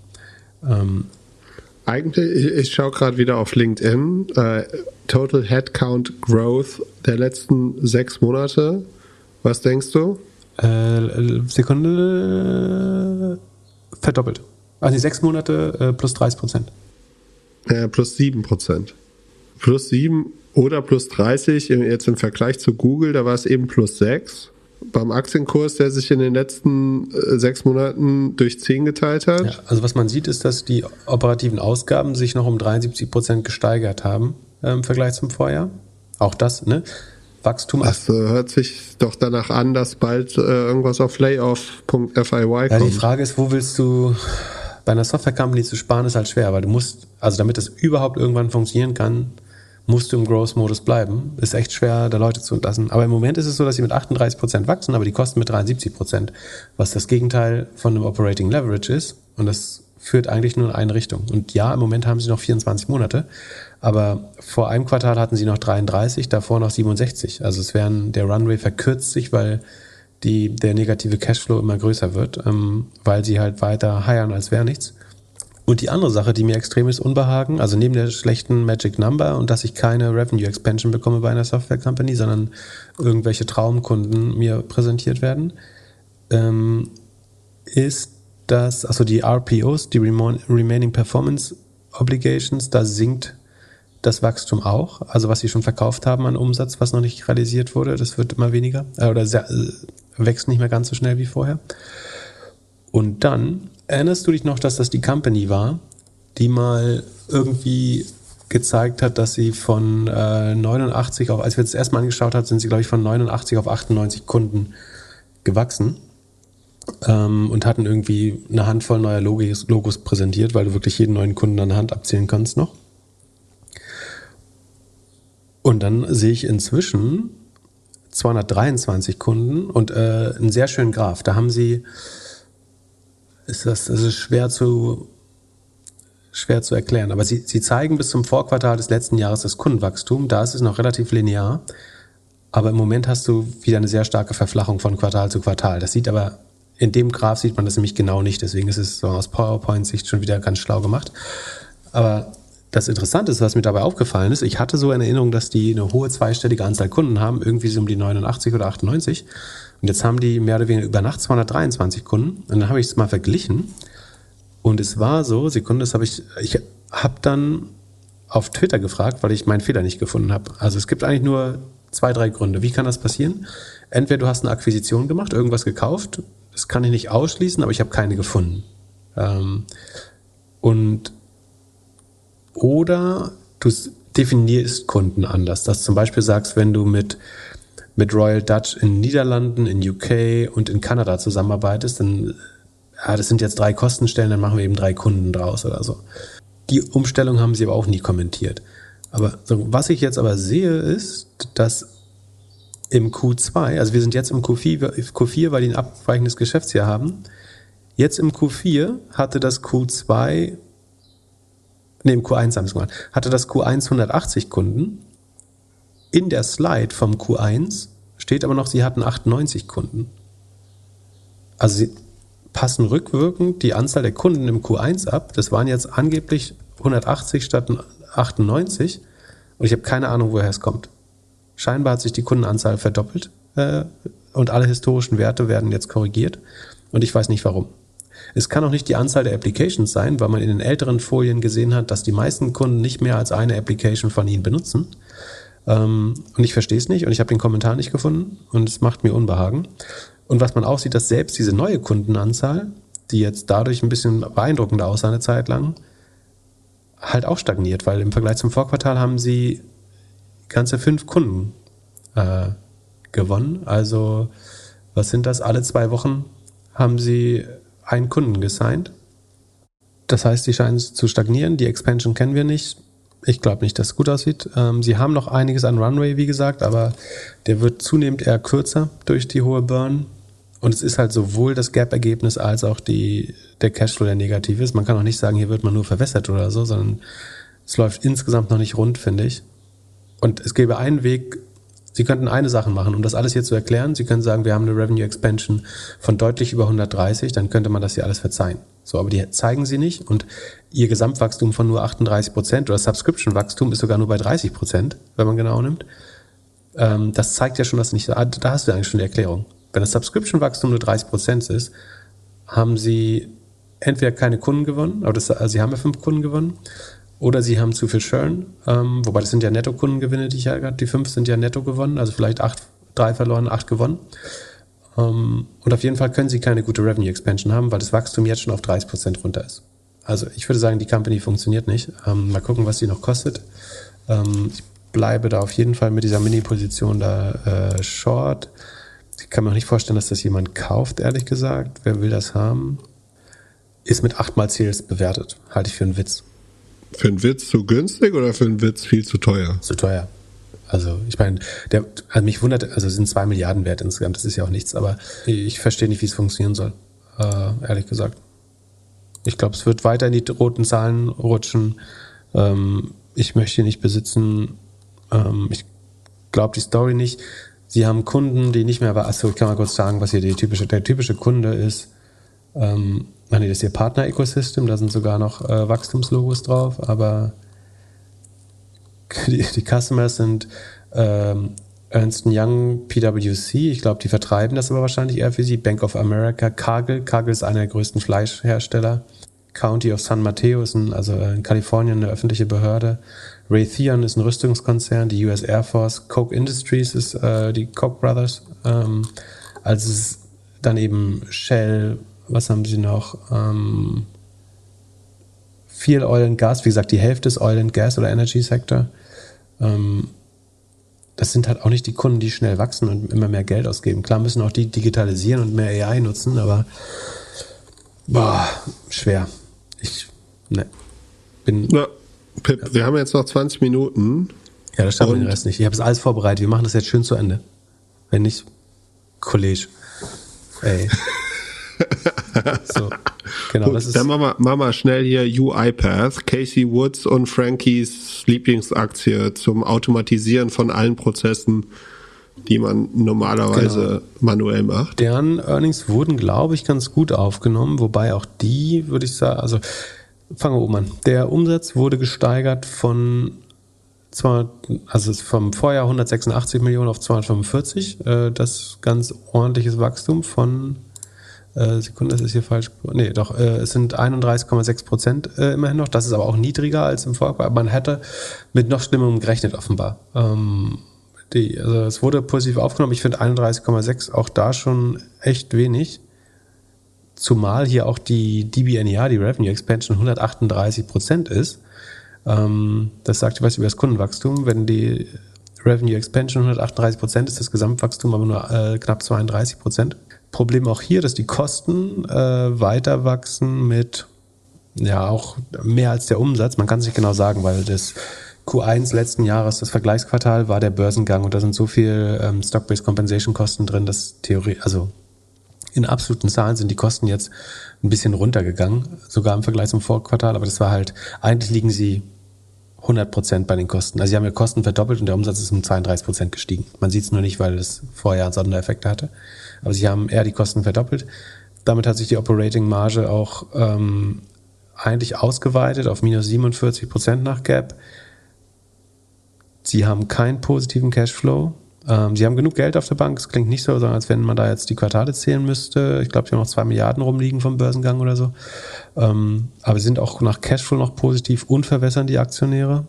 Ich schaue gerade wieder auf LinkedIn. Total Headcount Growth der letzten 6 Monate. Was denkst du? Sekunde. Verdoppelt. Also die 6 Monate plus 30%. Plus 7%. Plus 7 oder plus 30. Jetzt im Vergleich zu Google, da war es eben plus 6. Beim Aktienkurs, der sich in den letzten 6 Monaten durch 10 geteilt hat. Ja, also was man sieht, ist, dass die operativen Ausgaben sich noch um 73% gesteigert haben im Vergleich zum Vorjahr. Auch das, ne? Wachstum. Das hört sich doch danach an, dass bald irgendwas auf layoff.fiy kommt. Ja, die Frage ist, wo willst du, bei einer Software-Company zu sparen, ist halt schwer, weil du musst, also damit das überhaupt irgendwann funktionieren kann, musst du im Growth-Modus bleiben. Ist echt schwer, da Leute zu entlassen. Aber im Moment ist es so, dass sie mit 38% wachsen, aber die kosten mit 73%, was das Gegenteil von einem Operating Leverage ist. Und das führt eigentlich nur in eine Richtung. Und ja, im Moment haben sie noch 24 Monate, aber vor einem Quartal hatten sie noch 33, davor noch 67. Also der Runway verkürzt sich, weil der negative Cashflow immer größer wird, weil sie halt weiter hiren, als wäre nichts. Und die andere Sache, die mir extremes Unbehagen, also neben der schlechten Magic Number und dass ich keine Revenue Expansion bekomme bei einer Software Company, sondern irgendwelche Traumkunden mir präsentiert werden, ist das, also die RPOs, die Remaining Performance Obligations, da sinkt das Wachstum auch. Also was sie schon verkauft haben an Umsatz, was noch nicht realisiert wurde, das wird immer weniger oder wächst nicht mehr ganz so schnell wie vorher. Und dann erinnerst du dich noch, dass das die Company war, die mal irgendwie gezeigt hat, dass sie von 89 auf, als wir das erste Mal angeschaut haben, sind sie, glaube ich, von 89 auf 98 Kunden gewachsen und hatten irgendwie eine Handvoll neuer Logos präsentiert, weil du wirklich jeden neuen Kunden an der Hand abzählen kannst noch. Und dann sehe ich inzwischen 223 Kunden und einen sehr schönen Graph. Da haben sie das ist schwer zu erklären. Aber sie zeigen bis zum Vorquartal des letzten Jahres das Kundenwachstum. Da ist es noch relativ linear. Aber im Moment hast du wieder eine sehr starke Verflachung von Quartal zu Quartal. Das sieht aber, in dem Graph sieht man das nämlich genau nicht. Deswegen ist es so aus PowerPoint-Sicht schon wieder ganz schlau gemacht. Aber das Interessante ist, was mir dabei aufgefallen ist, ich hatte so in Erinnerung, dass die eine hohe zweistellige Anzahl Kunden haben, irgendwie so um die 89 oder 98. Und jetzt haben die mehr oder weniger über Nacht 223 Kunden. Und dann habe ich es mal verglichen. Und es war so, Sekunde, ich habe dann auf Twitter gefragt, weil ich meinen Fehler nicht gefunden habe. Also es gibt eigentlich nur 2, 3 Gründe. Wie kann das passieren? Entweder du hast eine Akquisition gemacht, irgendwas gekauft. Das kann ich nicht ausschließen, aber ich habe keine gefunden. Oder du definierst Kunden anders. Dass du zum Beispiel sagst, wenn du mit Royal Dutch in den Niederlanden, in UK und in Kanada zusammenarbeitest, dann, ja, das sind jetzt 3 Kostenstellen, dann machen wir eben 3 Kunden draus oder so. Die Umstellung haben sie aber auch nie kommentiert. Aber so, was ich jetzt aber sehe, ist, dass im Q2, also wir sind jetzt im Q4, weil die ein abweichendes Geschäftsjahr haben. Jetzt im Q4 hatte das Q1 haben sie gemacht, hatte das Q1 180 Kunden. In der Slide vom Q1 steht aber noch, sie hatten 98 Kunden. Also sie passen rückwirkend die Anzahl der Kunden im Q1 ab. Das waren jetzt angeblich 180 statt 98. Und ich habe keine Ahnung, woher es kommt. Scheinbar hat sich die Kundenanzahl verdoppelt und alle historischen Werte werden jetzt korrigiert. Und ich weiß nicht, warum. Es kann auch nicht die Anzahl der Applications sein, weil man in den älteren Folien gesehen hat, dass die meisten Kunden nicht mehr als eine Application von ihnen benutzen. Und ich verstehe es nicht und ich habe den Kommentar nicht gefunden und es macht mir Unbehagen. Und was man auch sieht, dass selbst diese neue Kundenanzahl, die jetzt dadurch ein bisschen beeindruckender aussah eine Zeit lang, halt auch stagniert, weil im Vergleich zum Vorquartal haben sie ganze 5 Kunden gewonnen. Also was sind das? Alle 2 Wochen haben sie einen Kunden gesigned. Das heißt, die scheinen zu stagnieren. Die Expansion kennen wir nicht. Ich glaube nicht, dass es gut aussieht. Sie haben noch einiges an Runway, wie gesagt, aber der wird zunehmend eher kürzer durch die hohe Burn. Und es ist halt sowohl das Gap-Ergebnis als auch der Cashflow, der negativ ist. Man kann auch nicht sagen, hier wird man nur verwässert oder so, sondern es läuft insgesamt noch nicht rund, finde ich. Und es gäbe einen Weg, Sie könnten eine Sache machen, um das alles hier zu erklären. Sie können sagen, wir haben eine Revenue Expansion von deutlich über 130, dann könnte man das hier alles verzeihen. So, aber die zeigen sie nicht und ihr Gesamtwachstum von nur 38% oder Subscription-Wachstum ist sogar nur bei 30%, wenn man genau nimmt. Das zeigt ja schon, dass nicht, da hast du eigentlich schon die Erklärung. Wenn das Subscription-Wachstum nur 30% ist, haben sie entweder keine Kunden gewonnen, also sie haben ja 5 Kunden gewonnen, oder sie haben zu viel Churn, wobei das sind ja Netto-Kundengewinne, die ich ja gerade, die 5 sind ja netto gewonnen, also vielleicht 3 verloren, 8 gewonnen. Und auf jeden Fall können sie keine gute Revenue Expansion haben, weil das Wachstum jetzt schon auf 30% runter ist. Also ich würde sagen, die Company funktioniert nicht. Mal gucken, was die noch kostet. Ich bleibe da auf jeden Fall mit dieser Mini-Position da short. Ich kann mir auch nicht vorstellen, dass das jemand kauft, ehrlich gesagt. Wer will das haben? Ist mit 8 mal Sales bewertet. Halte ich für einen Witz. Für einen Witz zu günstig oder für einen Witz viel zu teuer? Zu teuer. Also ich meine, mich wundert, also es sind 2 Milliarden wert insgesamt, das ist ja auch nichts, aber ich verstehe nicht, wie es funktionieren soll, ehrlich gesagt. Ich glaube, es wird weiter in die roten Zahlen rutschen. Ich möchte ihn nicht besitzen. Ich glaube die Story nicht. Sie haben Kunden, die nicht mehr, ich kann mal kurz sagen, was hier der typische Kunde ist. Das ist ihr Partner-Ecosystem, da sind sogar noch Wachstumslogos drauf, aber die Customers sind Ernst & Young, PwC, ich glaube, die vertreiben das aber wahrscheinlich eher für sie, Bank of America, Cargill ist einer der größten Fleischhersteller, County of San Mateo ist also in Kalifornien eine öffentliche Behörde, Raytheon ist ein Rüstungskonzern, die US Air Force, Koch Industries ist die Koch Brothers, also es ist dann eben Shell. Was haben sie noch? Viel Oil and Gas, wie gesagt, die Hälfte ist Oil and Gas oder Energy Sector. Das sind halt auch nicht die Kunden, die schnell wachsen und immer mehr Geld ausgeben. Klar müssen auch die digitalisieren und mehr AI nutzen, aber schwer. Pip, wir haben jetzt noch 20 Minuten. Ja, das schaffen wir den Rest nicht. Ich habe es alles vorbereitet. Wir machen das jetzt schön zu Ende. Wenn nicht, College. Ey. So, genau. Gut, das ist dann machen wir schnell hier UiPath, Casey Woods und Frankies Lieblingsaktie zum Automatisieren von allen Prozessen, die man normalerweise manuell macht. Deren Earnings wurden, glaube ich, ganz gut aufgenommen, wobei auch die, würde ich sagen, also fangen wir oben an. Der Umsatz wurde gesteigert vom Vorjahr 186 Millionen auf 245, das ganz ordentliches Wachstum von Sekunde, das ist hier falsch. Nee, doch, es sind 31,6% immerhin noch. Das ist aber auch niedriger als im Vorjahr. Aber man hätte mit noch Schlimmerem gerechnet, offenbar. Also es wurde positiv aufgenommen. Ich finde 31,6 auch da schon echt wenig. Zumal hier auch die DBNER, die Revenue Expansion, 138% ist. Das sagt was über das Kundenwachstum. Wenn die Revenue Expansion 138% ist, das Gesamtwachstum aber nur knapp 32%. Problem auch hier, dass die Kosten weiter wachsen mit auch mehr als der Umsatz. Man kann es nicht genau sagen, weil das Q1 letzten Jahres, das Vergleichsquartal, war der Börsengang und da sind so viel Stock-Based Compensation Kosten drin, dass also in absoluten Zahlen sind die Kosten jetzt ein bisschen runtergegangen, sogar im Vergleich zum Vorquartal, aber das war halt, eigentlich liegen sie 100% bei den Kosten. Also sie haben ja Kosten verdoppelt und der Umsatz ist um 32% gestiegen. Man sieht es nur nicht, weil es vorher einen Sondereffekte hatte. Aber sie haben eher die Kosten verdoppelt. Damit hat sich die Operating-Marge auch eigentlich ausgeweitet auf minus 47% nach GAAP. Sie haben keinen positiven Cashflow. Sie haben genug Geld auf der Bank. Es klingt nicht so, sondern als wenn man da jetzt die Quartale zählen müsste. Ich glaube, sie haben noch 2 Milliarden rumliegen vom Börsengang oder so. Aber sie sind auch nach Cashflow noch positiv und verwässern die Aktionäre.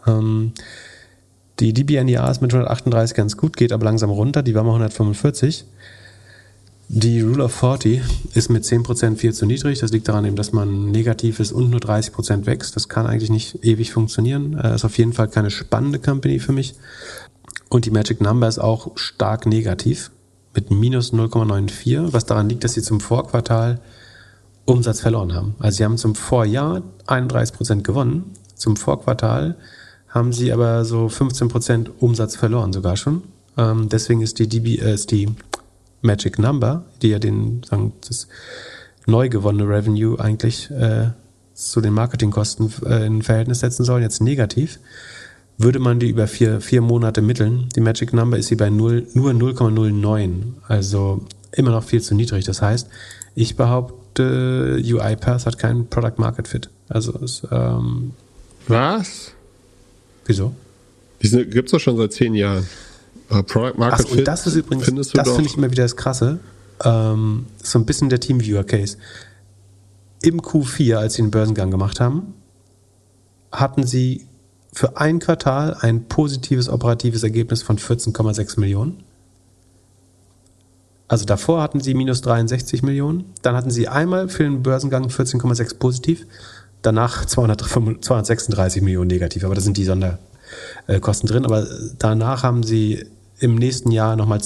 Die DBNER ist mit 138 ganz gut, geht aber langsam runter. Die war mal 145. Die Rule of 40 ist mit 10% viel zu niedrig. Das liegt daran, eben, dass man negativ ist und nur 30% wächst. Das kann eigentlich nicht ewig funktionieren. Ist auf jeden Fall keine spannende Company für mich. Und die Magic Number ist auch stark negativ mit minus 0,94, was daran liegt, dass sie zum Vorquartal Umsatz verloren haben. Also sie haben zum Vorjahr 31% gewonnen. Zum Vorquartal haben sie aber so 15% Umsatz verloren sogar schon. Deswegen ist die Magic Number, die ja das neu gewonnene Revenue eigentlich zu den Marketingkosten in Verhältnis setzen soll, jetzt negativ. Würde man die über vier Monate mitteln, die Magic Number ist sie bei nur 0,09, also immer noch viel zu niedrig. Das heißt, ich behaupte, UiPath hat keinen Product Market Fit. Also Was? Wieso? Die gibt es doch schon seit 10 Jahren. Product Market Fit. Und das ist übrigens, das finde ich immer wieder das Krasse. So ein bisschen der Teamviewer-Case. Im Q4, als sie den Börsengang gemacht haben, hatten sie für ein Quartal ein positives operatives Ergebnis von 14,6 Millionen. Also davor hatten sie minus 63 Millionen. Dann hatten sie einmal für den Börsengang 14,6 positiv. Danach 236 Millionen negativ. Aber da sind die Sonderkosten drin. Aber danach haben sie im nächsten Jahr nochmal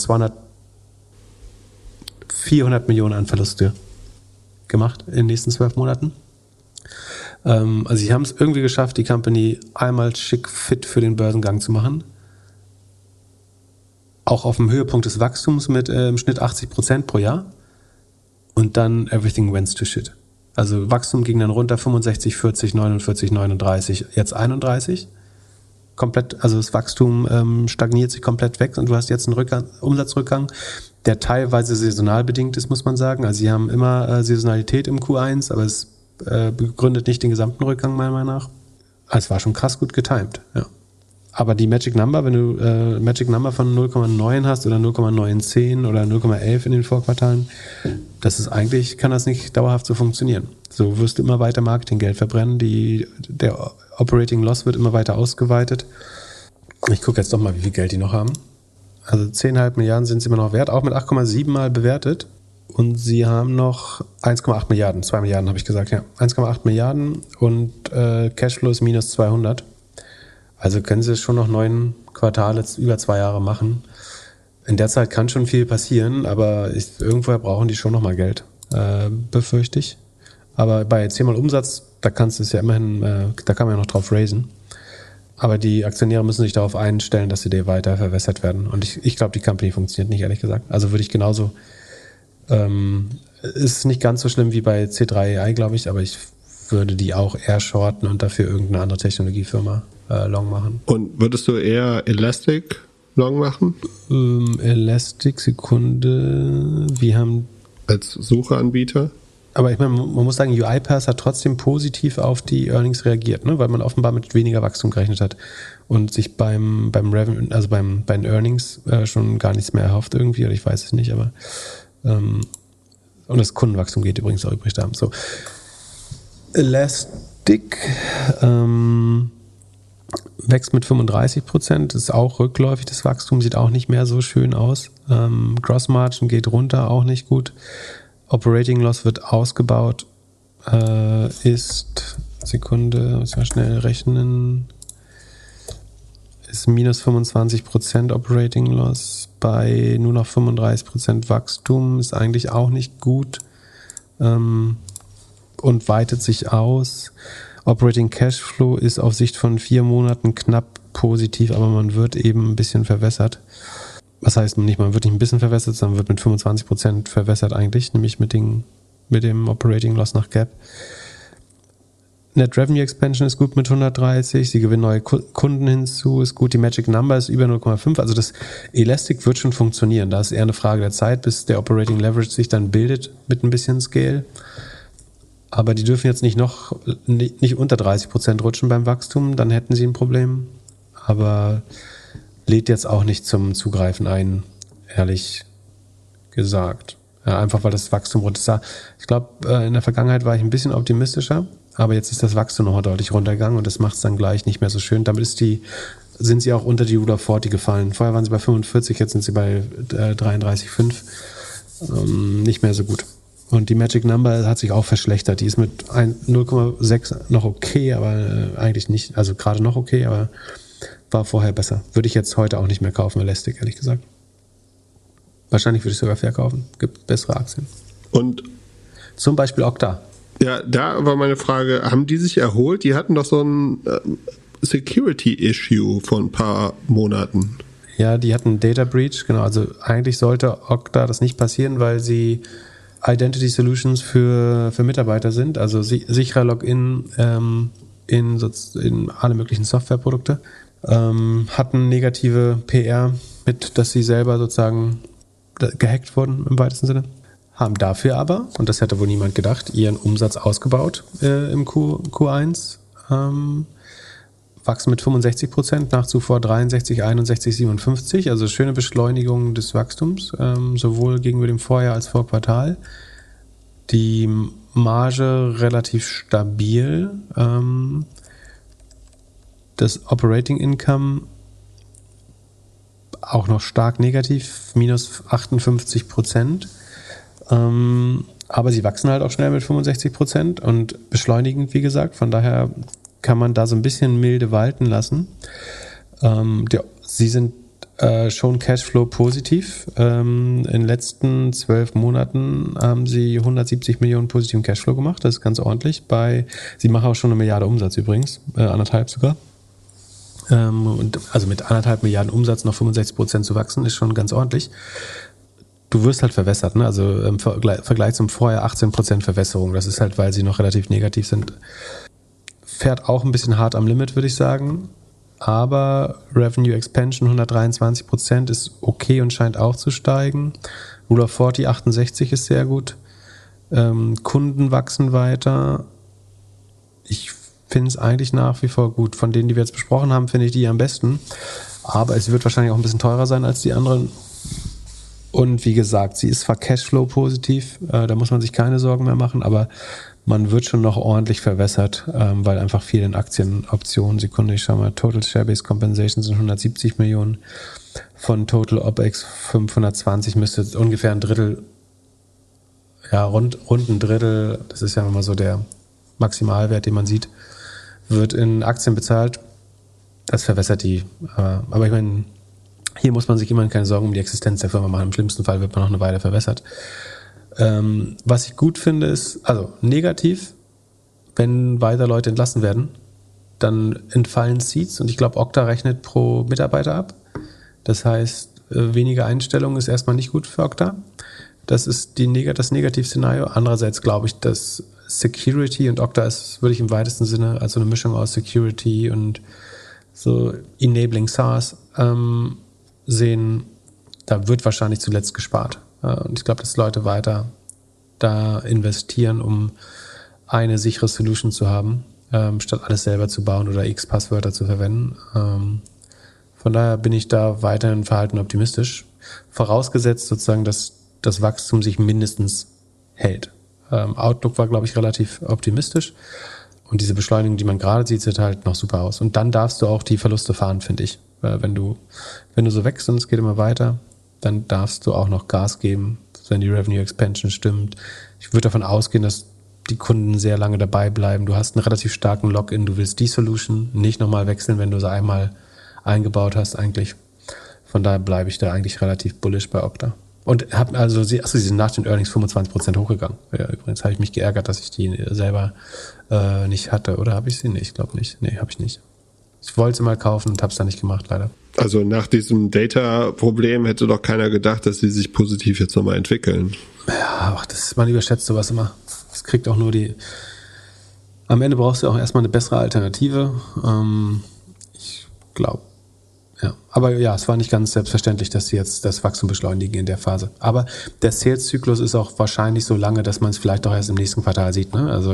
400 Millionen an Verluste gemacht in den nächsten 12 Monaten. Also sie haben es irgendwie geschafft, die Company einmal schick fit für den Börsengang zu machen. Auch auf dem Höhepunkt des Wachstums mit im Schnitt 80% pro Jahr. Und dann everything went to shit. Also Wachstum ging dann runter, 65, 40, 49, 39, jetzt 31. Komplett, also das Wachstum stagniert sich komplett weg und du hast jetzt einen Umsatzrückgang, der teilweise saisonal bedingt ist, muss man sagen. Also sie haben immer Saisonalität im Q1, aber es begründet nicht den gesamten Rückgang, meiner Meinung nach. Also es war schon krass gut getimed, ja. Aber die Magic Number, wenn du Magic Number von 0,9 hast oder 0,910 oder 0,11 in den Vorquartalen, das ist eigentlich, kann das nicht dauerhaft so funktionieren. So wirst du immer weiter Marketinggeld verbrennen, der Operating Loss wird immer weiter ausgeweitet. Ich gucke jetzt doch mal, wie viel Geld die noch haben. Also 10,5 Milliarden sind sie immer noch wert, auch mit 8,7 mal bewertet. Und sie haben noch 1,8 Milliarden, 2 Milliarden habe ich gesagt, ja. 1,8 Milliarden und Cashflow ist minus 200. Also können sie schon noch 9 Quartale, über 2 Jahre machen. In der Zeit kann schon viel passieren, aber irgendwoher brauchen die schon noch mal Geld, befürchte ich. Aber bei 10 mal Umsatz, da kannst du es ja immerhin, da kann man ja noch drauf raisen. Aber die Aktionäre müssen sich darauf einstellen, dass sie dir weiter verwässert werden. Und ich glaube, die Company funktioniert nicht, ehrlich gesagt. Also würde ich genauso, ist nicht ganz so schlimm wie bei C3AI, glaube ich, aber ich würde die auch eher shorten und dafür irgendeine andere Technologiefirma long machen. Und würdest du eher Elastic long machen? Elastic, Sekunde, wir haben... Als Sucheanbieter? Aber ich meine, man muss sagen, UiPath hat trotzdem positiv auf die Earnings reagiert, ne? Weil man offenbar mit weniger Wachstum gerechnet hat und sich beim Revenue, also bei den Earnings schon gar nichts mehr erhofft irgendwie, oder ich weiß es nicht, aber und das Kundenwachstum geht übrigens auch übrig da. So. Elastic wächst mit 35%, ist auch rückläufig, das Wachstum sieht auch nicht mehr so schön aus. Gross Margin geht runter, auch nicht gut. Operating Loss wird ausgebaut, ist, Sekunde, muss mal schnell rechnen, ist minus 25% Operating Loss bei nur noch 35% Wachstum, ist eigentlich auch nicht gut und weitet sich aus. Operating Cashflow ist auf Sicht von 4 Monaten knapp positiv, aber man wird eben ein bisschen verwässert. Was heißt nicht, man wird nicht ein bisschen verwässert, sondern wird mit 25% verwässert eigentlich, nämlich mit dem Operating Loss nach GAAP. Net Revenue Expansion ist gut mit 130, sie gewinnen neue Kunden hinzu, ist gut, die Magic Number ist über 0,5, also das Elastic wird schon funktionieren, da ist eher eine Frage der Zeit, bis der Operating Leverage sich dann bildet mit ein bisschen Scale, aber die dürfen jetzt nicht unter 30% rutschen beim Wachstum, dann hätten sie ein Problem, aber lädt jetzt auch nicht zum Zugreifen ein, ehrlich gesagt. Ja, einfach weil das Wachstum runter ist. Ich glaube, in der Vergangenheit war ich ein bisschen optimistischer, aber jetzt ist das Wachstum nochmal deutlich runtergegangen und das macht es dann gleich nicht mehr so schön. Damit sind sie auch unter die Rule of 40 gefallen. Vorher waren sie bei 45, jetzt sind sie bei 33,5. Nicht mehr so gut. Und die Magic Number hat sich auch verschlechtert. Die ist mit 0,6 noch okay, aber eigentlich nicht. Also gerade noch okay, aber war vorher besser. Würde ich jetzt heute auch nicht mehr kaufen, Elastic, ehrlich gesagt. Wahrscheinlich würde ich sogar verkaufen. Gibt bessere Aktien. Und zum Beispiel Okta. Ja, da war meine Frage, haben die sich erholt? Die hatten doch so ein Security-Issue vor ein paar Monaten. Ja, die hatten Data Breach, genau. Also eigentlich sollte Okta das nicht passieren, weil sie Identity Solutions für Mitarbeiter sind, also sicherer Login in alle möglichen Softwareprodukte. Hatten negative PR mit, dass sie selber sozusagen gehackt wurden im weitesten Sinne. Haben dafür aber, und das hätte wohl niemand gedacht, ihren Umsatz ausgebaut im Q1. Wachsen mit 65%, nach zuvor 63, 61, 57. Also schöne Beschleunigung des Wachstums, sowohl gegenüber dem Vorjahr als vor Quartal. Die Marge relativ stabil. Das Operating Income auch noch stark negativ, minus 58%. Aber sie wachsen halt auch schnell mit 65% und beschleunigend, wie gesagt. Von daher kann man da so ein bisschen milde walten lassen. Sie sind schon Cashflow positiv. In den letzten 12 Monaten haben sie 170 Millionen positiven Cashflow gemacht. Das ist ganz ordentlich. Sie machen auch schon 1 Milliarde Umsatz übrigens, 1,5 sogar. Und also mit 1,5 Milliarden Umsatz noch 65% zu wachsen, ist schon ganz ordentlich. Du wirst halt verwässert, ne? Also im Vergleich zum Vorjahr 18% Verwässerung. Das ist halt, weil sie noch relativ negativ sind. Fährt auch ein bisschen hart am Limit, würde ich sagen. Aber Revenue Expansion 123% ist okay und scheint auch zu steigen. Rule of 40, 68 ist sehr gut. Kunden wachsen weiter. Ich finde es eigentlich nach wie vor gut. Von denen, die wir jetzt besprochen haben, finde ich die am besten. Aber es wird wahrscheinlich auch ein bisschen teurer sein als die anderen. Und wie gesagt, sie ist zwar Cashflow positiv, da muss man sich keine Sorgen mehr machen, aber man wird schon noch ordentlich verwässert, weil einfach viel in Aktienoptionen, Sekunde, ich schau mal, Total Share-Based Compensation sind 170 Millionen, von Total OPEX 520 müsste ungefähr ein Drittel, ja rund ein Drittel, das ist ja immer so der Maximalwert, den man sieht, wird in Aktien bezahlt. Das verwässert die, aber ich meine, hier muss man sich immerhin keine Sorgen um die Existenz der Firma machen. Im schlimmsten Fall wird man noch eine Weile verwässert. Was ich gut finde ist, also negativ, wenn weiter Leute entlassen werden, dann entfallen Seats und ich glaube, Okta rechnet pro Mitarbeiter ab. Das heißt, weniger Einstellungen ist erstmal nicht gut für Okta. Das ist das Negativszenario. Andererseits glaube ich, dass Security und Okta ist, würde ich im weitesten Sinne als so eine Mischung aus Security und so Enabling SaaS sehen, da wird wahrscheinlich zuletzt gespart. Und ich glaube, dass Leute weiter da investieren, um eine sichere Solution zu haben, statt alles selber zu bauen oder x Passwörter zu verwenden. Von daher bin ich da weiterhin verhalten optimistisch. Vorausgesetzt sozusagen, dass das Wachstum sich mindestens hält. Outlook war, glaube ich, relativ optimistisch. Und diese Beschleunigung, die man gerade sieht, sieht halt noch super aus. Und dann darfst du auch die Verluste fahren, finde ich. Wenn du so wächst und es geht immer weiter, dann darfst du auch noch Gas geben, wenn die Revenue Expansion stimmt. Ich würde davon ausgehen, dass die Kunden sehr lange dabei bleiben. Du hast einen relativ starken Login, du willst die Solution nicht nochmal wechseln, wenn du sie einmal eingebaut hast eigentlich. Von daher bleibe ich da eigentlich relativ bullish bei Okta. Und sie sind nach den Earnings 25% hochgegangen. Ja, übrigens habe ich mich geärgert, dass ich die selber nicht hatte. Oder habe ich sie nicht? Ich glaube nicht. Nee, habe ich nicht. Ich wollte sie mal kaufen und habe es dann nicht gemacht, leider. Also nach diesem Data-Problem hätte doch keiner gedacht, dass sie sich positiv jetzt nochmal entwickeln. Ja, man überschätzt sowas immer. Das kriegt auch nur am Ende brauchst du auch erstmal eine bessere Alternative. Ich glaube. Ja, aber ja, es war nicht ganz selbstverständlich, dass sie jetzt das Wachstum beschleunigen in der Phase. Aber der Sales-Zyklus ist auch wahrscheinlich so lange, dass man es vielleicht auch erst im nächsten Quartal sieht. Ne? Also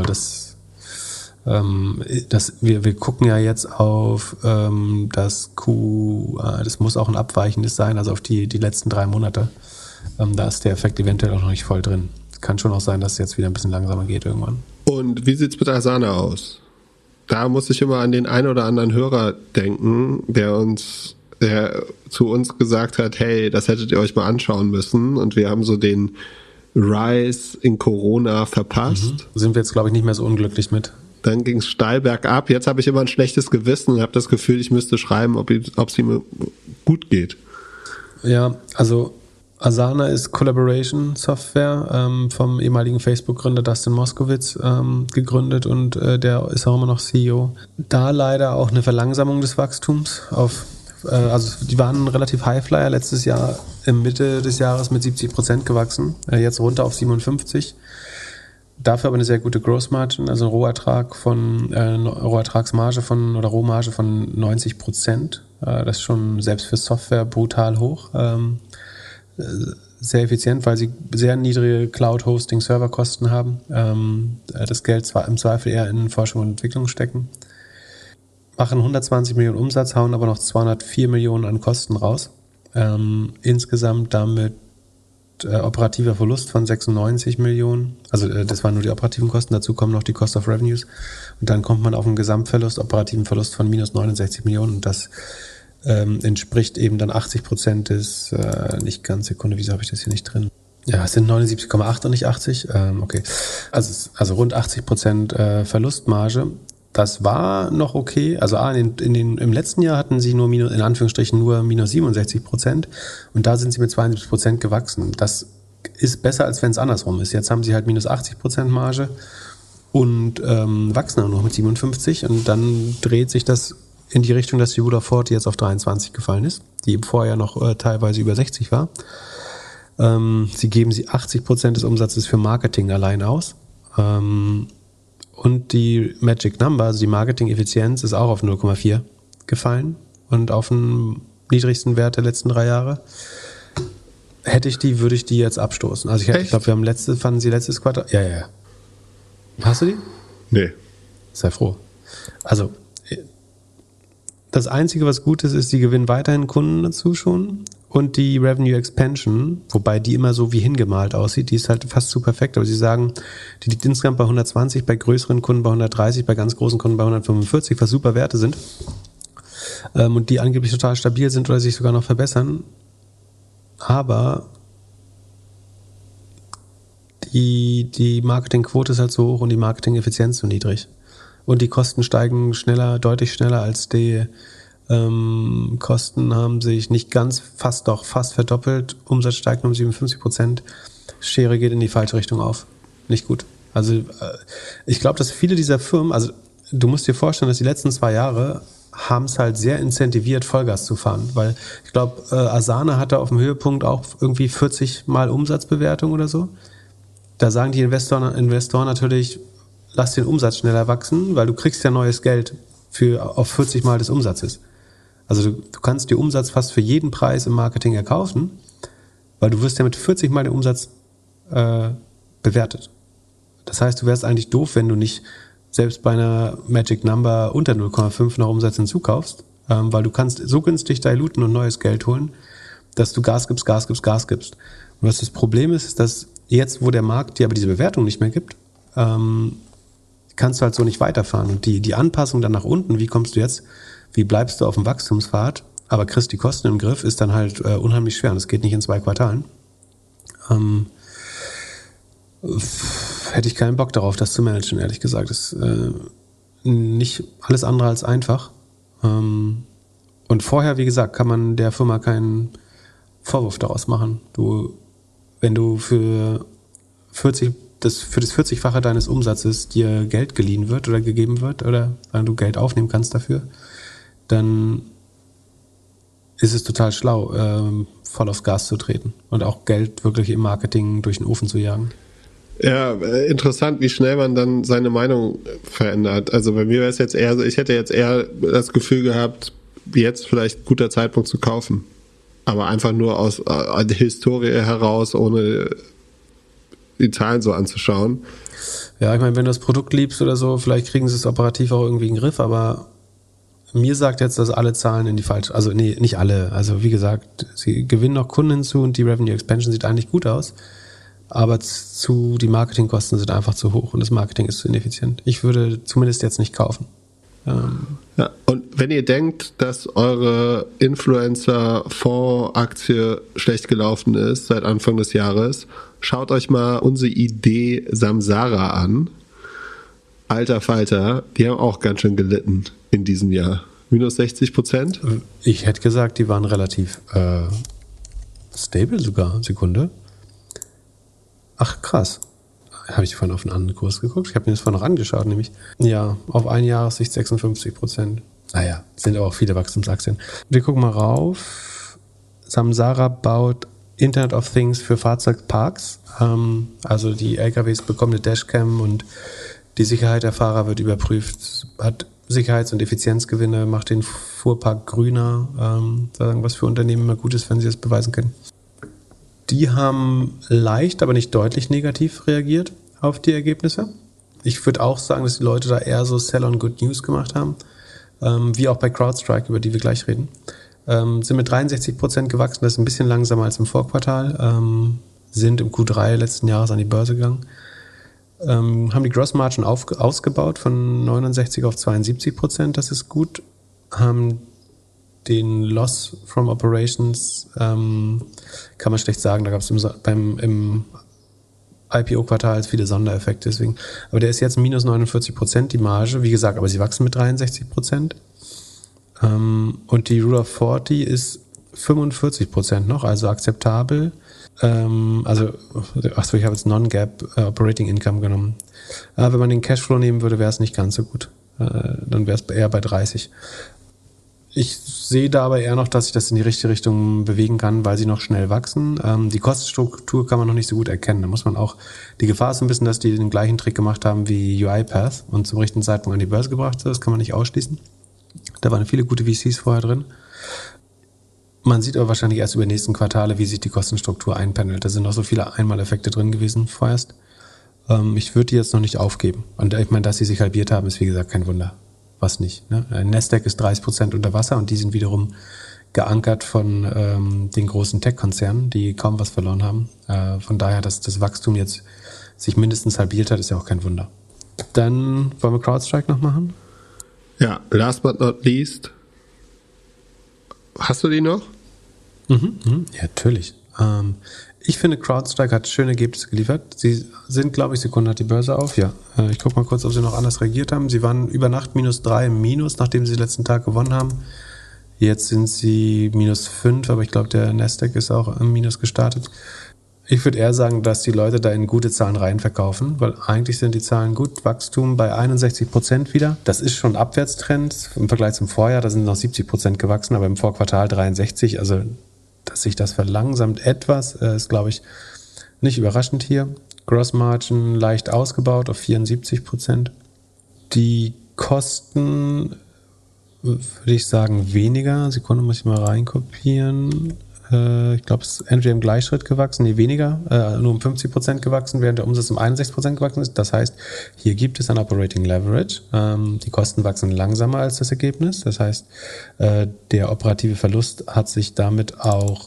wir gucken ja jetzt auf das das muss auch ein abweichendes sein, also auf die letzten 3 Monate. Da ist der Effekt eventuell auch noch nicht voll drin. Kann schon auch sein, dass es jetzt wieder ein bisschen langsamer geht irgendwann. Und wie sieht's mit Asana aus? Da muss ich immer an den einen oder anderen Hörer denken, der zu uns gesagt hat, hey, das hättet ihr euch mal anschauen müssen. Und wir haben so den Rise in Corona verpasst. Sind wir jetzt, glaube ich, nicht mehr so unglücklich mit. Dann ging es steil bergab. Jetzt habe ich immer ein schlechtes Gewissen und habe das Gefühl, ich müsste schreiben, ob es ihm gut geht. Ja, also Asana ist Collaboration-Software vom ehemaligen Facebook-Gründer Dustin Moskowitz gegründet und der ist auch immer noch CEO. Da leider auch eine Verlangsamung des Wachstums also die waren relativ Highflyer, letztes Jahr im Mitte des Jahres mit 70% gewachsen, jetzt runter auf 57%. Dafür aber eine sehr gute Gross Margin, also Rohertragsmarge oder Rohmarge von 90%. Das ist schon selbst für Software brutal hoch. Sehr effizient, weil sie sehr niedrige Cloud-Hosting-Serverkosten haben. Das Geld zwar im Zweifel eher in Forschung und Entwicklung stecken. Machen 120 Millionen Umsatz, hauen aber noch 204 Millionen an Kosten raus. Insgesamt damit operativer Verlust von 96 Millionen. Also das waren nur die operativen Kosten, dazu kommen noch die Cost of Revenues. Und dann kommt man auf einen Gesamtverlust, operativen Verlust von minus 69 Millionen. Und das entspricht eben dann 80% des, nicht ganz Sekunde, wieso habe ich das hier nicht drin? Ja, es sind 79,8 und nicht 80. Okay. Also rund 80% Verlustmarge. Das war noch okay. Also im letzten Jahr hatten sie nur minus 67% und da sind sie mit 72% gewachsen. Das ist besser, als wenn es andersrum ist. Jetzt haben sie halt minus 80% Marge und wachsen auch noch mit 57 und dann dreht sich das in die Richtung, dass die Rule of 40 jetzt auf 23 gefallen ist, die vorher noch teilweise über 60 war. Sie geben 80% des Umsatzes für Marketing allein aus. Und die Magic Number, also die Marketing-Effizienz, ist auch auf 0,4 gefallen und auf den niedrigsten Wert der letzten 3 Jahre. Würde ich die jetzt abstoßen. Also ich glaube, fanden sie letztes Quartal. Ja. Hast du die? Nee. Sei froh. Also das Einzige, was gut ist, sie gewinnen weiterhin Kunden dazu schon. Und die Revenue Expansion, wobei die immer so wie hingemalt aussieht, die ist halt fast zu perfekt. Aber sie sagen, die liegt insgesamt bei 120, bei größeren Kunden bei 130, bei ganz großen Kunden bei 145, was super Werte sind. Und die angeblich total stabil sind oder sich sogar noch verbessern. Aber die Marketingquote ist halt so hoch und die Marketing-Effizienz so niedrig. Und die Kosten steigen deutlich schneller als die Kosten haben sich nicht ganz, fast verdoppelt. Umsatz steigt um 57%. Schere geht in die falsche Richtung auf. Nicht gut. Also ich glaube, dass viele dieser Firmen, also du musst dir vorstellen, dass die letzten 2 Jahre haben es halt sehr incentiviert, Vollgas zu fahren. Weil ich glaube, Asana hatte auf dem Höhepunkt auch irgendwie 40 Mal Umsatzbewertung oder so. Da sagen die Investoren natürlich, lass den Umsatz schneller wachsen, weil du kriegst ja neues Geld auf 40 Mal des Umsatzes. Also du kannst dir Umsatz fast für jeden Preis im Marketing erkaufen, weil du wirst ja mit 40 Mal den Umsatz bewertet. Das heißt, du wärst eigentlich doof, wenn du nicht selbst bei einer Magic Number unter 0,5 noch Umsatz hinzukaufst, weil du kannst so günstig diluten und neues Geld holen, dass du Gas gibst. Und was das Problem ist, dass jetzt, wo der Markt dir aber diese Bewertung nicht mehr gibt, kannst du halt so nicht weiterfahren. Und die Anpassung dann nach unten, wie bleibst du auf dem Wachstumspfad, aber kriegst die Kosten im Griff, ist dann halt unheimlich schwer. Und das geht nicht in 2 Quartalen. Hätte ich keinen Bock darauf, das zu managen, ehrlich gesagt. Das ist nicht alles andere als einfach. Und vorher, wie gesagt, kann man der Firma keinen Vorwurf daraus machen. Du wenn du für das 40-fache deines Umsatzes dir Geld geliehen wird oder gegeben wird oder du Geld aufnehmen kannst dafür, dann ist es total schlau, voll aufs Gas zu treten und auch Geld wirklich im Marketing durch den Ofen zu jagen. Ja, interessant, wie schnell man dann seine Meinung verändert. Also bei mir wäre es jetzt eher so, ich hätte jetzt eher das Gefühl gehabt, jetzt vielleicht guter Zeitpunkt zu kaufen. Aber einfach nur aus der Historie heraus, ohne die Zahlen so anzuschauen. Ja, ich meine, wenn du das Produkt liebst oder so, vielleicht kriegen sie es operativ auch irgendwie in den Griff, aber mir sagt jetzt, dass alle Zahlen in die falsche, also nee, nicht alle. Also wie gesagt, sie gewinnen noch Kunden hinzu und die Revenue Expansion sieht eigentlich gut aus. Aber die Marketingkosten sind einfach zu hoch und das Marketing ist zu ineffizient. Ich würde zumindest jetzt nicht kaufen. Ja, und wenn ihr denkt, dass eure Influencer-Fonds-Aktie schlecht gelaufen ist seit Anfang des Jahres, schaut euch mal unsere Idee Samsara an. Alter Falter, die haben auch ganz schön gelitten in diesem Jahr. Minus 60%? Ich hätte gesagt, die waren relativ stable sogar. Sekunde. Ach, krass. Habe ich vorhin auf einen anderen Kurs geguckt? Ich habe mir das vorhin noch angeschaut, nämlich. Ja, auf Einjahressicht 56%. Naja, sind aber auch viele Wachstumsaktien. Wir gucken mal rauf. Samsara baut Internet of Things für Fahrzeugparks. Also die LKWs bekommen eine Dashcam und die Sicherheit der Fahrer wird überprüft. Hat Sicherheits- und Effizienzgewinne, macht den Fuhrpark grüner. Was für Unternehmen immer gut ist, wenn sie das beweisen können. Die haben leicht, aber nicht deutlich negativ reagiert auf die Ergebnisse. Ich würde auch sagen, dass die Leute da eher so Sell on Good News gemacht haben, wie auch bei CrowdStrike, über die wir gleich reden. Sind mit 63% gewachsen, das ist ein bisschen langsamer als im Vorquartal, sind im Q3 letzten Jahres an die Börse gegangen, haben die Gross Margin ausgebaut von 69 auf 72%, das ist gut, haben den Loss from Operations, kann man schlecht sagen, da gab es im IPO-Quartal viele Sondereffekte, deswegen. Aber der ist jetzt minus 49%, die Marge, wie gesagt, aber sie wachsen mit 63%. Und die Rule of 40 ist 45% noch, also akzeptabel. Ich habe jetzt Non-Gap Operating Income genommen. Wenn man den Cashflow nehmen würde, wäre es nicht ganz so gut. Dann wäre es eher bei 30. Ich sehe da aber eher noch, dass sich das in die richtige Richtung bewegen kann, weil sie noch schnell wachsen. Die Kostenstruktur kann man noch nicht so gut erkennen. Da muss man auch, die Gefahr ist ein bisschen, dass die den gleichen Trick gemacht haben wie UiPath und zum richtigen Zeitpunkt an die Börse gebracht sind. Das kann man nicht ausschließen. Da waren viele gute VCs vorher drin. Man sieht aber wahrscheinlich erst über die nächsten Quartale, wie sich die Kostenstruktur einpendelt. Da sind noch so viele Einmaleffekte drin gewesen vorerst. Ich würde die jetzt noch nicht aufgeben. Und ich meine, dass sie sich halbiert haben, ist wie gesagt kein Wunder. Was nicht. Ne? Nasdaq ist 30% unter Wasser und die sind wiederum geankert von den großen Tech-Konzernen, die kaum was verloren haben. Von daher, dass das Wachstum jetzt sich mindestens halbiert hat, ist ja auch kein Wunder. Dann wollen wir CrowdStrike noch machen? Ja, last but not least. Hast du die noch? Ja, natürlich. Ich finde, CrowdStrike hat schöne Ergebnisse geliefert. Sie sind, glaube ich, Sekunde hat die Börse auf. Ja, ich gucke mal kurz, ob sie noch anders reagiert haben. Sie waren über Nacht -3 im Minus, nachdem sie den letzten Tag gewonnen haben. Jetzt sind sie -5, aber ich glaube, der Nasdaq ist auch im Minus gestartet. Ich würde eher sagen, dass die Leute da in gute Zahlen reinverkaufen, weil eigentlich sind die Zahlen gut. Wachstum bei 61% wieder. Das ist schon Abwärtstrend im Vergleich zum Vorjahr. Da sind noch 70% gewachsen, aber im Vorquartal 63%. Also, dass sich das verlangsamt etwas, ist, glaube ich, nicht überraschend hier. Gross Margin leicht ausgebaut auf 74%. Die Kosten, würde ich sagen, weniger. Sekunde, muss ich mal reinkopieren. Ich glaube, es ist entweder im Gleichschritt gewachsen, nee, weniger, nur um 50% gewachsen, während der Umsatz um 61% gewachsen ist. Das heißt, hier gibt es ein Operating Leverage. Die Kosten wachsen langsamer als das Ergebnis. Das heißt, der operative Verlust hat sich damit auch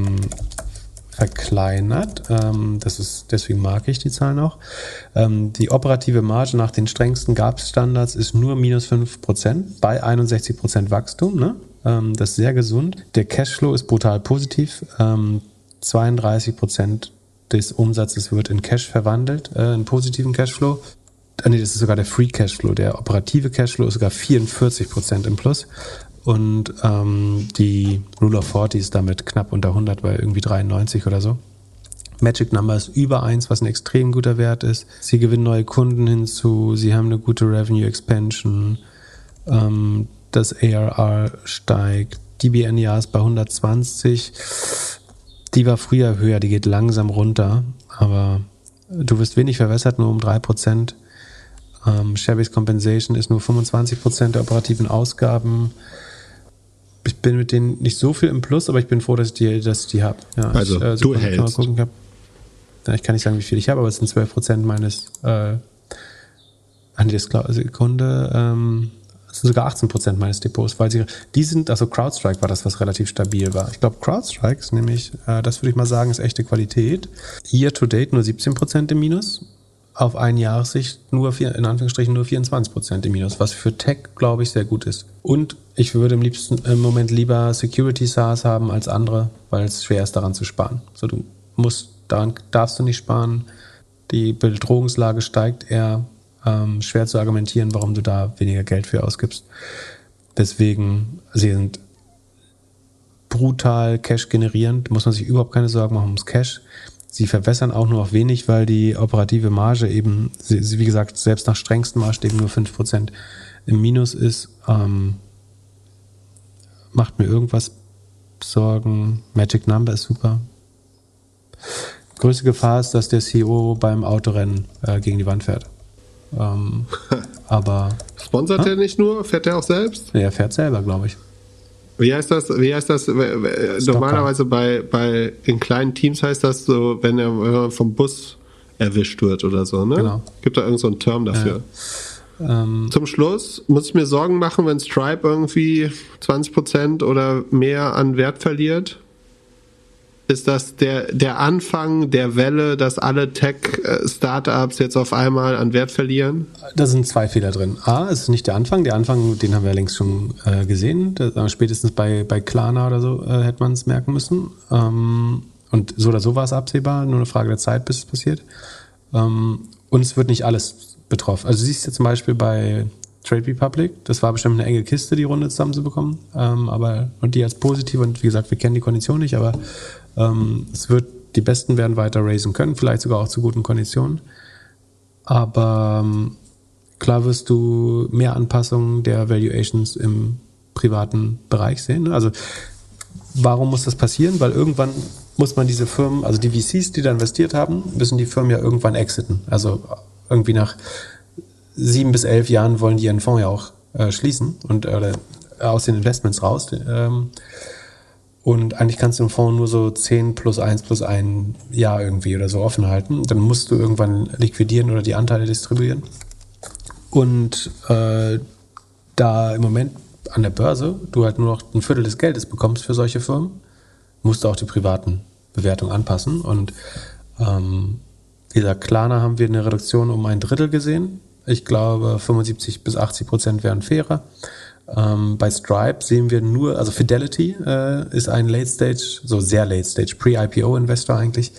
verkleinert. Deswegen mag ich die Zahlen auch. Die operative Marge nach den strengsten GAAP-Standards ist nur -5% bei 61% Wachstum, ne? Das ist sehr gesund. Der Cashflow ist brutal positiv. 32% des Umsatzes wird in Cash verwandelt, in positiven Cashflow. Das ist sogar der Free Cashflow. Der operative Cashflow ist sogar 44% im Plus. Und die Rule of 40 ist damit knapp unter 100, bei irgendwie 93 oder so. Magic Number ist über 1, was ein extrem guter Wert ist. Sie gewinnen neue Kunden hinzu, sie haben eine gute Revenue Expansion, das ARR steigt, die BNER ist bei 120, die war früher höher, die geht langsam runter, aber du wirst wenig verwässert, nur um 3%. Share-Based Compensation ist nur 25% der operativen Ausgaben. Ich bin mit denen nicht so viel im Plus, aber ich bin froh, dass ich die habe. Ja, also du hältst. Ich kann nicht sagen, wie viel ich habe, aber es sind 12% meines Sekunde, es sind sogar 18% meines Depots, weil die sind, also CrowdStrike war das, was relativ stabil war. Ich glaube, CrowdStrike ist nämlich, das würde ich mal sagen, ist echte Qualität. Year to date nur 17% im Minus, auf Einjahressicht in Anführungsstrichen nur 24% im Minus, was für Tech, glaube ich, sehr gut ist. Und ich würde im Moment lieber Security SaaS haben als andere, weil es schwer ist, daran zu sparen. So, daran darfst du nicht sparen. Die Bedrohungslage steigt eher. Schwer zu argumentieren, warum du da weniger Geld für ausgibst. Deswegen, sie sind brutal Cash generierend, muss man sich überhaupt keine Sorgen machen ums Cash. Sie verwässern auch nur auf wenig, weil die operative Marge eben, wie gesagt, selbst nach strengsten Maßstäben nur 5% im Minus ist. Macht mir irgendwas Sorgen. Magic Number ist super. Größte Gefahr ist, dass der CEO beim Autorennen gegen die Wand fährt. Aber sponsert er nicht nur? Fährt er auch selbst? Er fährt selber, glaube ich. Wie heißt das? Normalerweise in kleinen Teams heißt das so, wenn er vom Bus erwischt wird oder so, ne? Genau. Gibt da irgend so einen Term dafür? Zum Schluss muss ich mir Sorgen machen, wenn Stripe irgendwie 20% oder mehr an Wert verliert? Ist das der Anfang der Welle, dass alle Tech-Startups jetzt auf einmal an Wert verlieren? Da sind zwei Fehler drin. A, es ist nicht der Anfang. Der Anfang, den haben wir ja längst schon gesehen. Spätestens bei Klarna oder so hätte man es merken müssen. Und so oder so war es absehbar. Nur eine Frage der Zeit, bis es passiert. Und es wird nicht alles betroffen. Also du siehst ja zum Beispiel bei Trade Republic, das war bestimmt eine enge Kiste, die Runde zusammenzubekommen. Und die als positiv, und wie gesagt, wir kennen die Kondition nicht, aber die Besten werden weiter raisen können, vielleicht sogar auch zu guten Konditionen. Aber klar wirst du mehr Anpassungen der Valuations im privaten Bereich sehen. Also warum muss das passieren? Weil irgendwann muss man diese Firmen, also die VCs, die da investiert haben, müssen die Firmen ja irgendwann exiten. Also irgendwie nach 7 bis 11 Jahren wollen die ihren Fonds ja auch schließen und aus den Investments raus. Und eigentlich kannst du im Fonds nur so 10 plus 1 plus 1 Jahr irgendwie oder so offen halten. Dann musst du irgendwann liquidieren oder die Anteile distribuieren. Und da im Moment an der Börse du halt nur noch ein Viertel des Geldes bekommst für solche Firmen, musst du auch die privaten Bewertungen anpassen. Und wie gesagt, Klarna haben wir eine Reduktion um 1/3 gesehen. Ich glaube, 75% bis 80% wären fairer. Bei Stripe sehen wir nur, also Fidelity ist ein Late-Stage, so sehr Late-Stage, Pre-IPO-Investor eigentlich,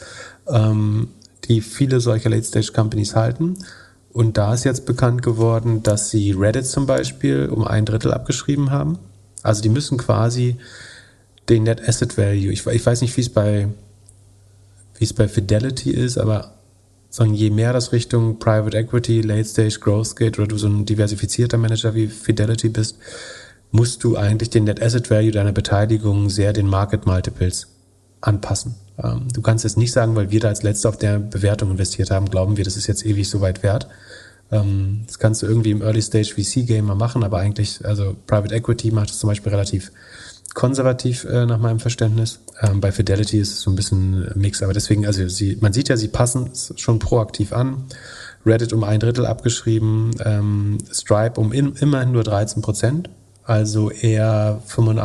die viele solcher Late-Stage-Companies halten. Und da ist jetzt bekannt geworden, dass sie Reddit zum Beispiel um 1/3 abgeschrieben haben. Also die müssen quasi den Net Asset Value, ich weiß nicht, wie es bei Fidelity ist, aber sagen, je mehr das Richtung Private Equity, Late Stage Growth geht oder du so ein diversifizierter Manager wie Fidelity bist, musst du eigentlich den Net Asset Value deiner Beteiligung sehr den Market Multiples anpassen. Du kannst jetzt nicht sagen, weil wir da als Letzte auf der Bewertung investiert haben, glauben wir, das ist jetzt ewig so weit wert. Das kannst du irgendwie im Early Stage VC Game mal machen, aber eigentlich, also Private Equity macht es zum Beispiel relativ konservativ nach meinem Verständnis. Bei Fidelity ist es so ein bisschen Mix, aber deswegen, also man sieht ja, sie passen es schon proaktiv an. Reddit um 1/3 abgeschrieben, Stripe um immerhin nur 13%, also eher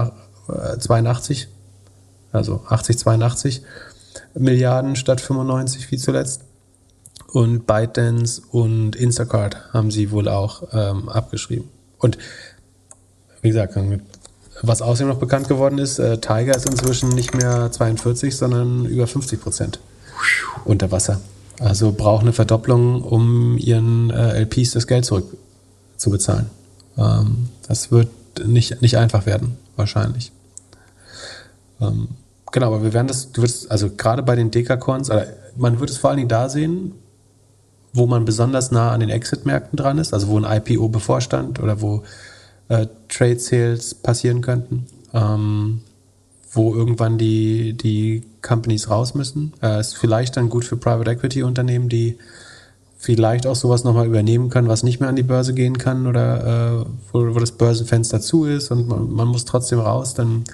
82, also 82 Milliarden statt 95 wie zuletzt. Und ByteDance und Instacart haben sie wohl auch abgeschrieben. Und wie gesagt, was außerdem noch bekannt geworden ist, Tiger ist inzwischen nicht mehr 42, sondern über 50% unter Wasser. Also braucht eine Verdopplung, um ihren LPs das Geld zurückzubezahlen. Das wird nicht einfach werden, wahrscheinlich. Genau, aber wir werden also gerade bei den Dekacorns, man wird es vor allen Dingen da sehen, wo man besonders nah an den Exit-Märkten dran ist, also wo ein IPO bevorstand oder wo Trade Sales passieren könnten, wo irgendwann die Companies raus müssen. Ist vielleicht dann gut für Private Equity Unternehmen, die vielleicht auch sowas nochmal übernehmen können, was nicht mehr an die Börse gehen kann oder wo das Börsenfenster zu ist und man muss trotzdem raus, dann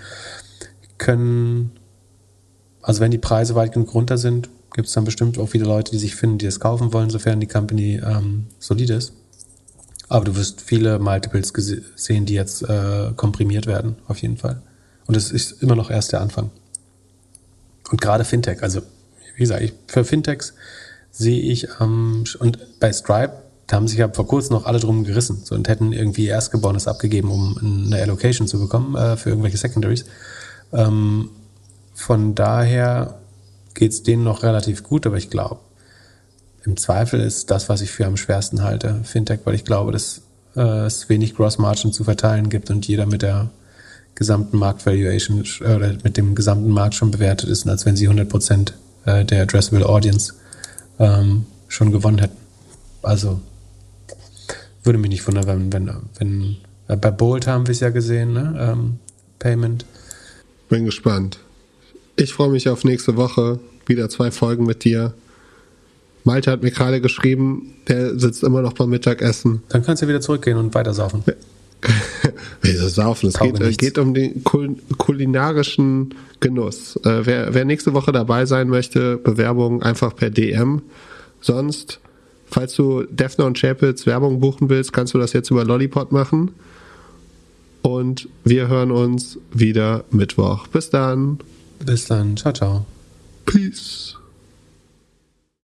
also wenn die Preise weit genug runter sind, gibt es dann bestimmt auch viele Leute, die sich finden, die das kaufen wollen, sofern die Company solid ist. Aber du wirst viele Multiples sehen, die jetzt komprimiert werden, auf jeden Fall. Und es ist immer noch erst der Anfang. Und gerade Fintech, also wie gesagt, für Fintechs sehe ich, und bei Stripe, da haben sich ja vor kurzem noch alle drum gerissen und hätten irgendwie Erstgeborenes abgegeben, um eine Allocation zu bekommen für irgendwelche Secondaries. Von daher geht es denen noch relativ gut, aber ich glaube, im Zweifel ist das, was ich für am schwersten halte, Fintech, weil ich glaube, dass es wenig Gross-Margin zu verteilen gibt und jeder mit der gesamten Marktvaluation oder mit dem gesamten Markt schon bewertet ist, als wenn sie 100% der Addressable Audience schon gewonnen hätten. Also würde mich nicht wundern, wenn bei Bolt haben wir es ja gesehen, ne? Payment. Bin gespannt. Ich freue mich auf nächste Woche. Wieder 2 Folgen mit dir. Malte hat mir gerade geschrieben, der sitzt immer noch beim Mittagessen. Dann kannst du wieder zurückgehen und weiter saufen. Wieso saufen? Es geht um den kulinarischen Genuss. Wer nächste Woche dabei sein möchte, Bewerbung einfach per DM. Sonst, falls du Defner und Chapels Werbung buchen willst, kannst du das jetzt über Lollipop machen. Und wir hören uns wieder Mittwoch. Bis dann. Bis dann. Ciao, ciao. Peace.